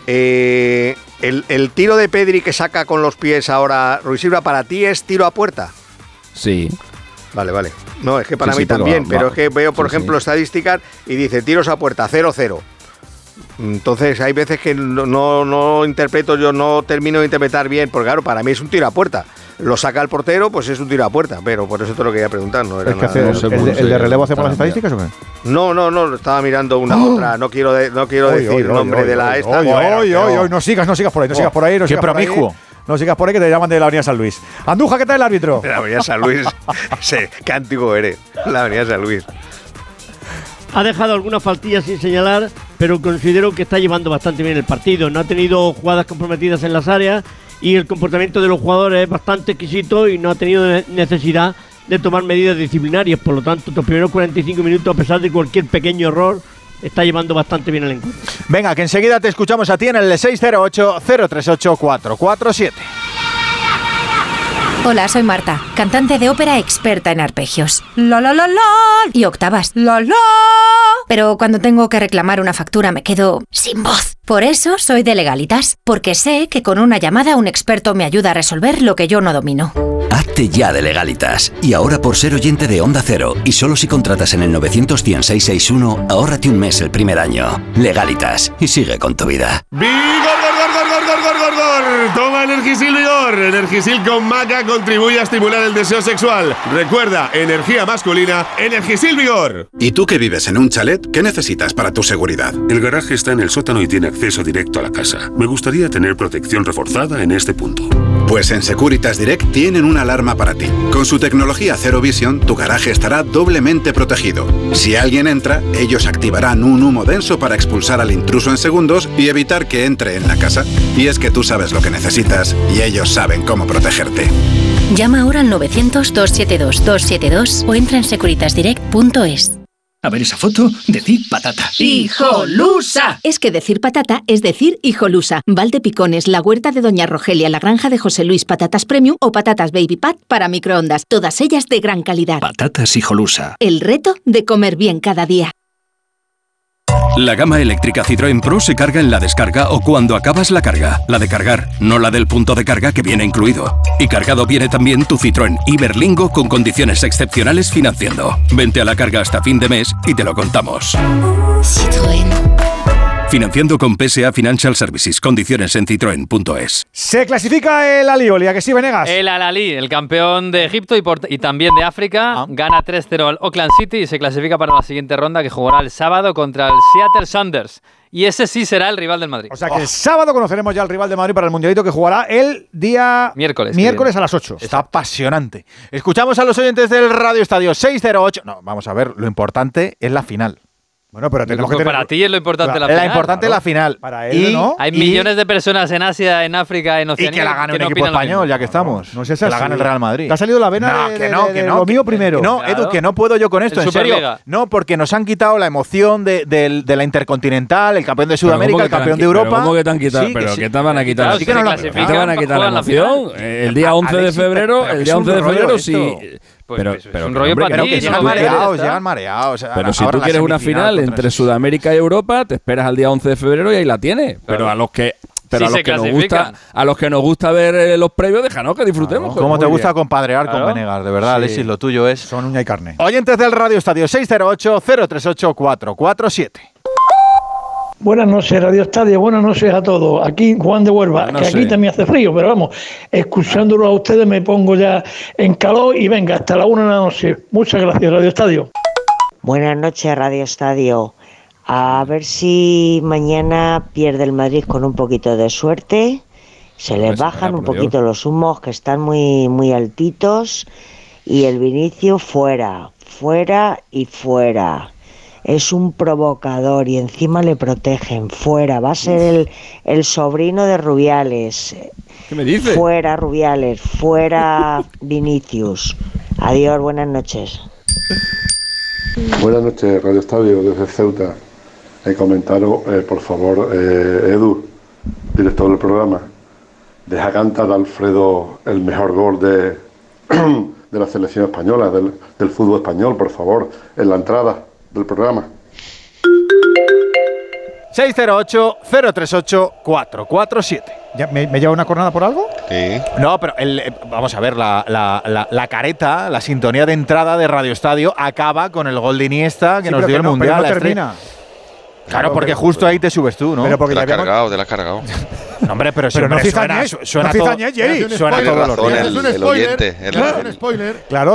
El tiro de Pedri que saca con los pies ahora Rui Silva, ¿para ti es tiro a puerta? Sí. Vale. No, es que para mí también, pero es que veo, por ejemplo, estadísticas y dice tiros a puerta, 0-0. Entonces hay veces que no interpreto, yo no termino de interpretar bien, porque claro, para mí es un tiro a puerta. Lo saca el portero, pues es un tiro a puerta, pero por eso te lo quería preguntar. No era nada. ¿El de relevo hacemos las estadísticas o qué? No, estaba mirando una otra, no quiero decir nombre de la esta. No sigas por ahí, no sigas por ahí. Qué promiscuo. No sigas por ahí, que te llaman de la Avenida San Luis. Andújar, ¿qué tal el árbitro? La Avenida San Luis, qué antiguo eres, la Avenida San Luis. Ha dejado algunas faltillas sin señalar, pero considero que está llevando bastante bien el partido. No ha tenido jugadas comprometidas en las áreas y el comportamiento de los jugadores es bastante exquisito y no ha tenido necesidad de tomar medidas disciplinarias. Por lo tanto, los primeros 45 minutos, a pesar de cualquier pequeño error, está llevando bastante bien el encuentro. Venga, que enseguida te escuchamos a ti en el 608-038-447. Hola, soy Marta, cantante de ópera experta en arpegios. La la la la y octavas. La la. Pero cuando tengo que reclamar una factura me quedo sin voz. Por eso soy de Legalitas, porque sé que con una llamada un experto me ayuda a resolver lo que yo no domino. Hazte ya de Legalitas. Y ahora, por ser oyente de Onda Cero, y solo si contratas en el 900-100-661, ahórrate un mes el primer año. Legalitas. Y sigue con tu vida. ¡Vigor! Toma Energisil Vigor. Energisil con maca contribuye a estimular el deseo sexual. Recuerda, energía masculina, Energisil Vigor. ¿Y tú que vives en un chalet? ¿Qué necesitas para tu seguridad? El garaje está en el sótano y tiene acceso directo a la casa. Me gustaría tener protección reforzada en este punto. Pues en Securitas Direct tienen una alarma para ti. Con su tecnología Zero Vision, tu garaje estará doblemente protegido. Si alguien entra, ellos activarán un humo denso para expulsar al intruso en segundos y evitar que entre en la casa. Y es que tú sabes lo que necesitas y ellos saben cómo protegerte. Llama ahora al 900-272-272 o entra en securitasdirect.es. A ver esa foto, decir patata. ¡Hijolusa! Es que decir patata es decir hijolusa. Valdepicones, la huerta de Doña Rogelia, la granja de José Luis, patatas premium o patatas baby pat para microondas. Todas ellas de gran calidad. Patatas hijolusa. El reto de comer bien cada día. La gama eléctrica Citroën Pro se carga en la descarga o cuando acabas la carga. La de cargar, no la del punto de carga que viene incluido. Y cargado viene también tu Citroën Iberlingo con condiciones excepcionales financiando. Vente a la carga hasta fin de mes y te lo contamos. Citroën. Financiando con PSA Financial Services. Condiciones en citroen.es. Se clasifica el Al-Ahly, ¿a que sí, Venegas? El Al-Ahly, el campeón de Egipto y también de África, gana 3-0 al Auckland City y se clasifica para la siguiente ronda, que jugará el sábado contra el Seattle Sounders. Y ese sí será el rival del Madrid. O sea que el sábado conoceremos ya al rival de Madrid para el Mundialito, que jugará el día miércoles a las 8. Está apasionante. Escuchamos a los oyentes del Radio Estadio 608. No, vamos a ver, lo importante es la final. Bueno, pero tenemos que tener... Para ti es lo importante la final. La importante es la final. Para él, ¿no? Hay millones de personas en Asia, en África, en Oceanía. Y que la gane un equipo español, ya que estamos. No sé si que la gane el Real Madrid. ¿Te ha salido la vena de lo mío primero? No, claro. Edu, que no puedo yo con esto, en serio. No, porque nos han quitado la emoción de la Intercontinental, el campeón de Sudamérica, el campeón de Europa. ¿Cómo que te han quitado? Sí, pero ¿qué te van a quitar? Sí, que no ¿Te van a quitar la emoción? El día 11 de febrero, sí... Pero es un rollo para ti, que llegan mareados. Pero si tú quieres una final entre Sudamérica y Europa, te esperas al día 11 de febrero y ahí la tienes. Pero a los que nos gusta ver los previos, déjanos que disfrutemos. Como te gusta compadrear con Venegas, de verdad, Alexis, lo tuyo es... Son uña y carne. Oyentes del Radio Estadio 608-038-447. Buenas noches, Radio Estadio, buenas noches a todos. Aquí Juan de Huelva, que aquí también hace frío, pero vamos, escuchándolo a ustedes me pongo ya en calor y venga, hasta la 1 de la noche. Muchas gracias, Radio Estadio. Buenas noches, Radio Estadio. A ver si mañana pierde el Madrid con un poquito de suerte, se les bajan un poquito los humos que están muy, muy altitos y el Vinicius fuera. Es un provocador y encima le protegen. Fuera, va a ser el sobrino de Rubiales. ¿Qué me dice? Fuera Rubiales, fuera Vinicius. Adiós, buenas noches. Buenas noches, Radio Estadio, desde Ceuta. Comentaros, por favor, Edu, director del programa, deja cantar a Alfredo el mejor gol de la selección española, del fútbol español, por favor, en la entrada del programa. 608-038-447. ¿Me lleva una cornada por algo? Sí. No, pero vamos a ver, la careta, la sintonía de entrada de Radio Estadio acaba con el gol de Iniesta que nos dio el Mundial. Pero no termina. Claro, porque justo ahí te subes tú, ¿no? Pero porque te la has cargado. No, hombre, pero no suena todo. Suena todo el oyente. Es un spoiler. Claro,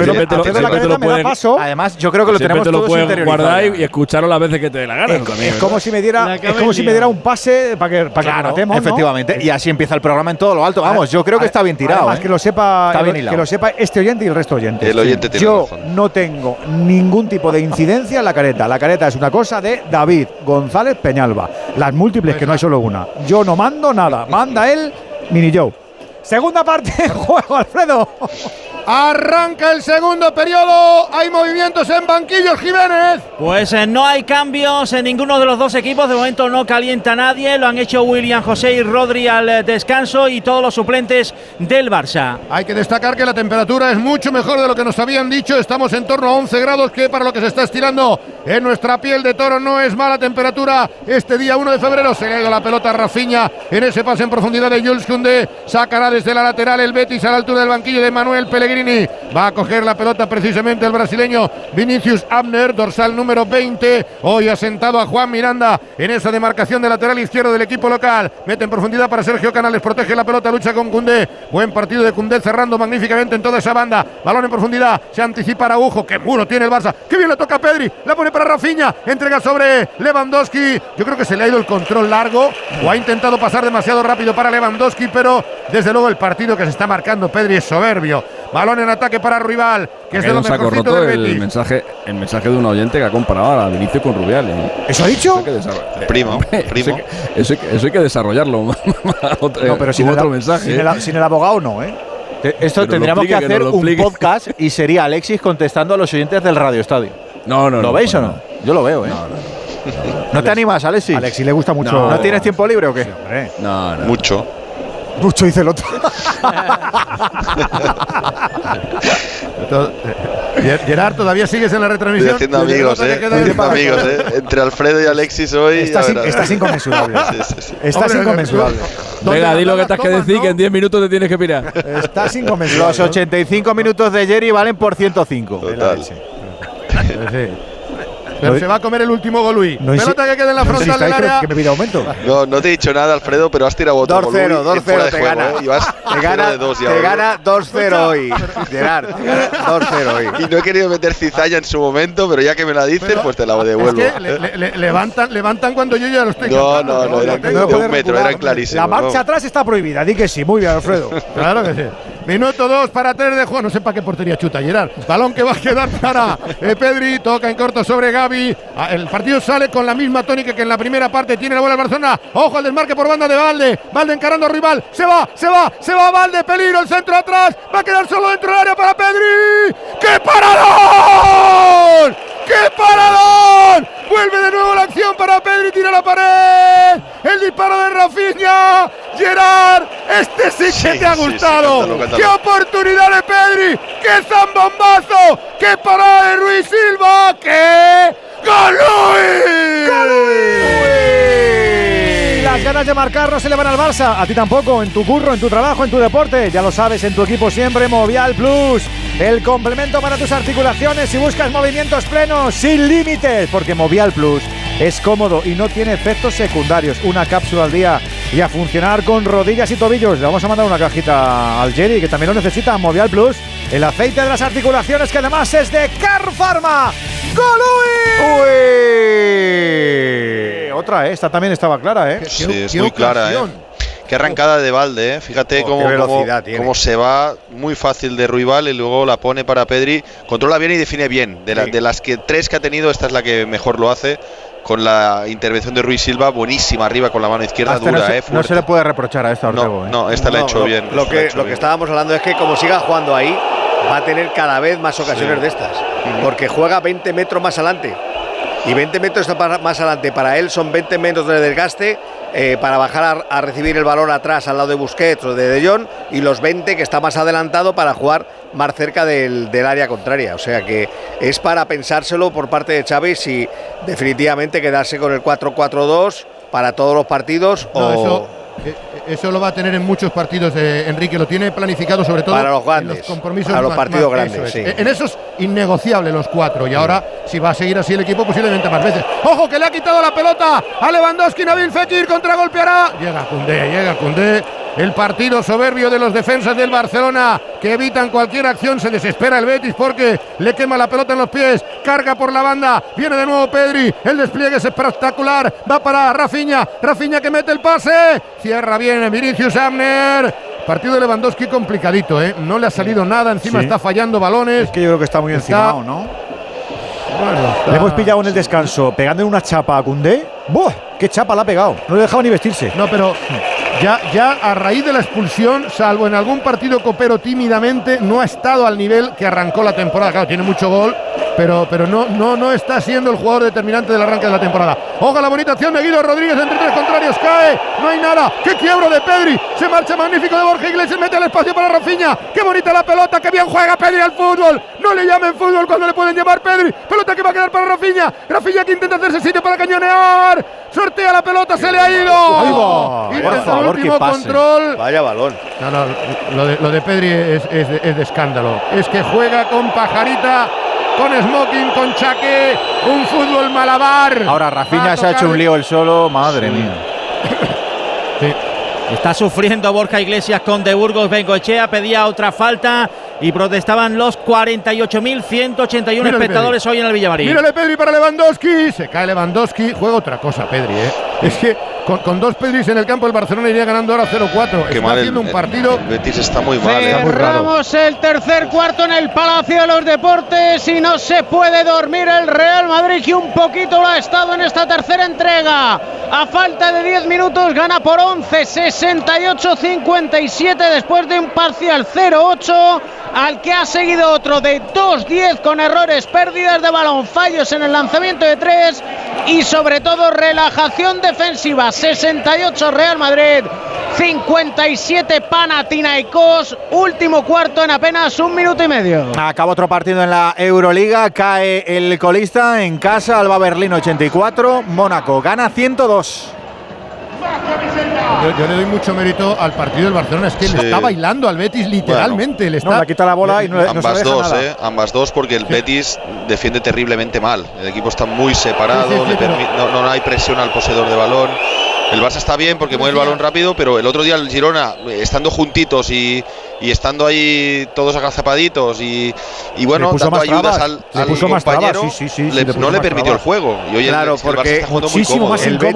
además, yo creo que lo tenemos todos interiorizado. Guardar y escucharlo las veces que te dé la gana. Es como si me diera un pase para que rematemos, efectivamente. Y así empieza el programa en todo lo alto. Vamos, yo creo que está bien tirado. Además, que lo sepa este oyente y el resto de oyentes. El oyente tiene razón. No tengo ningún tipo de incidencia en la careta. La careta es una cosa de David González Peñalba. Las múltiples, que no hay solo una. Yo no mando nada. Manda él Mini Joe. Segunda parte de juego, Alfredo. Arranca el segundo periodo. Hay movimientos en banquillos, Jiménez. Pues no hay cambios en ninguno de los dos equipos. De momento no calienta nadie. Lo han hecho William José y Rodri al descanso y todos los suplentes del Barça. Hay que destacar que la temperatura es mucho mejor de lo que nos habían dicho. Estamos en torno a 11 grados, que para lo que se está estirando en nuestra piel de toro no es mala temperatura. Este día 1 de febrero se le ha ido la pelota a Rafinha en ese pase en profundidad de Jules Koundé. Sacará desde la lateral el Betis a la altura del banquillo de Manuel Pellegrini. Va a coger la pelota precisamente el brasileño Vinicius Abner, dorsal número 20. Hoy ha sentado a Juan Miranda en esa demarcación de lateral izquierdo del equipo local. Mete en profundidad para Sergio Canales, protege la pelota, lucha con Koundé. Buen partido de Koundé cerrando magníficamente en toda esa banda. Balón en profundidad, se anticipa Araujo. ¡Qué muro tiene el Barça! ¡Qué bien le toca a Pedri! La pone para Rafinha, entrega sobre Lewandowski. Yo creo que se le ha ido el control largo o ha intentado pasar demasiado rápido para Lewandowski, pero desde luego el partido que se está marcando Pedri es soberbio. Balón en ataque para Ruibal, que es de lo mejorcito del Betis. El mensaje de un oyente que ha comparado a Vinicius con Rubiales. ¿Eso ha dicho? Primo. Eso hay que desarrollarlo. No, pero sin otro mensaje. Sin el abogado no, ¿eh? Esto tendríamos que hacer un podcast y sería Alexis contestando a los oyentes del Radio Estadio. No. ¿Lo veis o no? Yo lo veo, ¿eh? ¿No te animas, Alexis? A Alexis le gusta mucho. ¿No tienes tiempo libre o qué? Sí, hombre. No. Mucho. Mucho, dice el otro. Gerard, ¿todavía sigues en la retransmisión? Estoy haciendo amigos, Entre Alfredo y Alexis hoy. Estás inconmensurable. Sí. Estás inconmensurable. Venga, di lo que te has que decir, que en 10 minutos te tienes que pirar. Estás inconmensurable. Los 85 minutos de Jerry valen por 105. Total. Pero se va a comer el último gol, Luis. Pelota que queda en la frontal del área. Que me pida aumento. No te he dicho nada, Alfredo, pero has tirado otro gol. 2-0 te gana. Te gana 2-0 hoy, Gerard. 2-0 hoy. Y no he querido meter cizalla en su momento, pero ya que me la dices, pues te la devuelvo. Es que levantan cuando yo ya lo estoy cantando. No, eran de un metro, eran clarísimos. La marcha atrás está prohibida, di que sí. Muy bien, Alfredo. Claro que sí. Minuto 2 para 3 de juego. No sé para qué portería chuta, Gerard. Balón que va a quedar para Pedri. Toca en corto sobre Gavi. El partido sale con la misma tónica que en la primera parte. Tiene la bola el Barcelona. Ojo al desmarque por banda de Valde. Valde encarando a Rival. Se va Valde. Peligro. El centro atrás. Va a quedar solo dentro del área para Pedri. ¡Qué paradón! ¡Qué paradón! Vuelve de nuevo la acción para Pedri. Tira la pared. El disparo de Rafinha. Gerard, este sí que te ha gustado. Cántalo. ¡Qué oportunidad de Pedri! ¡Qué zambombazo! ¡Qué parada de Ruiz Silva! ¡Qué gol! Las ganas de marcar no se le van al Barça. A ti tampoco, en tu curro, en tu trabajo, en tu deporte. Ya lo sabes, en tu equipo siempre Movial Plus. El complemento para tus articulaciones si buscas movimientos plenos, sin límites. Porque Movial Plus es cómodo y no tiene efectos secundarios. Una cápsula al día y a funcionar con rodillas y tobillos. Le vamos a mandar una cajita al Jerry, que también lo necesita. Movial Plus, el aceite de las articulaciones, que además es de Car Pharma. ¡Golui! Otra, esta también estaba clara, ¿eh? Sí, es muy clara, ¿eh? Qué arrancada de Valde, ¿eh? Fíjate cómo se va muy fácil de Ruibal y luego la pone para Pedri. Controla bien y define bien. De las tres que ha tenido, esta es la que mejor lo hace. Con la intervención de Ruiz Silva, buenísima arriba con la mano izquierda, dura, no se le puede reprochar a esta Ortego. No, esta la ha hecho bien. Lo que estábamos hablando es que como siga jugando ahí, va a tener cada vez más ocasiones de estas. Porque juega 20 metros más adelante. Y 20 metros más adelante para él son 20 metros de desgaste para bajar a recibir el balón atrás al lado de Busquets o de Jong, y los 20 que está más adelantado para jugar más cerca del área contraria. O sea que es para pensárselo por parte de Xavi si definitivamente quedarse con el 4-4-2 para todos los partidos Eso lo va a tener en muchos partidos de Enrique, lo tiene planificado sobre todo para los grandes, en los compromisos para los partidos grandes. Sí. En esos innegociable los 4, y ahora si va a seguir así el equipo posiblemente más veces. ¡Ojo que le ha quitado la pelota a Lewandowski! Nabil Fekir contragolpeará. Llega Koundé. El partido soberbio de los defensas del Barcelona, que evitan cualquier acción. Se desespera el Betis porque le quema la pelota en los pies. Carga por la banda. Viene de nuevo Pedri. El despliegue es espectacular. Va para Rafinha. Rafinha que mete el pase. Cierra bien Vinicius Abner. Partido de Lewandowski complicadito, ¿eh? No le ha salido nada. Encima está fallando balones. Es que yo creo que está muy encimado, ¿no? Bueno, le hemos pillado en el descanso pegándole una chapa a Koundé. ¡Buah! ¡Qué chapa le ha pegado! No le dejaba ni vestirse. No, pero Ya a raíz de la expulsión, salvo en algún partido copero tímidamente, no ha estado al nivel que arrancó la temporada. Claro, tiene mucho gol, pero no está siendo el jugador determinante del arranque de la temporada. Ojo, la bonita acción de Guido Rodríguez entre tres contrarios, cae, no hay nada. ¡Qué quiebro de Pedri! Se marcha magnífico de Borja Iglesias, mete el espacio para Rafinha. ¡Qué bonita la pelota! ¡Qué bien juega Pedri al fútbol! No le llamen fútbol cuando le pueden llamar Pedri. Pelota que va a quedar para Rafinha. Rafinha que intenta hacerse sitio para cañonear. Sortea la pelota, se le ha ido. Por favor, último control. Vaya balón. No, lo de Pedri es de escándalo. Es que juega con pajarita, con smoking, con chaqué, un fútbol malabar. Ahora Rafinha se ha hecho un lío él solo, madre mía. Sí. Está sufriendo Borja Iglesias con De Burgos. Bengoechea pedía otra falta y protestaban los 48.181 espectadores hoy en el Villamarín. Mírale Pedri para Lewandowski. Se cae Lewandowski. Juega otra cosa Pedri, Es que con dos Pedris en el campo el Barcelona iría ganando ahora 0-4. Está haciendo un partido. El Betis está muy mal. Cerramos el tercer cuarto en el Palacio de los Deportes y no se puede dormir el Real Madrid, que un poquito lo ha estado en esta tercera entrega. A falta de 10 minutos gana por 11, 68-57 después de un parcial 0-8 al que ha seguido otro de 2-10 con errores, pérdidas de balón, fallos en el lanzamiento de 3 y sobre todo relajación defensiva. 68 Real Madrid, 57 Panathinaikos. Último cuarto en apenas un minuto y medio. Acaba otro partido en la Euroliga. Cae el colista en casa. Alba Berlín 84. Mónaco gana 102. Yo le doy mucho mérito al partido del Barcelona. Es que le está bailando al Betis literalmente. Bueno, le quita la bola y no ambas se dos, nada. Ambas dos, porque el Betis defiende terriblemente mal. El equipo está muy separado, no hay presión al poseedor de balón. El Barça está bien porque mueve el balón rápido, pero el otro día el Girona, estando juntitos y estando ahí todos agazapaditos y bueno, dando ayudas al compañero, no le permitió el juego. Y hoy claro, el porque Barça está jugando muy cómodo.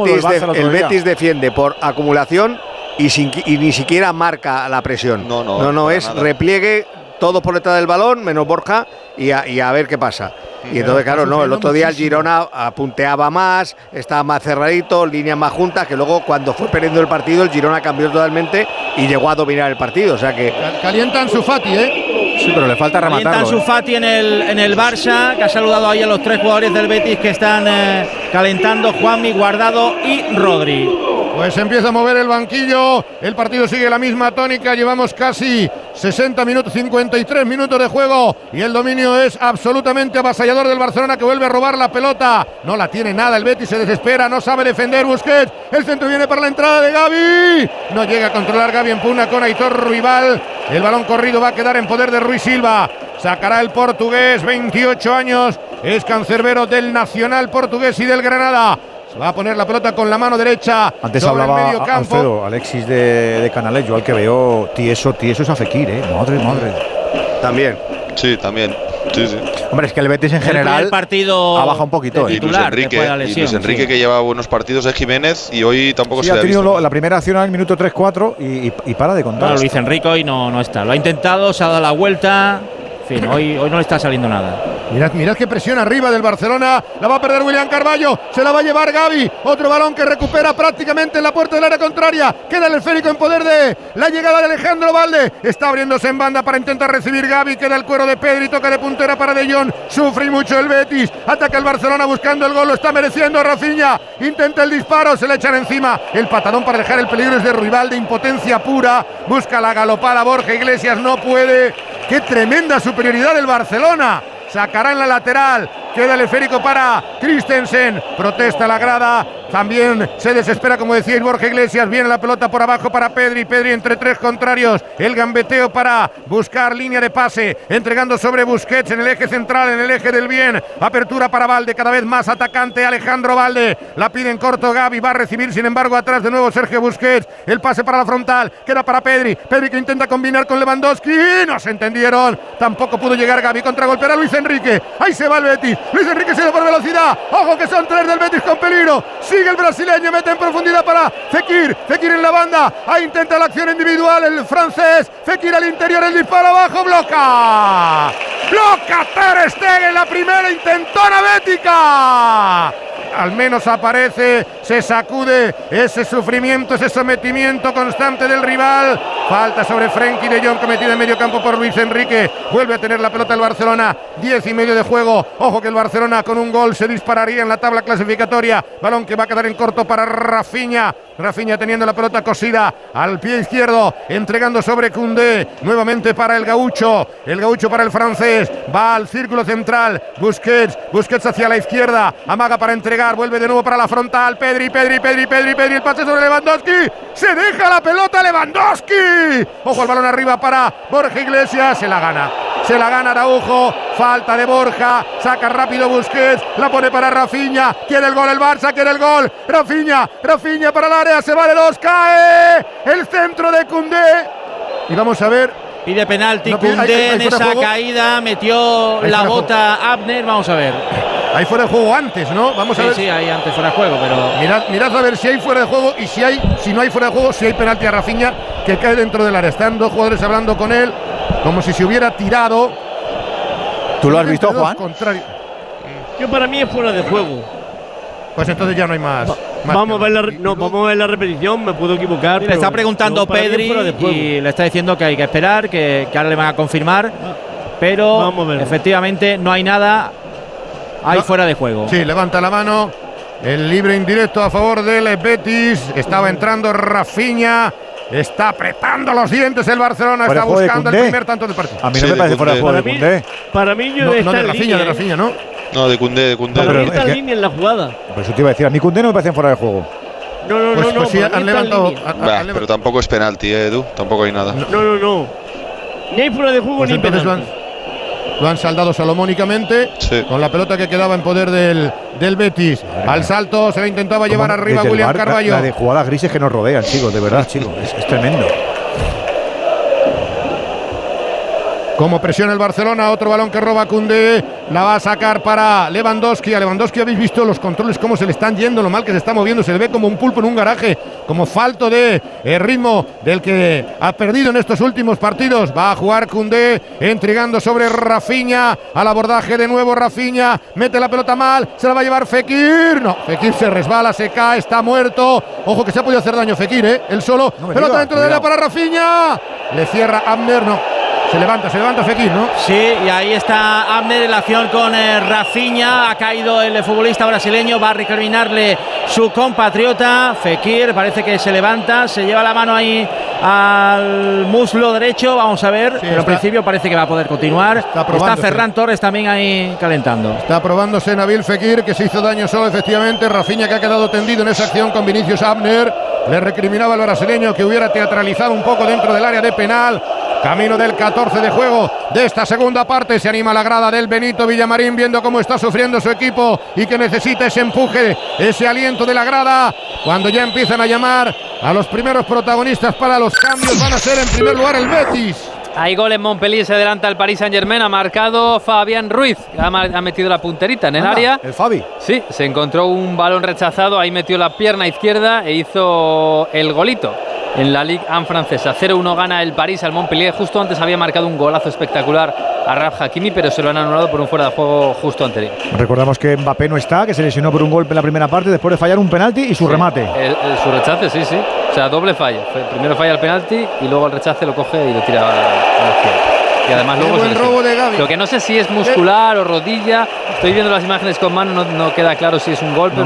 El Betis defiende por acumulación y ni siquiera marca la presión. No, es nada. Repliegue, todo por detrás del balón, menos Borja, y a ver qué pasa. Y entonces, claro, el otro día el Girona punteaba más, estaba más cerradito, líneas más juntas, que luego cuando fue perdiendo el partido, el Girona cambió totalmente y llegó a dominar el partido. O sea que. Calienta Ansu Fati, Sí, pero le falta rematarlo. Calienta Ansu Fati en el Barça, que ha saludado ahí a los tres jugadores del Betis que están calentando: Juanmi, Guardado y Rodri. Pues empieza a mover el banquillo. El partido sigue la misma tónica. Llevamos casi 60 minutos, 53 minutos de juego. Y el dominio es absolutamente avasallador del Barcelona, que vuelve a robar la pelota. No la tiene nada. El Betis se desespera. No sabe defender Busquets. El centro viene para la entrada de Gavi. No llega a controlar Gavi en pugna con Aitor Rival. El balón corrido va a quedar en poder de Rui Silva. Sacará el portugués, 28 años. Es cancerbero del Nacional portugués y del Granada. Va a poner la pelota con la mano derecha. Antes hablaba Alfredo, Alexis de Canales. Yo al que veo tieso es a Fekir, Madre. También. Sí, también. Sí. Hombre, es que el Betis en general partido ha bajado un poquito. Y Luis Enrique, que lleva buenos partidos, es Jiménez, y hoy tampoco se le ha visto. La primera acción al minuto 3-4 y para de contar. Bueno, Luis Enrique hoy no está. Lo ha intentado, se ha dado la vuelta. En fin, hoy no le está saliendo nada. Mirad qué presión arriba del Barcelona. La va a perder William Carballo. Se la va a llevar Gavi. Otro balón que recupera prácticamente en la puerta del área contraria. Queda el esférico en poder de la llegada de Alejandro Valde. Está abriéndose en banda para intentar recibir Gavi. Queda el cuero de Pedri. Toca de puntera para De Jong. Sufre mucho el Betis. Ataca el Barcelona buscando el gol. Lo está mereciendo Rafinha. Intenta el disparo. Se le echan encima. El patadón para dejar el peligro es de Rivalde. Impotencia pura. Busca la galopada Borja Iglesias. No puede. ¡Qué tremenda superioridad del Barcelona! Sacará en la lateral. Queda el esférico para Christensen. Protesta la grada. También se desespera, como decíais, Borja Iglesias. Viene la pelota por abajo para Pedri. Pedri entre tres contrarios. El gambeteo para buscar línea de pase. Entregando sobre Busquets en el eje central, en el eje del bien. Apertura para Valde, cada vez más atacante Alejandro Valde. La pide en corto Gavi. Va a recibir, sin embargo, atrás de nuevo Sergio Busquets. El pase para la frontal. Queda para Pedri. Pedri que intenta combinar con Lewandowski. No se entendieron. Tampoco pudo llegar Gavi. Contragolpear a Luis Enrique. Ahí se va el Betis. Luis Enrique se va por velocidad. Ojo que son tres del Betis con peligro. Sigue sigue el brasileño, mete en profundidad para Fekir en la banda, ahí intenta la acción individual el francés, Fekir al interior, el disparo abajo, bloca Ter Stegen, la primera intentona bética. Al menos aparece, se sacude ese sufrimiento, ese sometimiento constante del rival. Falta sobre Frenkie de Jong, cometida en medio campo por Luis Enrique. Vuelve a tener la pelota el Barcelona, 10:30 de juego. Ojo que el Barcelona con un gol se dispararía en la tabla clasificatoria. Balón que va a quedar en corto para Rafinha teniendo la pelota cosida al pie izquierdo, entregando sobre Koundé, nuevamente para el gaucho para el francés, va al círculo central, Busquets hacia la izquierda, amaga para entregar, vuelve de nuevo para la frontal, Pedri, el pase sobre Lewandowski, se deja la pelota Lewandowski, ojo al balón arriba para Borja Iglesias, se la gana Araujo, falta de Borja, saca rápido Busquets, la pone para Rafinha, quiere el gol el Barça, Rafinha para el área, se vale 2, cae el centro de Koundé y vamos a ver. Pide penalti Koundé en esa caída, metió la bota Abner, vamos a ver. Ahí fuera de juego antes, ¿no? Vamos a ver. Sí, ahí antes fuera de juego, pero mirad a ver si hay fuera de juego y si no hay fuera de juego, si hay penalti a Rafinha que cae dentro del área. Están dos jugadores hablando con él como si se hubiera tirado. ¿Tú lo has visto, Juan? Yo para mí es fuera de juego. Pues entonces ya no hay más. Vamos a ver la repetición, me puedo equivocar. Le está preguntando Pedri y le está diciendo que hay que esperar, que ahora le van a confirmar. Pero efectivamente no hay nada. Hay fuera de juego. Sí, levanta la mano. El libre indirecto a favor del Betis. Estaba entrando Rafinha. Está apretando los dientes el Barcelona. Está buscando el primer tanto del partido. A mí no me parece fuera de juego de Koundé. Para mí yo no de Rafinha, ¿no? No, de Koundé. Para mí está en línea en la jugada. Por eso te iba a decir, a mí Koundé no me parece fuera de juego. No. Sí, han levantado. Pero tampoco es penalti, Edu. Tampoco hay nada. No. Ni hay fuera de juego ni penalti. Lo han saldado salomónicamente con la pelota que quedaba en poder del Betis. Al salto se le intentaba llevar arriba William Carballo. La de jugadas grises que nos rodean, chicos, de verdad, chicos. Es tremendo. Como presiona el Barcelona, otro balón que roba Koundé, la va a sacar para Lewandowski. A Lewandowski habéis visto los controles, cómo se le están yendo, lo mal que se está moviendo, se le ve como un pulpo en un garaje, como falto de ritmo del que ha perdido en estos últimos partidos. Va a jugar Koundé, entregando sobre Rafinha, al abordaje de nuevo Rafinha, mete la pelota mal, se la va a llevar Fekir. No, Fekir se resbala, se cae, está muerto. Ojo que se ha podido hacer daño Fekir, él solo. Pelota dentro de la para Rafinha. Le cierra Abner, no. Se levanta Fekir, ¿no? Sí, y ahí está Abner en la acción con Rafinha. Ha caído el futbolista brasileño, va a recriminarle su compatriota. Fekir parece que se levanta, se lleva la mano ahí al muslo derecho. Vamos a ver, pero al principio parece que va a poder continuar. Está Ferran Torres también ahí calentando. Está probándose Nabil Fekir, que se hizo daño solo, efectivamente. Rafinha, que ha quedado tendido en esa acción con Vinicius Abner. Le recriminaba al brasileño que hubiera teatralizado un poco dentro del área de penal. Camino del 14 de juego de esta segunda parte. Se anima la grada del Benito Villamarín, viendo cómo está sufriendo su equipo y que necesita ese empuje, ese aliento de la grada. Cuando ya empiezan a llamar a los primeros protagonistas para los cambios, van a ser en primer lugar el Betis. Hay gol en Montpellier, se adelanta el Paris Saint-Germain, ha marcado Fabián Ruiz, ha metido la punterita en el área. ¿El Fabi? Sí, se encontró un balón rechazado, ahí metió la pierna izquierda e hizo el golito. En la Ligue 1 francesa, 0-1 gana el París al Montpellier. Justo antes había marcado un golazo espectacular a Raf Hakimi, pero se lo han anulado por un fuera de juego justo anterior. Recordamos que Mbappé no está, que se lesionó por un golpe en la primera parte después de fallar un penalti y su remate. Su rechace, sí. O sea, doble falla. Primero falla el penalti y luego el rechace lo coge y lo tira a la cielo. Y además luego el robo de Gavi. Lo que no sé si es muscular o rodilla. Estoy viendo las imágenes con mano, no queda claro si es un golpe.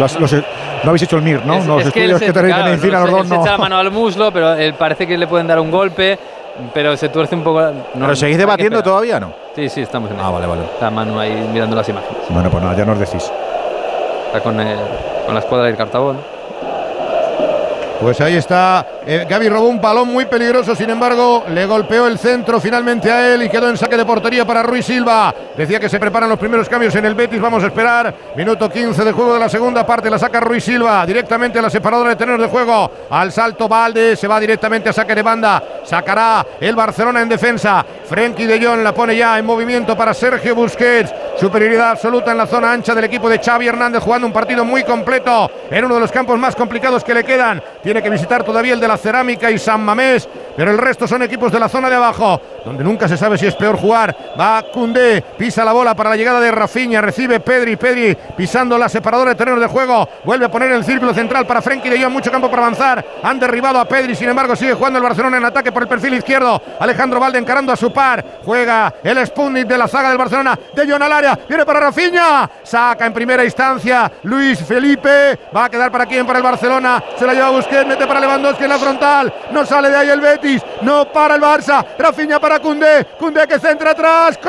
No habéis hecho el MIR, ¿no? Los estudios que tenéis de medicina los dos no. Se echa la mano al muslo, pero parece que le pueden dar un golpe, pero se tuerce un poco. ¿Pero seguís debatiendo todavía, no? Sí, estamos en vale. Está Manu ahí mirando las imágenes. Bueno, pues nada, ya nos decís. Está con la escuadra del Cartabón. Pues ahí está Gavi robó un balón muy peligroso, sin embargo, le golpeó el centro finalmente a él y quedó en saque de portería para Rui Silva. Decía que se preparan los primeros cambios en el Betis, vamos a esperar. Minuto 15 de juego de la segunda parte, la saca Rui Silva directamente a la separadora de terrenos de juego. Al salto Valde, se va directamente a saque de banda. Sacará el Barcelona en defensa. Frenkie de Jong la pone ya en movimiento para Sergio Busquets. Superioridad absoluta en la zona ancha del equipo de Xavi Hernández, jugando un partido muy completo en uno de los campos más complicados que le quedan. Tiene que visitar todavía el de la Cerámica y San Mamés, pero el resto son equipos de la zona de abajo, donde nunca se sabe si es peor jugar. Va Koundé, pisa la bola para la llegada de Rafinha, recibe Pedri pisando la separadora de terrenos de juego, vuelve a poner el círculo central para Frenkie de Jong, mucho campo para avanzar. Han derribado a Pedri, sin embargo sigue jugando el Barcelona en ataque por el perfil izquierdo. Alejandro Valde encarando a su par, juega el Sputnik de la zaga del Barcelona. De Jong al área, viene para Rafinha, saca en primera instancia Luis Felipe, va a quedar para quién, para el Barcelona, se la lleva Busquets, mete para Lewandowski en la frontal, no sale de ahí el Betis, no para el Barça. Rafinha para Koundé que centra atrás,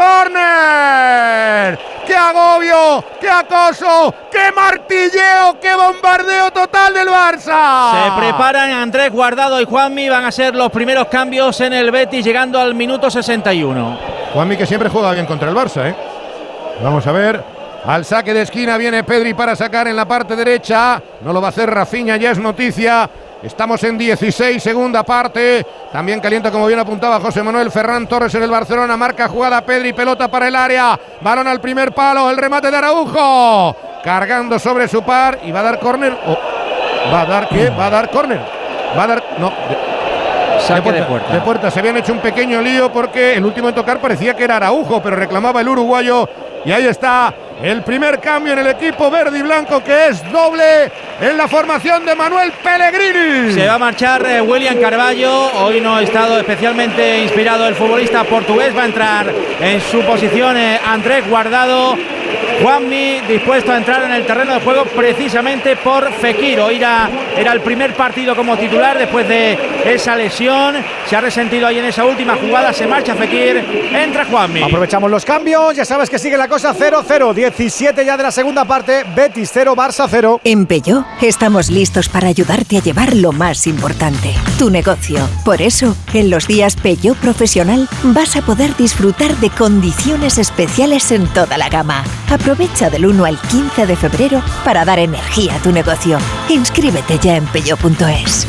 ¡córner! ¡Qué agobio! ¡Qué acoso! ¡Qué martilleo! ¡Qué bombardeo total del Barça! Se preparan Andrés Guardado y Juanmi, van a ser los primeros cambios en el Betis llegando al minuto 61. Juanmi, que siempre juega bien contra el Barça, ¿eh? Vamos a ver. Al saque de esquina viene Pedri para sacar en la parte derecha. No lo va a hacer Rafinha, ya es noticia. Estamos en 16, segunda parte. También calienta, como bien apuntaba José Manuel Ferran Torres en el Barcelona. Marca jugada Pedri, pelota para el área. Balón al primer palo, el remate de Araujo. Cargando sobre su par y va a dar córner. ¿Va a dar qué? Va a dar córner. Va a dar... No. Saque de puerta. De puerta. Se habían hecho un pequeño lío porque el último en tocar parecía que era Araujo, pero reclamaba el uruguayo. Y ahí está el primer cambio en el equipo verde y blanco, que es doble en la formación de Manuel Pellegrini. Se va a marchar William Carvalho. Hoy no ha estado especialmente inspirado el futbolista portugués. Va a entrar en su posición Andrés Guardado. Juanmi dispuesto a entrar en el terreno de juego precisamente por Fekir. Hoy era el primer partido como titular después de esa lesión. Se ha resentido ahí en esa última jugada. Se marcha Fekir, entra Juanmi. Aprovechamos los cambios. Ya sabes que sigue la cosa 0-0. 17 ya de la segunda parte. Betis 0, Barça 0. En Peugeot estamos listos para ayudarte a llevar lo más importante, tu negocio. Por eso, en los días Peugeot Profesional vas a poder disfrutar de condiciones especiales en toda la gama. Aprovecha del 1 al 15 de febrero para dar energía a tu negocio. Inscríbete ya en peugeot.es.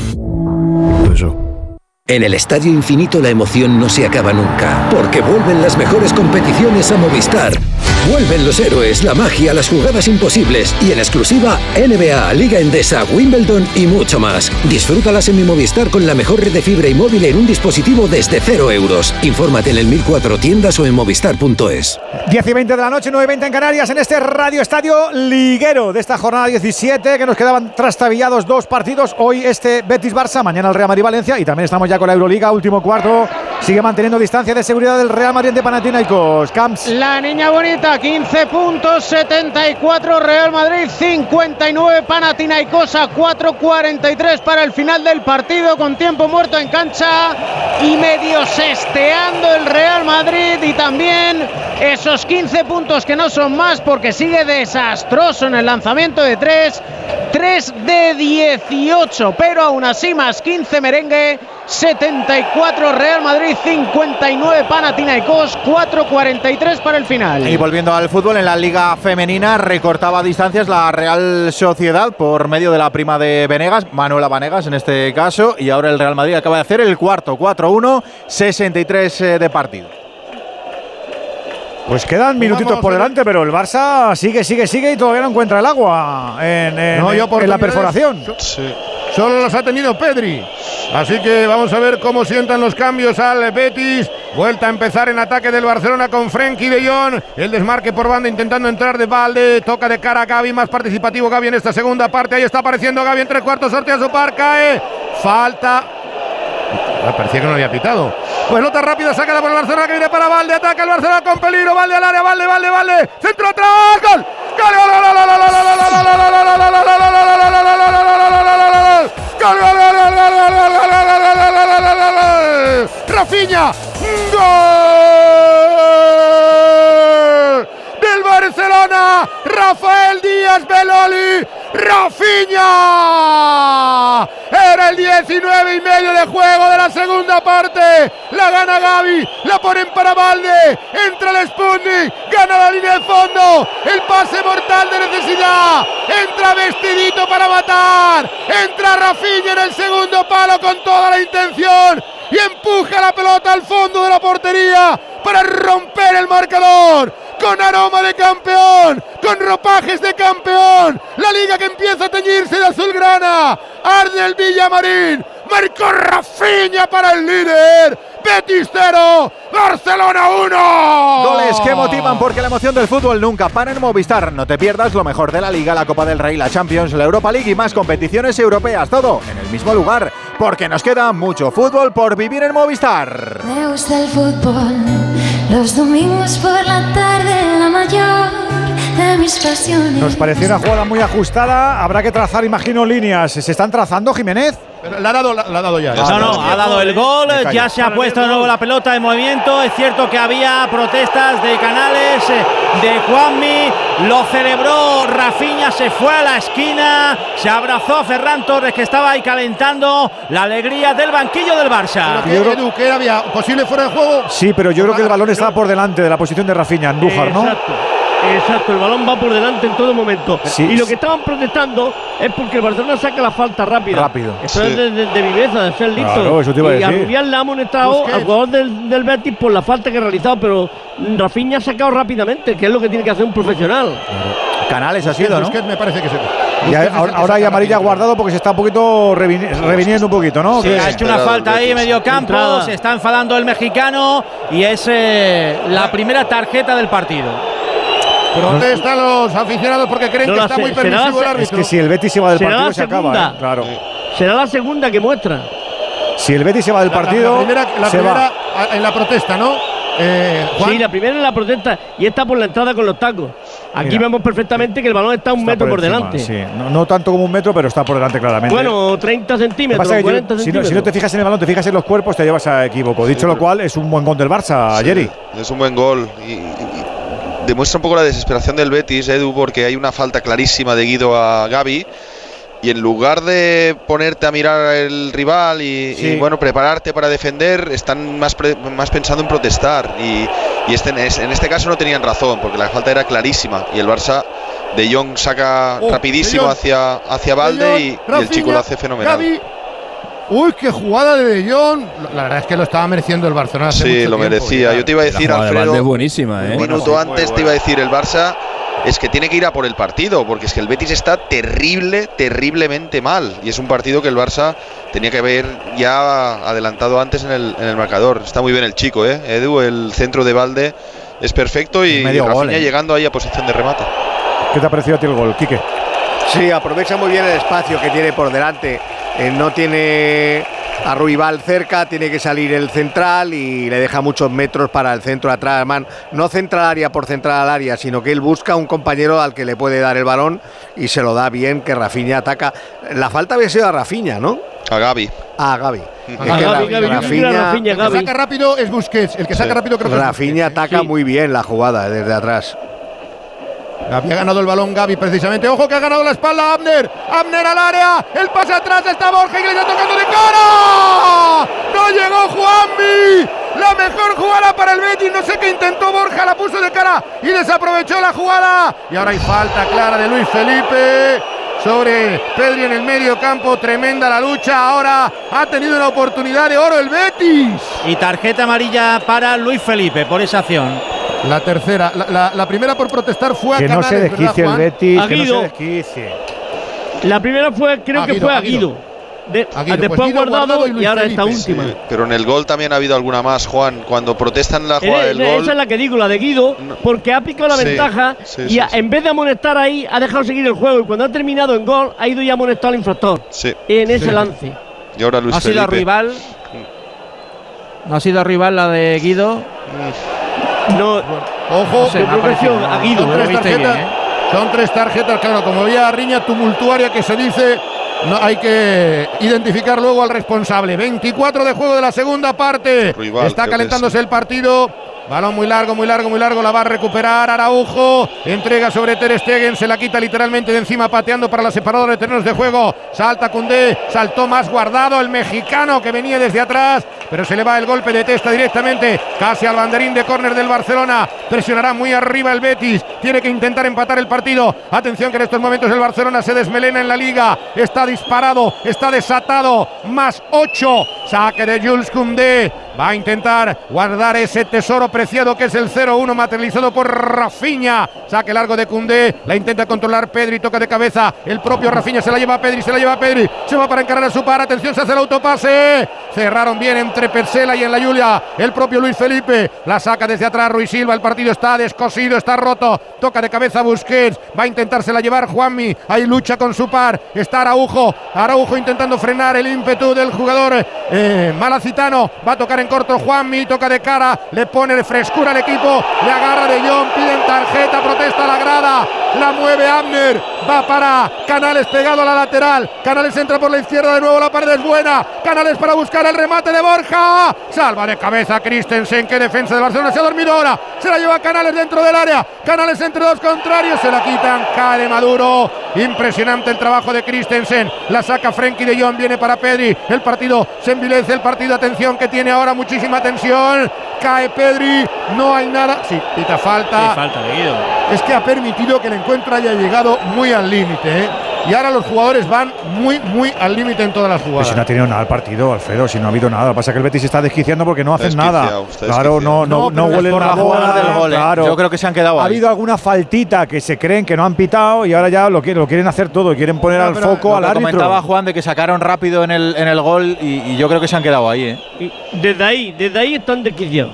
En el Estadio Infinito la emoción no se acaba nunca, porque vuelven las mejores competiciones a Movistar. Vuelven los héroes, la magia, las jugadas imposibles y en exclusiva NBA, Liga Endesa, Wimbledon y mucho más. Disfrútalas en mi Movistar con la mejor red de fibra y móvil en un dispositivo desde 0 euros. Infórmate en el 1004 tiendas o en movistar.es. 10 y 20 de la noche, 9:20 en Canarias, en este Radio Estadio liguero de esta jornada 17, que nos quedaban trastabillados dos partidos. Hoy este Betis-Barça, mañana el Real Madrid-Valencia y también estamos ya con la Euroliga, último cuarto. Sigue manteniendo distancia de seguridad del Real Madrid de Panathinaikos. Camps. La niña bonita, 15 puntos, 74 Real Madrid, 59 Panathinaikos, a 4:43 para el final del partido, con tiempo muerto en cancha y medio sesteando el Real Madrid, y también esos 15 puntos que no son más porque sigue desastroso en el lanzamiento de 3 de 18, pero aún así más 15 merengue. 74 Real Madrid, 59 Panathinaikos, 4:43 para el final. Y volviendo al fútbol, en la Liga Femenina recortaba distancias la Real Sociedad por medio de la prima de Venegas, Manuela Vanegas en este caso, y ahora el Real Madrid acaba de hacer el cuarto, 4-1, 63 de partido. Pues quedan minutitos por delante, pero el Barça sigue y todavía no encuentra el agua en la perforación. Sí. Solo los ha tenido Pedri. Así que vamos a ver cómo sientan los cambios al Betis. Vuelta a empezar en ataque del Barcelona con Frenkie de Jong. El desmarque por banda intentando entrar de Valde. Toca de cara a Gavi, más participativo Gavi en esta segunda parte. Ahí está apareciendo Gavi en 3/4, sortea su par, cae. Falta. Parecía que no había pitado. Pues pelota rápida sacada por el Barcelona, que viene para Valde. Ataca el Barcelona con peligro. Valde al área, Valde. Centro atrás. ¡Gol! Rafinha, gol del Barcelona, Rafael Díaz Beloli, Rafinha, era el 19,5 de juego de la segunda parte. La gana Gavi, la ponen para Balde, entra el Sputnik, gana la línea de fondo, el pase mortal de necesidad, entra vestidito para matar, entra Rafinha en el segundo palo con toda la intención y empuja la pelota al fondo de la portería para romper el marcador. Con aroma de campeón, con ropajes de campeón, la liga que empieza a teñirse de azulgrana. Arde el Villamarín, marcó Rafinha para el líder. Betis 0, Barcelona 1. Goles que motivan porque la emoción del fútbol nunca para en Movistar. No te pierdas lo mejor de la Liga, la Copa del Rey, la Champions, la Europa League y más competiciones europeas. Todo en el mismo lugar, porque nos queda mucho fútbol por vivir en Movistar. Me gusta el fútbol, los domingos por la tarde, la mayor de mis pasiones. Nos pareció una jugada muy ajustada. Habrá que trazar, imagino, líneas. ¿Se están trazando, Jiménez? La ha dado ya. No, ha dado el gol, ya se ha puesto de nuevo la pelota en movimiento. Es cierto que había protestas de Canales, de Juanmi, lo celebró Rafinha, se fue a la esquina, se abrazó a Ferran Torres, que estaba ahí calentando la alegría del banquillo del Barça. Edu, ¿qué había? ¿Posible fuera de juego? Sí, pero yo creo que el balón estaba por delante de la posición de Rafinha, Andújar, ¿no? Exacto, el balón va por delante en todo momento. Sí. Y lo que estaban protestando es porque el Barcelona saca la falta rápido. Eso Sí. es de viveza, de ser listo. Claro, eso te iba a y decir. Rubial le ha amonestado al jugador del Betis por la falta que ha realizado, pero Rafinha ha sacado rápidamente, que es lo que tiene que hacer un profesional. Canales ha sido, ¿no? Busquets me parece que sí. Y ahora hay amarilla guardado porque se está un poquito reviniendo un poquito, ¿no? Sí, ha hecho una falta ahí en medio campo, se está enfadando el mexicano y es la primera tarjeta del partido. Protestan los aficionados porque creen que está muy permisivo el árbitro. Es que si el Betis se va del partido se acaba, claro. Será la segunda que muestra. Si el Betis se va del partido, la primera en la protesta, ¿no? Sí, la primera en la protesta y está por la entrada con los tacos. Aquí vemos perfectamente que el balón está un metro por delante. Sí, no tanto como un metro, pero está por delante claramente. Bueno, 30 centímetros, 40 centímetros. Si no te fijas en el balón, te fijas en los cuerpos, te llevas a equivoco. Dicho lo cual, es un buen gol del Barça, Jerry. Es un buen gol y demuestra un poco la desesperación del Betis, Edu, porque hay una falta clarísima de Guido a Gavi y en lugar de ponerte a mirar al rival y bueno, prepararte para defender, están más pensando en protestar y en este caso no tenían razón porque la falta era clarísima y el Barça, De Jong saca rapidísimo hacia Balde y el chico lo hace fenomenal. Gavi. Uy, qué jugada de De Jong. La verdad es que lo estaba mereciendo el Barcelona hace mucho lo merecía. tiempo, Yo te iba a decir, Alfredo, es buenísima, un minuto antes te iba a decir, el Barça es que tiene que ir a por el partido, porque es que el Betis está terriblemente mal. Y es un partido que el Barça tenía que haber ya adelantado antes en el marcador. Está muy bien el chico, Edu, el centro de Balde es perfecto y Rafinha llegando ahí a posición de remate. ¿Qué te ha parecido a ti el gol, Quique? Sí, aprovecha muy bien el espacio que tiene por delante. No tiene a Ruibal cerca, tiene que salir el central y le deja muchos metros para el centro atrás. Además, no centra al área por centrar al área, sino que él busca un compañero al que le puede dar el balón y se lo da bien, que Rafinha ataca. La falta había sido a Rafinha, ¿no? A Gavi. A Gavi. Rafinha, el que saca rápido es Busquets. El que saca rápido creo que es Rafinha ataca muy bien la jugada desde atrás. Había ganado el balón Gavi precisamente. Ojo que ha ganado la espalda Abner. Abner al área. El pase atrás está Borja Iglesias tocando de cara. No llegó Juanmi. La mejor jugada para el Betis. No sé qué intentó Borja. La puso de cara y desaprovechó la jugada. Y ahora hay falta clara de Luis Felipe sobre Pedri en el medio campo. Tremenda la lucha. Ahora ha tenido una oportunidad de oro el Betis. Y tarjeta amarilla para Luis Felipe por esa acción. La tercera, la primera por protestar fue a Canales. Que no se desquicie el Betis, que no se desquicie. La primera fue, creo que fue a Guido. Después Guardado y ahora esta última. Sí, pero en el gol también ha habido alguna más, Juan. Cuando protestan la jugada del gol. Esa es la que digo, la de Guido, porque ha picado la ventaja y en vez de amonestar ahí, ha dejado seguir el juego. Y cuando ha terminado en gol, ha ido y ha amonestado al infractor. En ese lance. Y ahora Luis Felipe. ¿Ha sido rival? ¿No ha sido rival la de Guido? No, ojo, no sé, a Guido. Son tres tarjetas, claro, como había riña tumultuaria que se dice, no, hay que identificar luego al responsable. 24 de juego de la segunda parte. Está calentándose el partido. Balón muy largo, la va a recuperar Araujo. Entrega sobre Ter Stegen, se la quita literalmente de encima, pateando para la separadora de terrenos de juego. Salta Koundé, saltó más Guardado, el mexicano que venía desde atrás, pero se le va el golpe de testa directamente, casi al banderín de córner del Barcelona. Presionará muy arriba el Betis, tiene que intentar empatar el partido. Atención que en estos momentos el Barcelona se desmelena en la Liga, está disparado, está desatado, más 8, saque de Jules Koundé. Va a intentar guardar ese tesoro preciado que es el 0-1 materializado por Rafinha. Saque largo de Koundé, la intenta controlar Pedri, toca de cabeza. El propio Rafinha se la lleva a Pedri, se va para encarar a su par. Atención, se hace el autopase. Cerraron bien entre Persela y en la Julia. El propio Luis Felipe la saca desde atrás Ruiz Silva. El partido está descosido, está roto. Toca de cabeza Busquets, va a intentársela llevar Juanmi. Ahí lucha con su par. Está Araujo intentando frenar el ímpetu del jugador malacitano. Va a tocar en corto Juanmi, toca de cara, le pone frescura al equipo, le agarra De Jong, piden tarjeta, protesta la grada, la mueve Abner, va para Canales pegado a la lateral, Canales entra por la izquierda de nuevo, la pared es buena, Canales para buscar el remate de Borja, salva de cabeza Christensen, qué defensa de Barcelona, se ha dormido ahora, se la lleva Canales dentro del área, Canales entre dos contrarios, se la quitan, cae Maduro, impresionante el trabajo de Christensen, la saca Frenkie de Jong, viene para Pedri, el partido se envilece, el partido, atención que tiene ahora muchísima tensión, cae Pedri, no hay nada, sí, pita falta. Sí, falta de Guido. Es que ha permitido que el encuentro haya llegado muy al límite, y ahora los jugadores van muy al límite en todas las jugadas. Pues si no ha tenido nada el partido, Alfredo, si no ha habido nada. Lo que pasa es que el Betis se está desquiciando porque no hacen nada. Claro, no huelen por la jugada del gol. Claro. Yo creo que se han quedado ahí. Ha habido alguna faltita que se creen que no han pitado y ahora ya lo quieren hacer todo, quieren poner al foco al árbitro. Comentaba Juan de que sacaron rápido en el gol y yo creo que se han quedado ahí. Y desde ahí están desquiciados.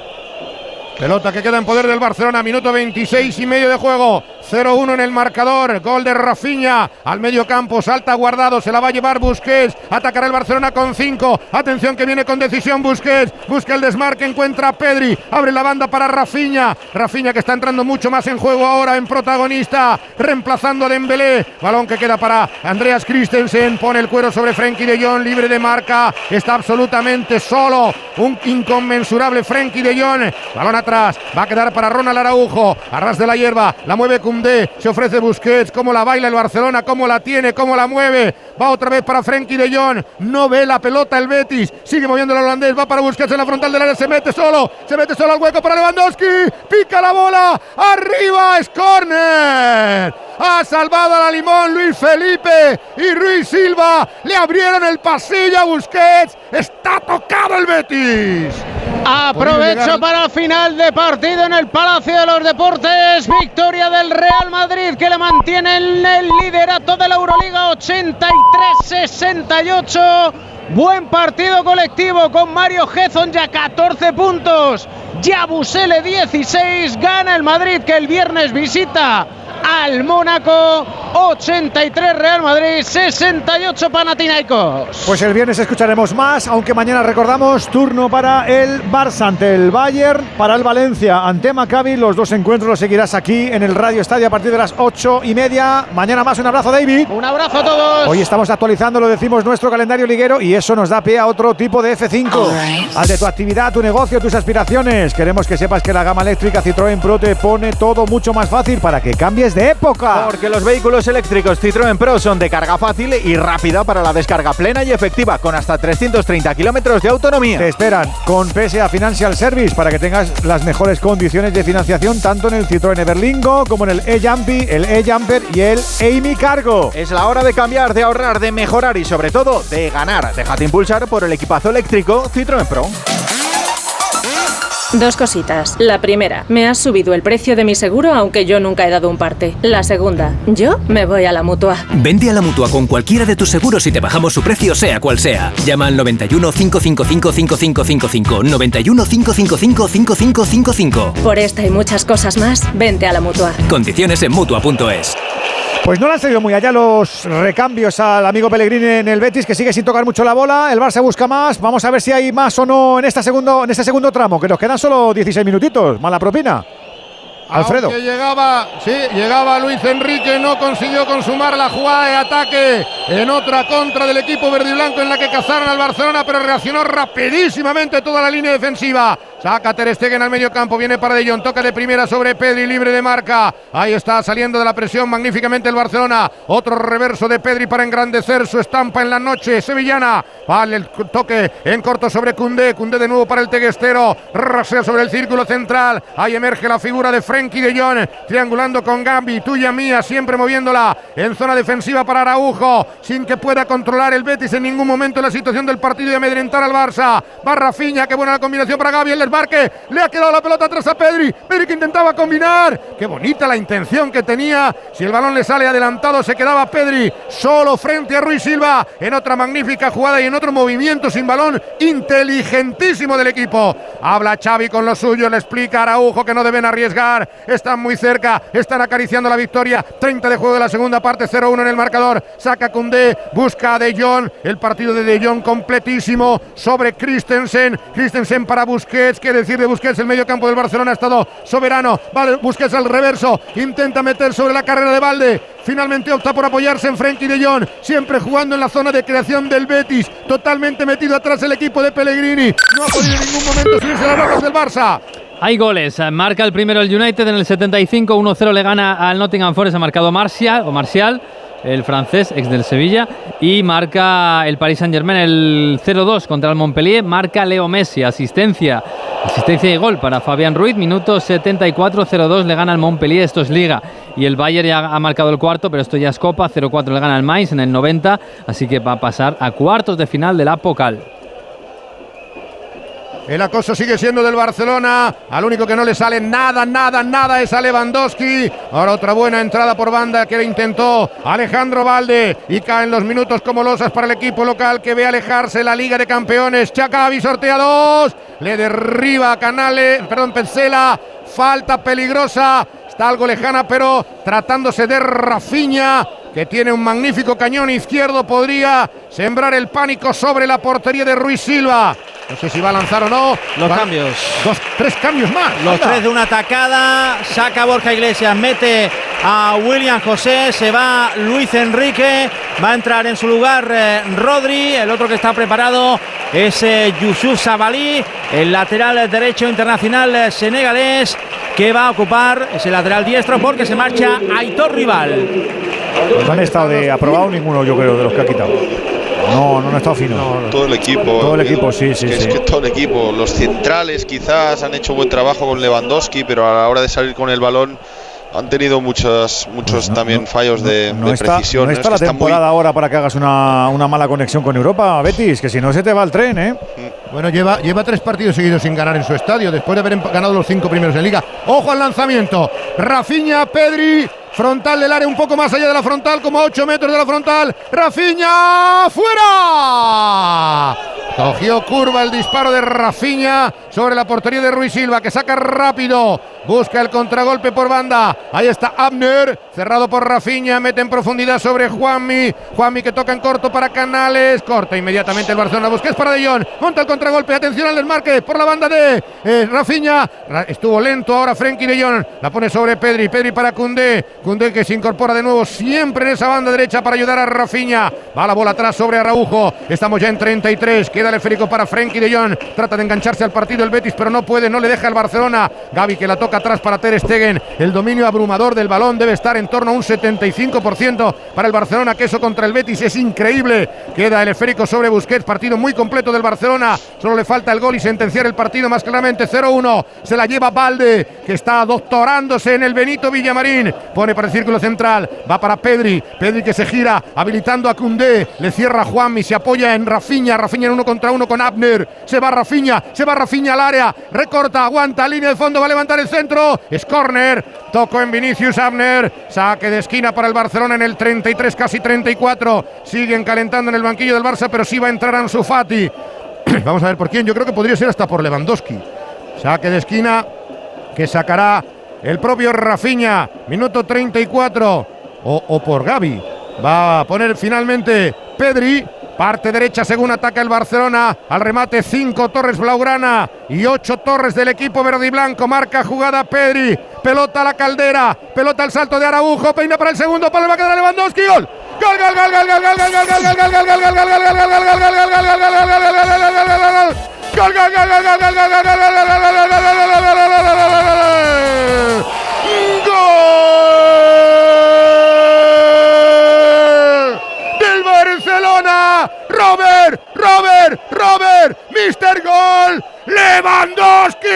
Pelota que queda en poder del Barcelona, minuto 26 y medio de juego. 0-1 en el marcador, gol de Rafinha al medio campo, salta Guardado, se la va a llevar Busquets, atacará el Barcelona con 5, atención que viene con decisión Busquets, busca el desmarque, encuentra a Pedri, abre la banda para Rafinha que está entrando mucho más en juego ahora, en protagonista, reemplazando a Dembélé, balón que queda para Andreas Christensen, pone el cuero sobre Frenkie de Jong, libre de marca, está absolutamente solo, un inconmensurable Frenkie de Jong, balón atrás, va a quedar para Ronald Araujo, a ras de la hierba, la mueve Koundé, se ofrece Busquets, cómo la baila el Barcelona, cómo la tiene, cómo la mueve, va otra vez para Frenkie de Jong, no ve la pelota el Betis, sigue moviendo el holandés, va para Busquets en la frontal del área, se mete solo al hueco para Lewandowski, pica la bola, arriba, es córner, ha salvado a la limón Luis Felipe y Ruiz Silva, le abrieron el pasillo a Busquets, está tocado el Betis. Aprovecho para el final de partido en el Palacio de los Deportes. Victoria del Real Madrid que le mantiene en el liderato de la Euroliga 83-68. Buen partido colectivo con Mario Hezon ya 14 puntos. Yabusele 16. Gana el Madrid que el viernes visita al Mónaco. 83 Real Madrid, 68 Panathinaikos. Pues el viernes escucharemos más, aunque mañana recordamos turno para el Barça ante el Bayern, para el Valencia ante Maccabi. Los dos encuentros los seguirás aquí en el Radio Estadio a partir de las 8:30. Mañana más, un abrazo, David. Un abrazo a todos. Hoy estamos actualizando, lo decimos, nuestro calendario liguero y eso nos da pie a otro tipo de F5. Al de tu actividad, tu negocio, tus aspiraciones. Queremos que sepas que la gama eléctrica Citroën Pro te pone todo mucho más fácil para que cambies de época. Porque los vehículos eléctricos Citroën Pro son de carga fácil y rápida para la descarga plena y efectiva, con hasta 330 kilómetros de autonomía. Te esperan con PSA Financial Service para que tengas las mejores condiciones de financiación tanto en el Citroën Everlingo como en el e-Jumpy, el e-Jumper y el Amy Cargo. Es la hora de cambiar, de ahorrar, de mejorar y sobre todo de ganar. Déjate impulsar por el equipazo eléctrico Citroën Pro. Dos cositas. La primera, me has subido el precio de mi seguro aunque yo nunca he dado un parte. La segunda, yo me voy a la Mutua. Vente a la Mutua con cualquiera de tus seguros y te bajamos su precio sea cual sea. Llama al 91 555 5555. 91 555 5555. Por esta y muchas cosas más, vente a la Mutua. Condiciones en Mutua.es. Pues no le han salido muy allá los recambios al amigo Pellegrini en el Betis, que sigue sin tocar mucho la bola. El Barça busca más. Vamos a ver si hay más o no en este segundo tramo, que nos quedan solo 16 minutitos. Mala propina. Alfredo. Llegaba Luis Enrique, no consiguió consumar la jugada de ataque en otra contra del equipo verde y blanco en la que cazaron al Barcelona, pero reaccionó rapidísimamente toda la línea defensiva. Saca Ter Stegen al medio campo, viene para De Jong, toca de primera sobre Pedri, libre de marca. Ahí está saliendo de la presión magníficamente el Barcelona. Otro reverso de Pedri para engrandecer su estampa en la noche sevillana. Vale el toque en corto sobre Koundé. Koundé de nuevo para el teguestero. Rasea sobre el círculo central. Ahí emerge la figura de Frenkie de Jong, triangulando con Gavi, tuya mía, siempre moviéndola en zona defensiva para Araujo, sin que pueda controlar el Betis en ningún momento la situación del partido y amedrentar al Barça. Va Rafinha, qué buena la combinación para Gavi, el desmarque, le ha quedado la pelota atrás a Pedri. Pedri que intentaba combinar, qué bonita la intención que tenía. Si el balón le sale adelantado, se quedaba Pedri solo frente a Rui Silva en otra magnífica jugada y en otro movimiento sin balón inteligentísimo del equipo. Habla Xavi con lo suyo, le explica a Araujo que no deben arriesgar, están muy cerca, están acariciando la victoria. 30 de juego de la segunda parte, 0-1 en el marcador. Saca Koundé, busca a De Jong, el partido de De Jong completísimo sobre Christensen. Christensen para Busquets, qué decir de Busquets, el medio campo del Barcelona ha estado soberano. Vale, Busquets al reverso, intenta meter sobre la carrera de Balde. Finalmente opta por apoyarse en Frenkie de Jong, siempre jugando en la zona de creación del Betis, totalmente metido atrás el equipo de Pellegrini. No ha podido en ningún momento subirse las barras del Barça. Hay goles, marca el primero el United en el 75, 1-0 le gana al Nottingham Forest, ha marcado Martial, el francés, ex del Sevilla, y marca el Paris Saint-Germain el 0-2 contra el Montpellier, marca Leo Messi, asistencia y gol para Fabián Ruiz, minuto 74, 0-2 le gana al Montpellier, esto es Liga, y el Bayern ya ha marcado el cuarto, pero esto ya es Copa, 0-4 le gana al Mainz en el 90, así que va a pasar a cuartos de final de la Pokal. El acoso sigue siendo del Barcelona. Al único que no le sale nada es a Lewandowski. Ahora otra buena entrada por banda que intentó Alejandro Balde. Y caen los minutos como losas para el equipo local que ve alejarse la Liga de Campeones. Xavi sortea 2. Le derriba a Petzela. Falta peligrosa. Está algo lejana, pero tratándose de Rafinha, que tiene un magnífico cañón izquierdo, podría sembrar el pánico sobre la portería de Rui Silva. No sé si va a lanzar o no. Los cambios. 3 cambios más. Los 3 de una atacada. Saca Borja Iglesias, mete a William José. Se va Luis Enrique. Va a entrar en su lugar Rodri. El otro que está preparado es Youssouf Sabaly, el lateral derecho internacional senegalés, que va a ocupar ese lateral diestro porque se marcha Aitor Rival. Pues han estado de aprobado ninguno, yo creo, de los que ha quitado. No ha estado fino. Todo el equipo. Todo el equipo, sí. Es que todo el equipo. Los centrales quizás han hecho buen trabajo con Lewandowski, pero a la hora de salir con el balón han tenido muchos también fallos de precisión. No está la temporada ahora para que hagas una mala conexión con Europa, Betis, que si no se te va el tren, ¿eh? Bueno, lleva 3 partidos seguidos sin ganar en su estadio, después de haber ganado los 5 primeros en Liga. ¡Ojo al lanzamiento! Rafinha, Pedri, frontal del área, un poco más allá de la frontal, como a 8 metros de la frontal. ¡Rafinha! ¡Fuera! Cogió curva el disparo de Rafinha sobre la portería de Rui Silva, que saca rápido, busca el contragolpe por banda. Ahí está Abner, cerrado por Rafinha, mete en profundidad sobre Juanmi que toca en corto para Canales, corta inmediatamente el Barcelona. Busquets para De Jong, monta el contragolpe, atención al desmarque por la banda de Rafinha. Estuvo lento ahora Frenkie de Jong, la pone sobre Pedri para Koundé que se incorpora de nuevo siempre en esa banda derecha para ayudar a Rafinha. Va la bola atrás sobre Araujo, estamos ya en 33, queda el esférico para Frenkie de Jong, trata de engancharse al partido el Betis, pero no puede, no le deja el Barcelona. Gavi que la toca atrás para Ter Stegen, el dominio abrumador del balón debe estar en torno a un 75% para el Barcelona, que eso contra el Betis es increíble. Queda el esférico sobre Busquets, partido muy completo del Barcelona, solo le falta el gol y sentenciar el partido más claramente. 0-1, se la lleva Balde, que está doctorándose en el Benito Villamarín, pone para el círculo central, va para Pedri que se gira, habilitando a Koundé, le cierra a Juanmi, se apoya en Rafinha en 1 contra 1 con Abner, se va Rafinha al área, recorta, aguanta, línea de fondo, va a levantar el centro, es córner, tocó en Vinicius Abner, saque de esquina para el Barcelona en el 33, casi 34, siguen calentando en el banquillo del Barça, pero sí va a entrar Ansu Fati. Vamos a ver por quién, yo creo que podría ser hasta por Lewandowski. Saque de esquina que sacará el propio Rafinha, minuto 34, o por Gavi. Va a poner finalmente Pedri, parte derecha según ataca el Barcelona, al remate 5 Torres Blaugrana y 8 Torres del equipo verde y blanco, marca jugada Pedri, pelota a la Caldera, pelota al salto de Araujo, peina para el segundo palo, va a quedar Lewandowski, gol. Robert, Mr. Gol, Lewandowski.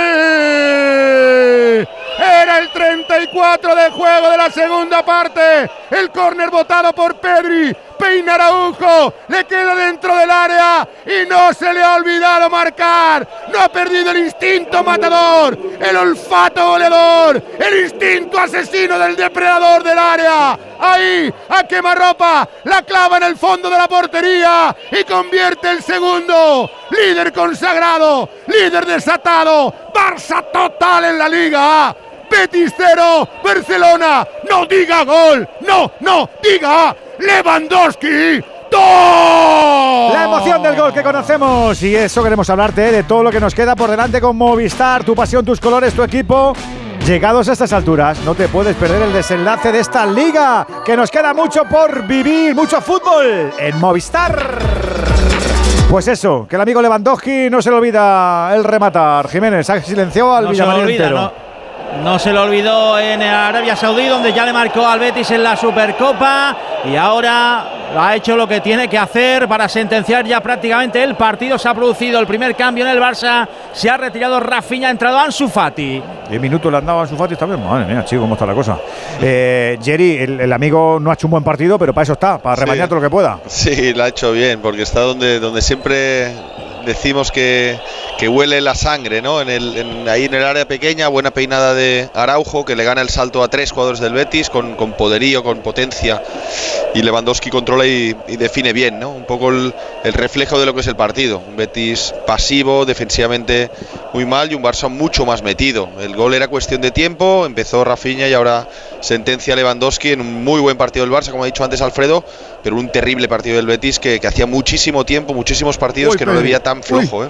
Era el 34 de juego de la segunda parte. El córner botado por Pedri. Peina Araujo, le queda dentro del área y no se le ha olvidado marcar. No ha perdido el instinto matador, el olfato goleador, el instinto asesino del depredador del área. Ahí, a quemarropa, la clava en el fondo de la portería y convierte el segundo. Líder consagrado, líder desatado, Barça total en la Liga. Betis 0, Barcelona, no diga gol, no diga Lewandowski. ¡Gol! La emoción del gol que conocemos, y eso queremos hablarte, de todo lo que nos queda por delante con Movistar, tu pasión, tus colores, tu equipo. Llegados a estas alturas, no te puedes perder el desenlace de esta liga, que nos queda mucho por vivir, mucho fútbol en Movistar. Pues eso, que el amigo Lewandowski no se le olvida el rematar. Jiménez ha silenciado al Villarreal entero. No se lo olvidó en Arabia Saudí, donde ya le marcó al Betis en la Supercopa y ahora ha hecho lo que tiene que hacer para sentenciar ya prácticamente el partido. Se ha producido el primer cambio en el Barça, se ha retirado Rafinha, ha entrado Ansu Fati. 10 minutos le han dado a Ansu Fati también. Madre mía, chico, cómo está la cosa. Jerry, el amigo no ha hecho un buen partido, pero para eso está, para remañar todo lo que pueda. Sí, lo ha hecho bien, porque está donde siempre decimos que huele la sangre, ¿no? Ahí en el área pequeña, buena peinada de Araujo, que le gana el salto a 3 jugadores del Betis con poderío, con potencia, y Lewandowski controla y define bien, ¿no? Un poco el reflejo de lo que es el partido. Un Betis pasivo, defensivamente muy mal, y un Barça mucho más metido. El gol era cuestión de tiempo, empezó Rafinha y ahora sentencia Lewandowski en un muy buen partido del Barça, como ha dicho antes Alfredo, pero un terrible partido del Betis que hacía muchísimo tiempo, muchísimos partidos que no le veía tan flojo,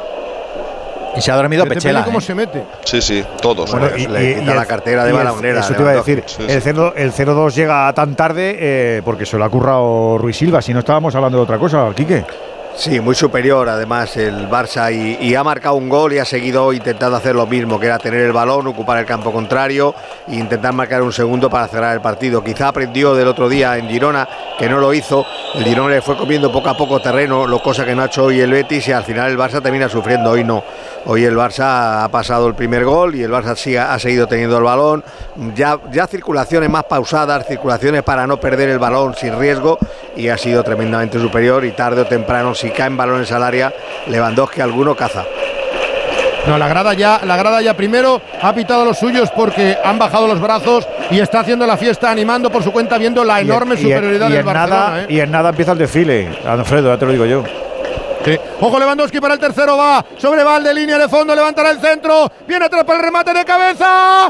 Y se ha dormido Pechela. ¿Cómo se mete? Sí, todos. Bueno, le quita la cartera de balonera. Eso te iba a decir. Sí. El 0-2 llega tan tarde porque se lo ha currado Ruiz Silva. Si no estábamos hablando de otra cosa, Quique. Sí, muy superior además el Barça y ha marcado un gol y ha seguido intentando hacer lo mismo, que era tener el balón, ocupar el campo contrario e intentar marcar un segundo para cerrar el partido. Quizá aprendió del otro día en Girona, que no lo hizo. El Girona le fue comiendo poco a poco terreno, cosa que no ha hecho hoy el Betis, y al final el Barça termina sufriendo. Hoy no. Hoy el Barça ha pasado el primer gol y el Barça sí ha seguido teniendo el balón. Ya circulaciones más pausadas, circulaciones para no perder el balón sin riesgo, y ha sido tremendamente superior, y tarde o temprano, si caen balones al área, Lewandowski alguno caza. No, la grada ya primero ha pitado a los suyos porque han bajado los brazos y está haciendo la fiesta, animando por su cuenta, viendo la enorme superioridad del Barcelona. Y en nada empieza el desfile, Alfredo, ya te lo digo yo. Sí. Ojo Lewandowski para el tercero, va sobre Valde, línea de fondo, levantará el centro, viene atrás para el remate de cabeza,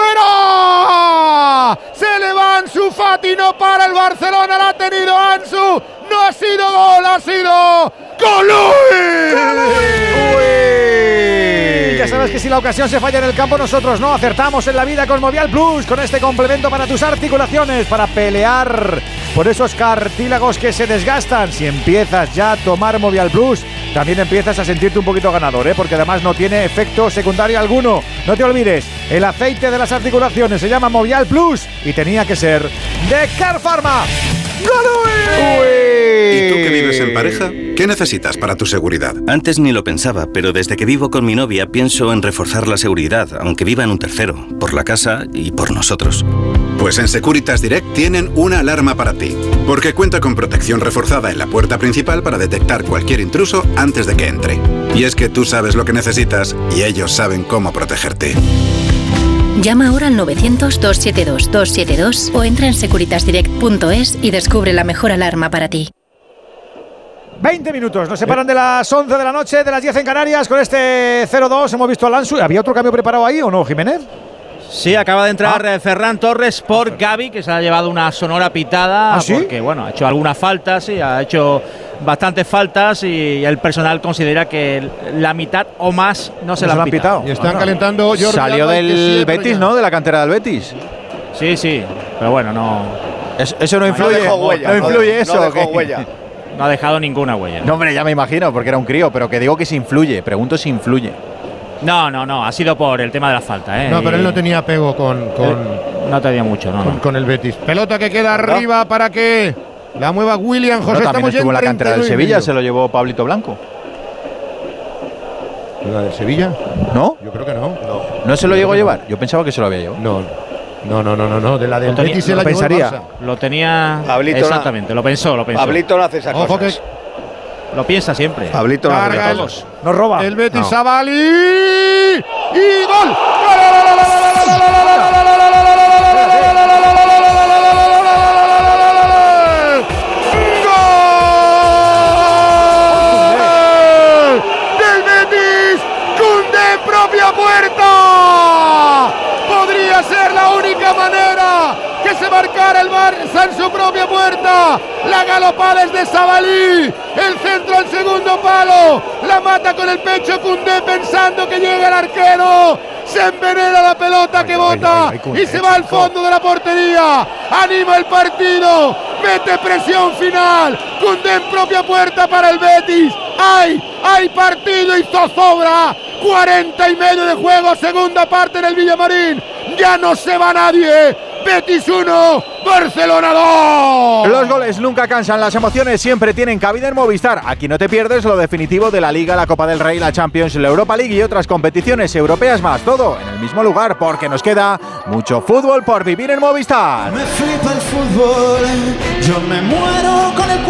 ¡fuera! Se le va Ansu Fati, no para el Barcelona, la ha tenido Ansu, no ha sido gol, ha sido Golui. Ya sabes que si la ocasión se falla en el campo, nosotros no acertamos en la vida con Movial Plus, con este complemento para tus articulaciones, para pelear por esos cartílagos que se desgastan. Si empiezas ya a tomar Movial Plus, también empiezas a sentirte un poquito ganador, porque además no tiene efecto secundario alguno. No te olvides, el aceite de las articulaciones se llama Movial Plus y tenía que ser de Car Pharma. ¿Y tú que vives en pareja? ¿Qué necesitas para tu seguridad? Antes ni lo pensaba, pero desde que vivo con mi novia pienso en reforzar la seguridad, aunque viva en un tercero, por la casa y por nosotros. Pues en Securitas Direct tienen una alarma para ti, porque cuenta con protección reforzada en la puerta principal para detectar cualquier intruso antes de que entre. Y es que tú sabes lo que necesitas y ellos saben cómo protegerte. Llama ahora al 900-272-272 o entra en securitasdirect.es y descubre la mejor alarma para ti. 20 minutos, nos separan de las 11 de la noche, de las 10 en Canarias, con este 0-2. Hemos visto al Ansu. ¿Había otro cambio preparado ahí o no, Jiménez? Sí, acaba de entrar Ferran Torres por Gavi, que se ha llevado una sonora pitada. ¿Sí? Porque, bueno, ha hecho algunas faltas, sí, ha hecho bastantes faltas y el personal considera que la mitad o más no se la han pitado. Y están calentando. Jordi Salió del Betis, ¿no? De la cantera del Betis. Sí, pero bueno, no. Eso no influye. No dejó huella. No influye eso. No dejó huella. No ha dejado ninguna huella. No, hombre, ya me imagino, porque era un crío, pero que digo que si influye. Pregunto si influye. No, ha sido por el tema de la falta. No, pero él no tenía apego con no tenía mucho, con el Betis. Pelota que queda arriba para que La mueva William José. También Estamos estuvo en la cantera del Sevilla, se lo lo llevó Pablito Blanco. ¿La del Sevilla? ¿No? Yo creo que no. ¿No se lo llegó a llevar? Yo pensaba que se lo había llevado. No. De la del Betis se la llevó el Barça. Lo tenía. Pablito exactamente, lo pensó. Pablito no hace esas Ojo cosas. Lo piensa siempre. Pablito no hace Carga todos. No roba. El Betis No. Sabali. ¡Y gol! ¡Puerta! Podría ser la única manera que se marcara el Barça en su propia puerta. La galopada es de Sabalí. El centro al segundo palo. La mata con el pecho Koundé pensando que llega el arquero. Se envenena la pelota que bota y se va al fondo de la portería. Anima el partido. Mete presión final. Koundé en propia puerta para el Betis. ¡Hay partido y zozobra! 40 y medio de juego, segunda parte en el Villamarín. Ya no se va nadie. Betis 1, Barcelona 2. Los goles nunca cansan, las emociones siempre tienen cabida en Movistar. Aquí no te pierdes lo definitivo de la Liga, la Copa del Rey, la Champions, la Europa League y otras competiciones europeas más. Todo en el mismo lugar, porque nos queda mucho fútbol por vivir en Movistar. Me flipa el fútbol, yo me muero con el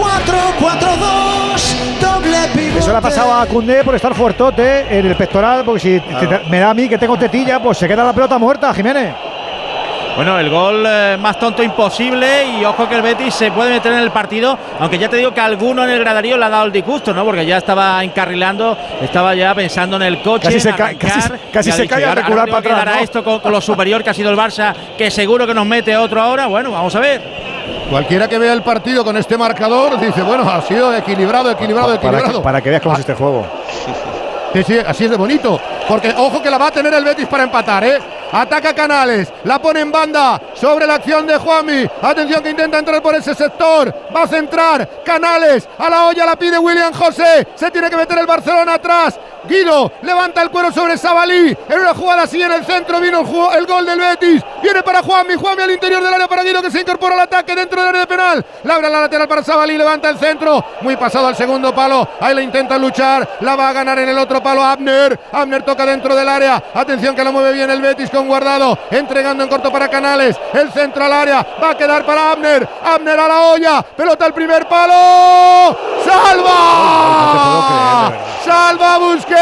4-4-2, doble pivote. Eso le ha pasado a Koundé por estar fuertote en el pectoral, porque si me da a mí que tengo tetilla, pues se queda la pelota muerta, Jiménez. Bueno, el gol más tonto imposible y ojo que el Betis se puede meter en el partido, aunque ya te digo que alguno en el graderío le ha dado el disgusto, ¿no? Porque ya estaba encarrilando, estaba ya pensando en el coche, casi se cae a recular para atrás, ¿no? Esto con lo superior que ha sido el Barça, que seguro que nos mete otro ahora. Bueno, vamos a ver. Cualquiera que vea el partido con este marcador dice, bueno, ha sido equilibrado. Para que veas cómo es este juego. Sí, así es de bonito. Porque ojo que la va a tener el Betis para empatar, ¿eh? Ataca Canales, la pone en banda sobre la acción de Juanmi. Atención que intenta entrar por ese sector. Va a centrar Canales, a la olla la pide William José. Se tiene que meter el Barcelona atrás. Guido levanta el cuero sobre Sabalí. En una jugada así en el centro vino el gol del Betis. Viene para Juanmi al interior del área para Guido que se incorpora al ataque dentro del área de penal. Labra la lateral para Sabalí, levanta el centro. Muy pasado al segundo palo. Ahí la intenta luchar. La va a ganar en el otro palo Abner. Abner toca dentro del área. Atención que la mueve bien el Betis con Guardado. Entregando en corto para Canales. El centro al área. Va a quedar para Abner. Abner a la olla. Pelota al primer palo. ¡Salva! ¡Salva Busquets!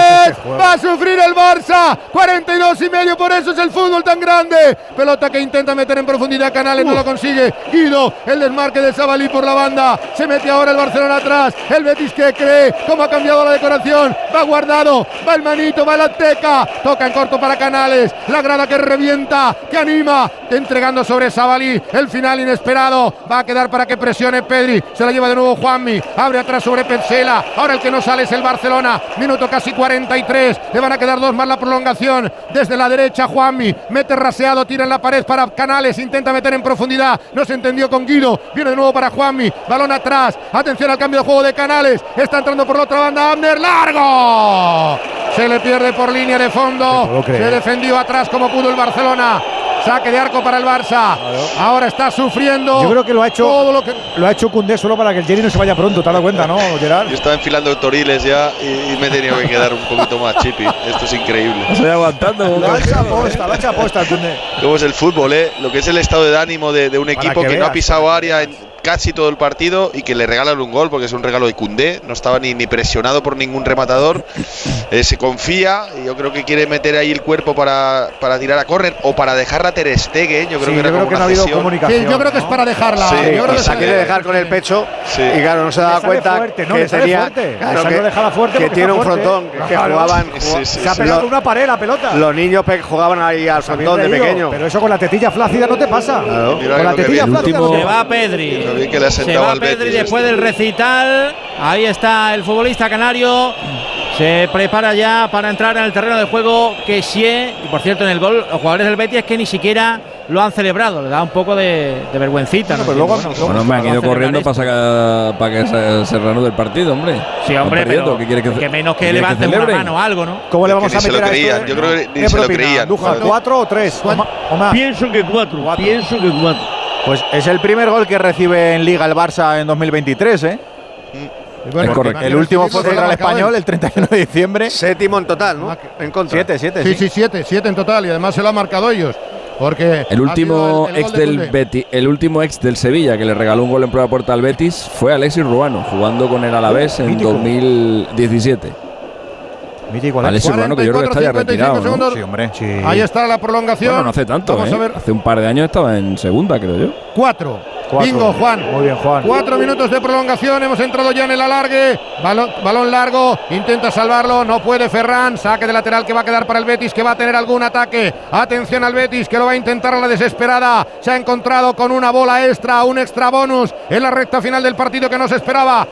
Va a sufrir el Barça. 42 y medio, por eso es el fútbol tan grande. Pelota que intenta meter en profundidad Canales, no lo consigue. Guido, el desmarque de Sabalí por la banda. Se mete ahora el Barcelona atrás. El Betis que cree cómo ha cambiado la decoración. Va Guardado, va el Manito, va el Azteca. Toca en corto para Canales. La grada que revienta, que anima. Entregando sobre Sabalí. El final inesperado. Va a quedar para que presione Pedri. Se la lleva de nuevo Juanmi. Abre atrás sobre Petzela. Ahora el que no sale es el Barcelona. Minuto casi 43. Le van a quedar dos más la prolongación. Desde la derecha Juanmi. Mete raseado, tira en la pared para Canales. Intenta meter en profundidad. No se entendió con Guido. Viene de nuevo para Juanmi. Balón atrás. Atención al cambio de juego de Canales. Está entrando por la otra banda Abner. ¡Largo! Se le pierde por línea de fondo. Se defendió atrás como pudo el Barcelona. Saque de arco para el Barça. Ahora está sufriendo. Yo creo que lo ha hecho Koundé solo para que el Jenny no se vaya pronto. ¿Te has dado cuenta, no, Gerard? Yo estaba enfilando el Toriles ya y me he tenido que quedar un poquito más chipi. Esto es increíble. Estoy aguantando. Lo ha hecho aposta el Koundé. ¿Cómo es el fútbol, lo que es el estado de ánimo de un equipo que no ha pisado área en casi todo el partido y que le regalan un gol porque es un regalo de Koundé, no estaba ni presionado por ningún rematador, se confía y yo creo que quiere meter ahí el cuerpo para tirar a córner o para dejarla a Ter Stegen. Yo creo que era como una cesión. Sí, yo creo que es para dejarla. Sí, yo creo que se quiere dejar con el pecho y claro, no se daba cuenta fuerte, que tenía que tiene un frontón que jugaban. Se ha pegado con una pared la pelota. Los niños jugaban ahí al frontón de pequeño. Pero eso con la tetilla flácida no te pasa. Claro. Con la tetilla flácida no te Se va Pedri. Que le ha se va Pedri después del recital. Ahí está el futbolista canario. Se prepara ya para entrar en el terreno de juego Kessie. Y por cierto, en el gol, los jugadores del Betis es que ni siquiera lo han celebrado. Le da un poco de vergüencita. ¿No? Pero luego me han ido corriendo para que se reanude el partido, hombre. Sí, hombre, pero que menos que levanten una mano o algo, ¿no? ¿Cómo le vamos a meter a esto? Yo creo que ni se lo creían. ¿4 o 3? Pienso que 4. Pienso que 4. Pues es el primer gol que recibe en Liga el Barça en 2023, ¿eh? Bueno, correcto. El último fue contra el Español el 31 de diciembre. Séptimo en total, ¿no? En contra. Siete en total, y además se lo han marcado ellos. Porque el último ex del Sevilla que le regaló un gol en prueba puerta al Betis fue Alexis Ruano, jugando con el Alavés en 2017. Alexis Ruano, que yo creo que está ya retirado, ¿no? Sí, hombre. Sí. Ahí está la prolongación. Bueno, no hace tanto, Vamos a ver. Hace un par de años estaba en segunda, creo yo. 4. Bingo, Juan. Muy bien, Juan. 4 minutos de prolongación. Hemos entrado ya en el alargue. Balón largo. Intenta salvarlo. No puede Ferran. Saque de lateral que va a quedar para el Betis, que va a tener algún ataque. Atención al Betis, que lo va a intentar a la desesperada. Se ha encontrado con una bola extra, un extra bonus en la recta final del partido que no se esperaba.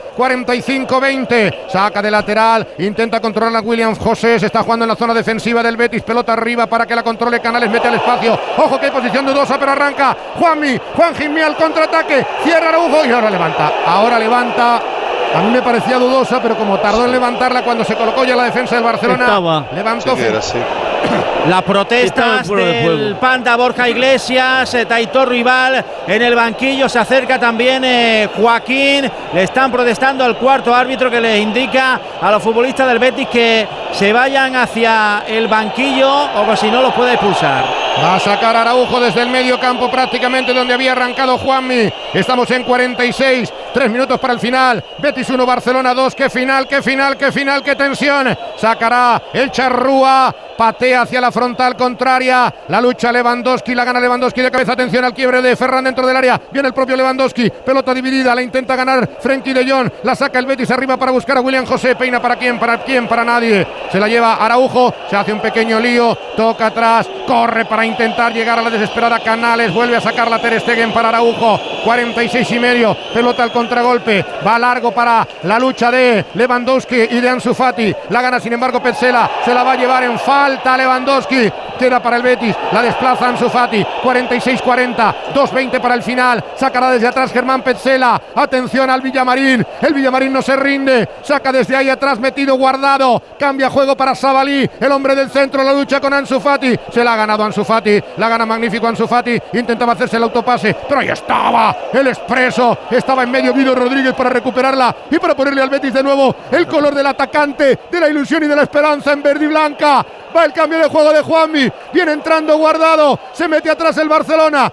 45-20. Saca de lateral. Intenta controlar a William José. Se está jugando en la zona defensiva del Betis. Pelota arriba para que la controle Canales. Mete al espacio. Ojo que hay posición dudosa, pero arranca Juan Jimmy al contraataque. Cierra Araujo y ahora levanta. A mí me parecía dudosa, pero como tardó en levantarla cuando se colocó ya la defensa del Barcelona, levantó. Sí, las protestas del Panda Borja Iglesias, Taitor Rival en el banquillo, se acerca también Joaquín, le están protestando al cuarto árbitro que les indica a los futbolistas del Betis que se vayan hacia el banquillo o que si no los puede expulsar. Va a sacar Araujo desde el medio campo prácticamente donde había arrancado Juanmi. Estamos en 46, 3 minutos para el final. Betis 1, Barcelona 2. ¡Qué final, qué final, qué final, qué tensión! Sacará el Charrúa. Patea hacia la frontal contraria. La lucha Lewandowski, la gana Lewandowski de cabeza. Atención al quiebre de Ferran dentro del área. Viene el propio Lewandowski. Pelota dividida, la intenta ganar Frenkie de Jong. La saca el Betis arriba para buscar a William José. Peina para quién, para nadie. Se la lleva Araujo. Se hace un pequeño lío. Toca atrás. Corre para intentar llegar a la desesperada Canales. Vuelve a sacar la Ter Stegen para Araujo. 46,5. Pelota al contragolpe. Va largo para la lucha de Lewandowski y de Ansu Fati. La gana sin embargo Petzela. Se la va a llevar en falta Lewandowski, queda para el Betis, la desplaza Ansu Fati, 46-40, 2:20 para el final, sacará desde atrás Germán Petzela, atención al Villamarín, el Villamarín no se rinde, saca desde ahí atrás metido Guardado, cambia juego para Sabalí, el hombre del centro, la lucha con Ansu Fati, se la ha ganado Ansu Fati, la gana magnífico Ansu Fati, intentaba hacerse el autopase, pero ahí estaba el expreso, estaba en medio Guido Rodríguez para recuperarla y para ponerle al Betis de nuevo el color del atacante, de la ilusión y de la esperanza en verde y blanca. Va el cambio de juego de Juanmi. Viene entrando Guardado. Se mete atrás el Barcelona.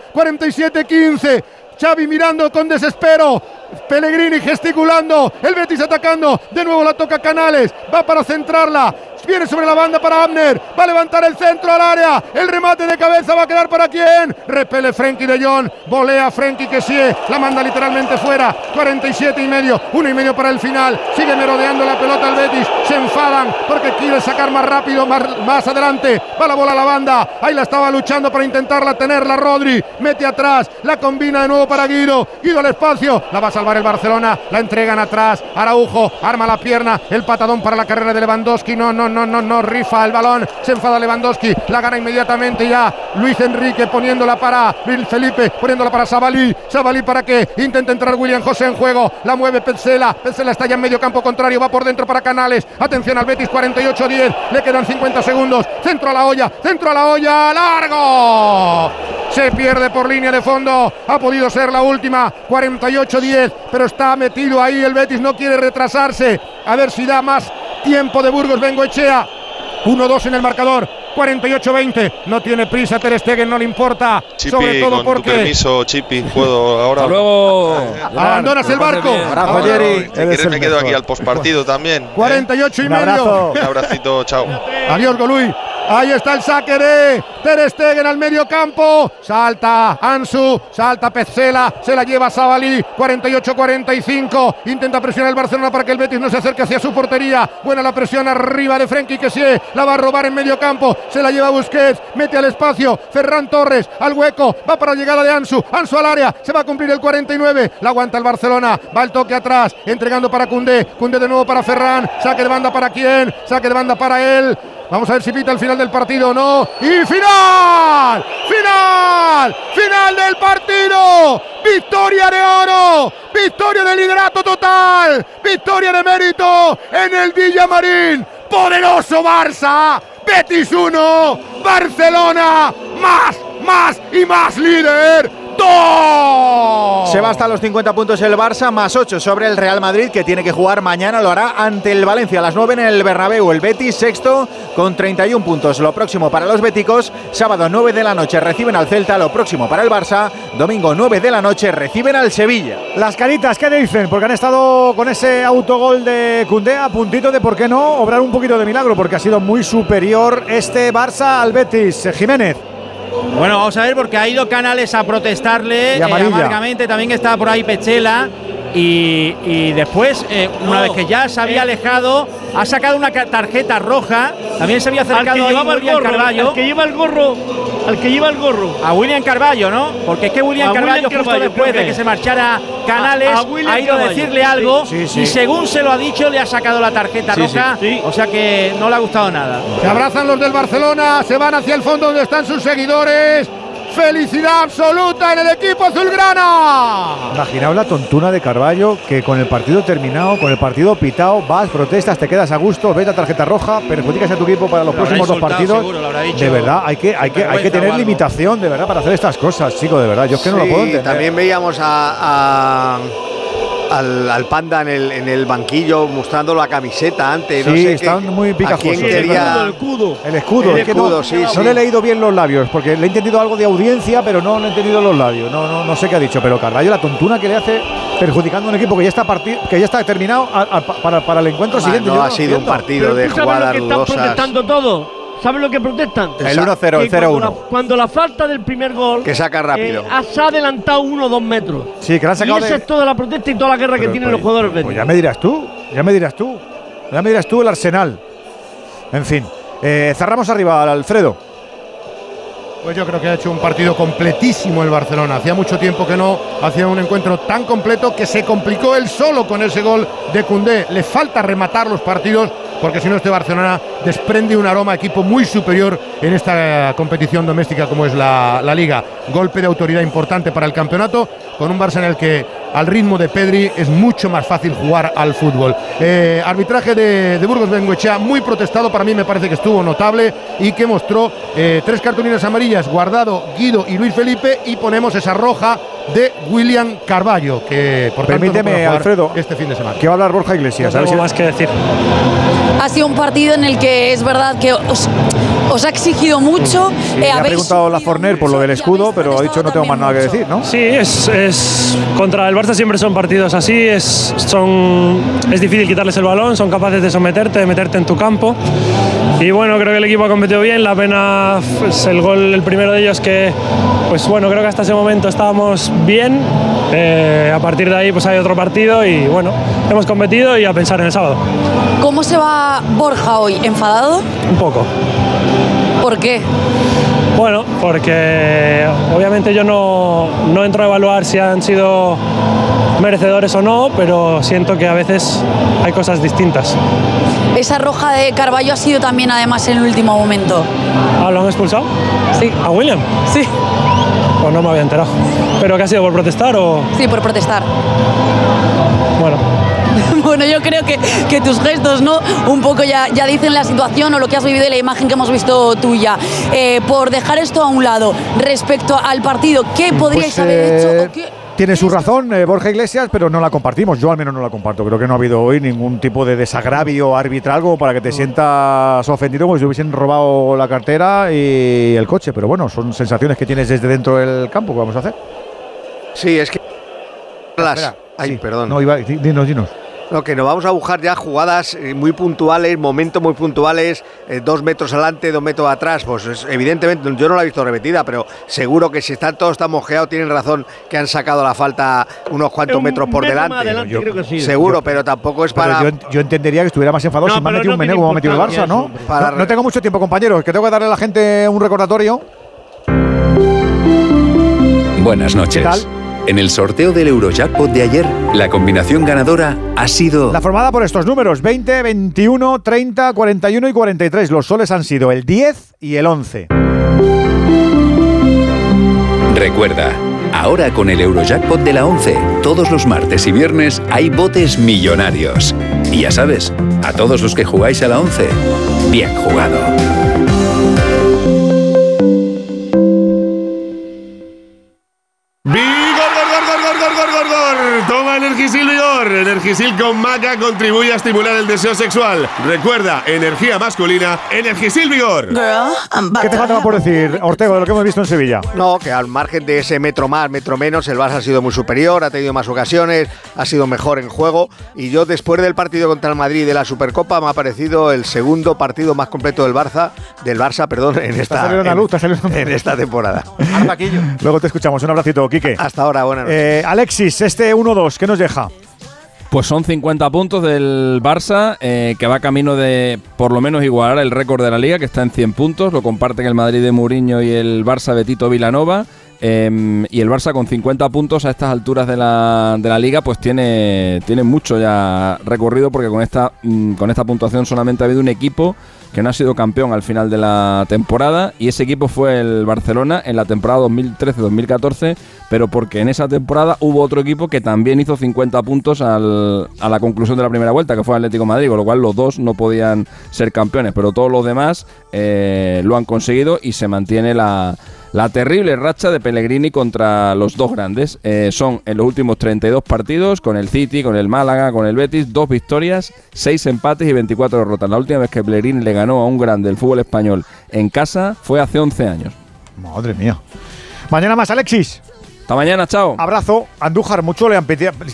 47-15. Xavi mirando con desespero. Pellegrini gesticulando. El Betis atacando. De nuevo la toca Canales. Va para centrarla. Viene sobre la banda para Abner. Va a levantar el centro al área. El remate de cabeza va a quedar para quién. Repele Frenkie de Jong. Volea Frenkie que sí. La manda literalmente fuera. 47,5. 1,5 para el final. Sigue merodeando la pelota al Betis. Se enfadan porque quiere sacar más rápido, más adelante. Va la bola a la banda. Ahí la estaba luchando para intentarla tenerla Rodri. Mete atrás. La combina de nuevo para Guido. Guido al espacio. La va a salvar el Barcelona. La entregan atrás. Araujo arma la pierna. El patadón para la carrera de Lewandowski. No, rifa el balón, se enfada Lewandowski, la gana inmediatamente ya Luis Enrique poniéndola para Luis Felipe, poniéndola para Sabalí para que intenta entrar William José en juego, la mueve Petzela está ya en medio campo contrario, va por dentro para Canales, atención al Betis, 48-10, le quedan 50 segundos, centro a la olla, largo, se pierde por línea de fondo, ha podido ser la última, 48-10, pero está metido ahí el Betis, no quiere retrasarse, a ver si da más tiempo de Burgos Bengoechea. 1-2 en el marcador. 48-20. No tiene prisa Ter Stegen, no le importa. Chipi, sobre todo con tu permiso, Chipi, puedo ahora. Hasta luego. Abandonas el barco. Abrazo, Jerry. Si quieres me quedo aquí al postpartido también. 48,5. Un abracito, chao. Adiós, Golui. Ahí está el saque de Ter Stegen al medio campo. Salta Ansu, salta Petzela, se la lleva Sabalí. 48-45. Intenta presionar el Barcelona para que el Betis no se acerque hacia su portería. Buena la presión arriba de Frenkie Kessié. La va a robar en medio campo. Se la lleva Busquets. Mete al espacio. Ferran Torres al hueco. Va para la llegada de Ansu. Ansu al área. Se va a cumplir el 49. La aguanta el Barcelona. Va el toque atrás. Entregando para Koundé. Koundé de nuevo para Ferran. Saque de banda para quién. Saque de banda para él. Vamos a ver si pita el final del partido o no. ¡Y final! ¡Final! ¡Final del partido! ¡Victoria de oro! ¡Victoria de liderato total! ¡Victoria de mérito en el Villamarín! ¡Poderoso Barça! ¡Betis 1! ¡Barcelona! ¡Más y más líder! ¡No! Se va hasta los 50 puntos el Barça, más 8 sobre el Real Madrid, que tiene que jugar mañana, lo hará ante el Valencia a las 9 en el Bernabéu. El Betis, sexto, con 31 puntos. Lo próximo para los béticos, sábado 9 de la noche reciben al Celta. Lo próximo para el Barça, domingo 9 de la noche reciben al Sevilla. Las caritas, ¿qué dicen? Porque han estado con ese autogol de Koundé a puntito de, ¿por qué no?, obrar un poquito de milagro, porque ha sido muy superior este Barça al Betis. Jiménez. Bueno, vamos a ver, porque ha ido Canales a protestarle amargamente. También está por ahí Pechela. Y después, una vez que ya se había alejado, ha sacado una tarjeta roja. También se había acercado a William Carballo. Al que lleva el gorro. A William Carballo, ¿no? Porque es que William Carballo, justo después de que se marchara Canales, ha ido a decirle algo. Y según se lo ha dicho, le ha sacado la tarjeta roja. O sea que no le ha gustado nada. Se abrazan los del Barcelona, se van hacia el fondo donde están sus seguidores. ¡Felicidad absoluta en el equipo azulgrana! Imaginaos la tontuna de Carballo, que con el partido terminado, con el partido pitado, vas, protestas, te quedas a gusto, ves la tarjeta roja, perjudicas a tu equipo para los próximos 2 partidos. Seguro, de verdad, hay que tener limitación, de verdad, para hacer estas cosas, chicos, de verdad. Yo es que no lo puedo entender. También veíamos al Panda en el banquillo mostrando la camiseta antes. No sé están muy picajosos. El escudo. No le he leído bien los labios, porque le he entendido algo de audiencia, pero no le he entendido los labios. No sé qué ha dicho, pero Carballo, la tontuna que le hace perjudicando a un equipo que ya está terminado para el encuentro siguiente. No ha sido un partido de jugadas dudosas. Están protestando todo. ¿Saben lo que protestan? El 1-0, el 0-1. Cuando la falta del primer gol. Que saca rápido. Se ha adelantado 1 o 2 metros. Sí, que la han sacado. Y esa es toda la protesta y toda la guerra que tienen los jugadores. Pues ya me dirás tú el Arsenal. En fin. Cerramos arriba, Alfredo. Pues yo creo que ha hecho un partido completísimo el Barcelona. Hacía mucho tiempo que no hacía un encuentro tan completo, que se complicó él solo con ese gol de Koundé. Le falta rematar los partidos, porque si no este Barcelona desprende un aroma a equipo muy superior en esta competición doméstica como es la Liga. Golpe de autoridad importante para el campeonato, con un Barça en el que al ritmo de Pedri es mucho más fácil jugar al fútbol. Arbitraje de Burgos Bengoechea muy protestado, para mí me parece que estuvo notable y que mostró 3 cartulinas amarillas, Guardado, Guido y Luis Felipe, y ponemos esa roja de William Carballo, que por tanto permíteme, no Alfredo, este fin de semana. ¿Qué va a hablar Borja Iglesias? No tengo más que decir. Ha sido un partido en el que es verdad que os ha exigido mucho. Sí, ha preguntado la Forner por lo del escudo, pero ha dicho no tengo más nada que decir, ¿no? Sí, es contra el Barça siempre son partidos así, es difícil quitarles el balón, son capaces de someterte, de meterte en tu campo. Y bueno, creo que el equipo ha competido bien. La pena es el primero de ellos, que pues bueno, creo que hasta ese momento estábamos bien. A partir de ahí pues hay otro partido y bueno, hemos competido y a pensar en el sábado. ¿Cómo se va Borja hoy? ¿Enfadado? Un poco. ¿Por qué? Bueno, porque obviamente yo no entro a evaluar si han sido merecedores o no, pero siento que a veces hay cosas distintas. Esa roja de Carballo ha sido también además en el último momento. ¿Ah, lo han expulsado? Sí. ¿A William? Sí. Pues no me había enterado. ¿Pero qué ha sido, por protestar o...? Sí, por protestar. Bueno. Bueno, yo creo que tus gestos, ¿no? Un poco ya dicen la situación o lo que has vivido y la imagen que hemos visto tuya. Por dejar esto a un lado, respecto al partido, ¿qué podríais haber hecho? ¿O qué? Tiene su razón Borja Iglesias, pero no la compartimos. Yo al menos no la comparto. Creo que no ha habido hoy ningún tipo de desagravio arbitral como para que te sientas ofendido como si hubiesen robado la cartera y el coche. Pero bueno, son sensaciones que tienes desde dentro del campo. ¿Qué vamos a hacer? Sí, es que... perdón. No, dinos. No, que nos vamos a buscar ya jugadas muy puntuales, momentos muy puntuales, 2 metros adelante, 2 metros atrás. Pues evidentemente, yo no la he visto repetida, pero seguro que si todos están mojeados, tienen razón que han sacado la falta unos cuantos metros por delante. Creo que sí. Seguro, pero tampoco es para... Yo entendería que estuviera más enfadado si me han metido un meneo como ha metido el Barça, ¿no? No tengo mucho tiempo, compañeros, que tengo que darle a la gente un recordatorio. Buenas noches. ¿Qué tal? En el sorteo del Eurojackpot de ayer, la combinación ganadora ha sido... La formada por estos números, 20, 21, 30, 41 y 43. Los soles han sido el 10 y el 11. Recuerda, ahora con el Eurojackpot de la 11, todos los martes y viernes hay botes millonarios. Y ya sabes, a todos los que jugáis a la 11, bien jugado. Energisil con maca contribuye a estimular el deseo sexual. Recuerda, energía masculina, Energisil Vigor. ¿Qué te faltaba por decir, Ortego, de lo que hemos visto en Sevilla? No, que al margen de ese metro más, metro menos, el Barça ha sido muy superior, ha tenido más ocasiones, ha sido mejor en juego. Y yo, después del partido contra el Madrid de la Supercopa, me ha parecido el segundo partido más completo del Barça, en esta temporada. Luego te escuchamos. Un abracito, Quique. Hasta ahora, buenas noches. Alexis, este 1-2, ¿qué nos deja? Pues son 50 puntos del Barça, que va camino de por lo menos igualar el récord de la Liga, que está en 100 puntos. Lo comparten el Madrid de Mourinho y el Barça de Tito Vilanova. Y el Barça con 50 puntos a estas alturas de la Liga pues tiene mucho ya recorrido, porque con esta puntuación solamente ha habido un equipo que no ha sido campeón al final de la temporada, y ese equipo fue el Barcelona en la temporada 2013-2014, pero porque en esa temporada hubo otro equipo que también hizo 50 puntos a la conclusión de la primera vuelta, que fue el Atlético de Madrid, con lo cual los dos no podían ser campeones, pero todos los demás lo han conseguido, y se mantiene la terrible racha de Pellegrini contra los dos grandes. Son en los últimos 32 partidos, con el City, con el Málaga, con el Betis, 2 victorias, 6 empates y 24 derrotas. La última vez que Pellegrini le ganó a un grande del fútbol español en casa fue hace 11 años. Madre mía. Mañana más, Alexis. Hasta mañana, chao. Abrazo. Andújar, mucho le han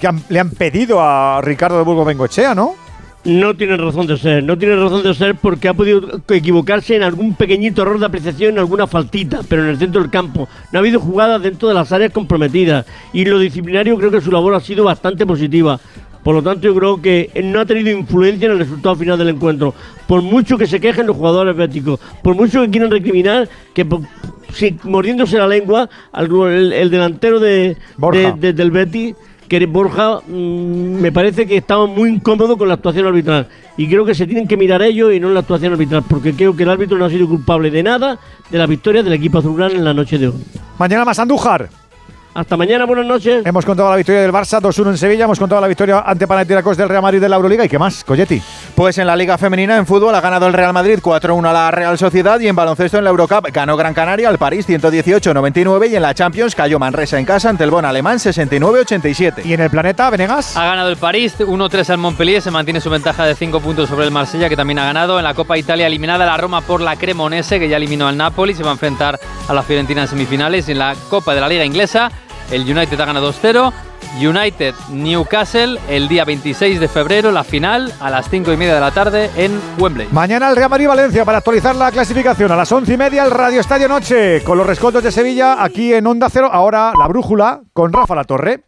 pedido a Ricardo de Burgos Bengoechea, ¿no? No tiene razón de ser porque ha podido equivocarse en algún pequeñito error de apreciación, en alguna faltita, pero en el centro del campo. No ha habido jugadas dentro de las áreas comprometidas, y en lo disciplinario creo que su labor ha sido bastante positiva. Por lo tanto, yo creo que no ha tenido influencia en el resultado final del encuentro. Por mucho que se quejen los jugadores béticos, por mucho que quieran recriminar, que mordiéndose la lengua, el delantero del Betis, que Borja, me parece que estaba muy incómodo con la actuación arbitral, y creo que se tienen que mirar ellos y no la actuación arbitral, porque creo que el árbitro no ha sido culpable de nada de la victoria del equipo azulgrana en la noche de hoy. Mañana más, Andújar. Hasta mañana, buenas noches. Hemos contado la victoria del Barça 2-1 en Sevilla, hemos contado la victoria ante Panathinaikos del Real Madrid de la Euroliga. ¿Y qué más, Colletti? Pues en la Liga Femenina, en fútbol, ha ganado el Real Madrid 4-1 a la Real Sociedad, y en baloncesto en la Eurocup ganó Gran Canaria al París 118-99, y en la Champions cayó Manresa en casa ante el Bon Alemán 69-87. ¿Y en el Planeta, Venegas? Ha ganado el París 1-3 al Montpellier, se mantiene su ventaja de 5 puntos sobre el Marsella, que también ha ganado. En la Copa Italia, eliminada la Roma por la Cremonese, que ya eliminó al Napoli, se va a enfrentar a la Fiorentina en semifinales. Y en la Copa de la Liga Inglesa, el United ha ganado 2-0. United Newcastle el día 26 de febrero, la final a las 5:30 de la tarde en Wembley. Mañana el Real Madrid-Valencia para actualizar la clasificación. A las 11:30 el Radio Estadio Noche con los rescoldos de Sevilla aquí en Onda Cero. Ahora la brújula con Rafa Latorre.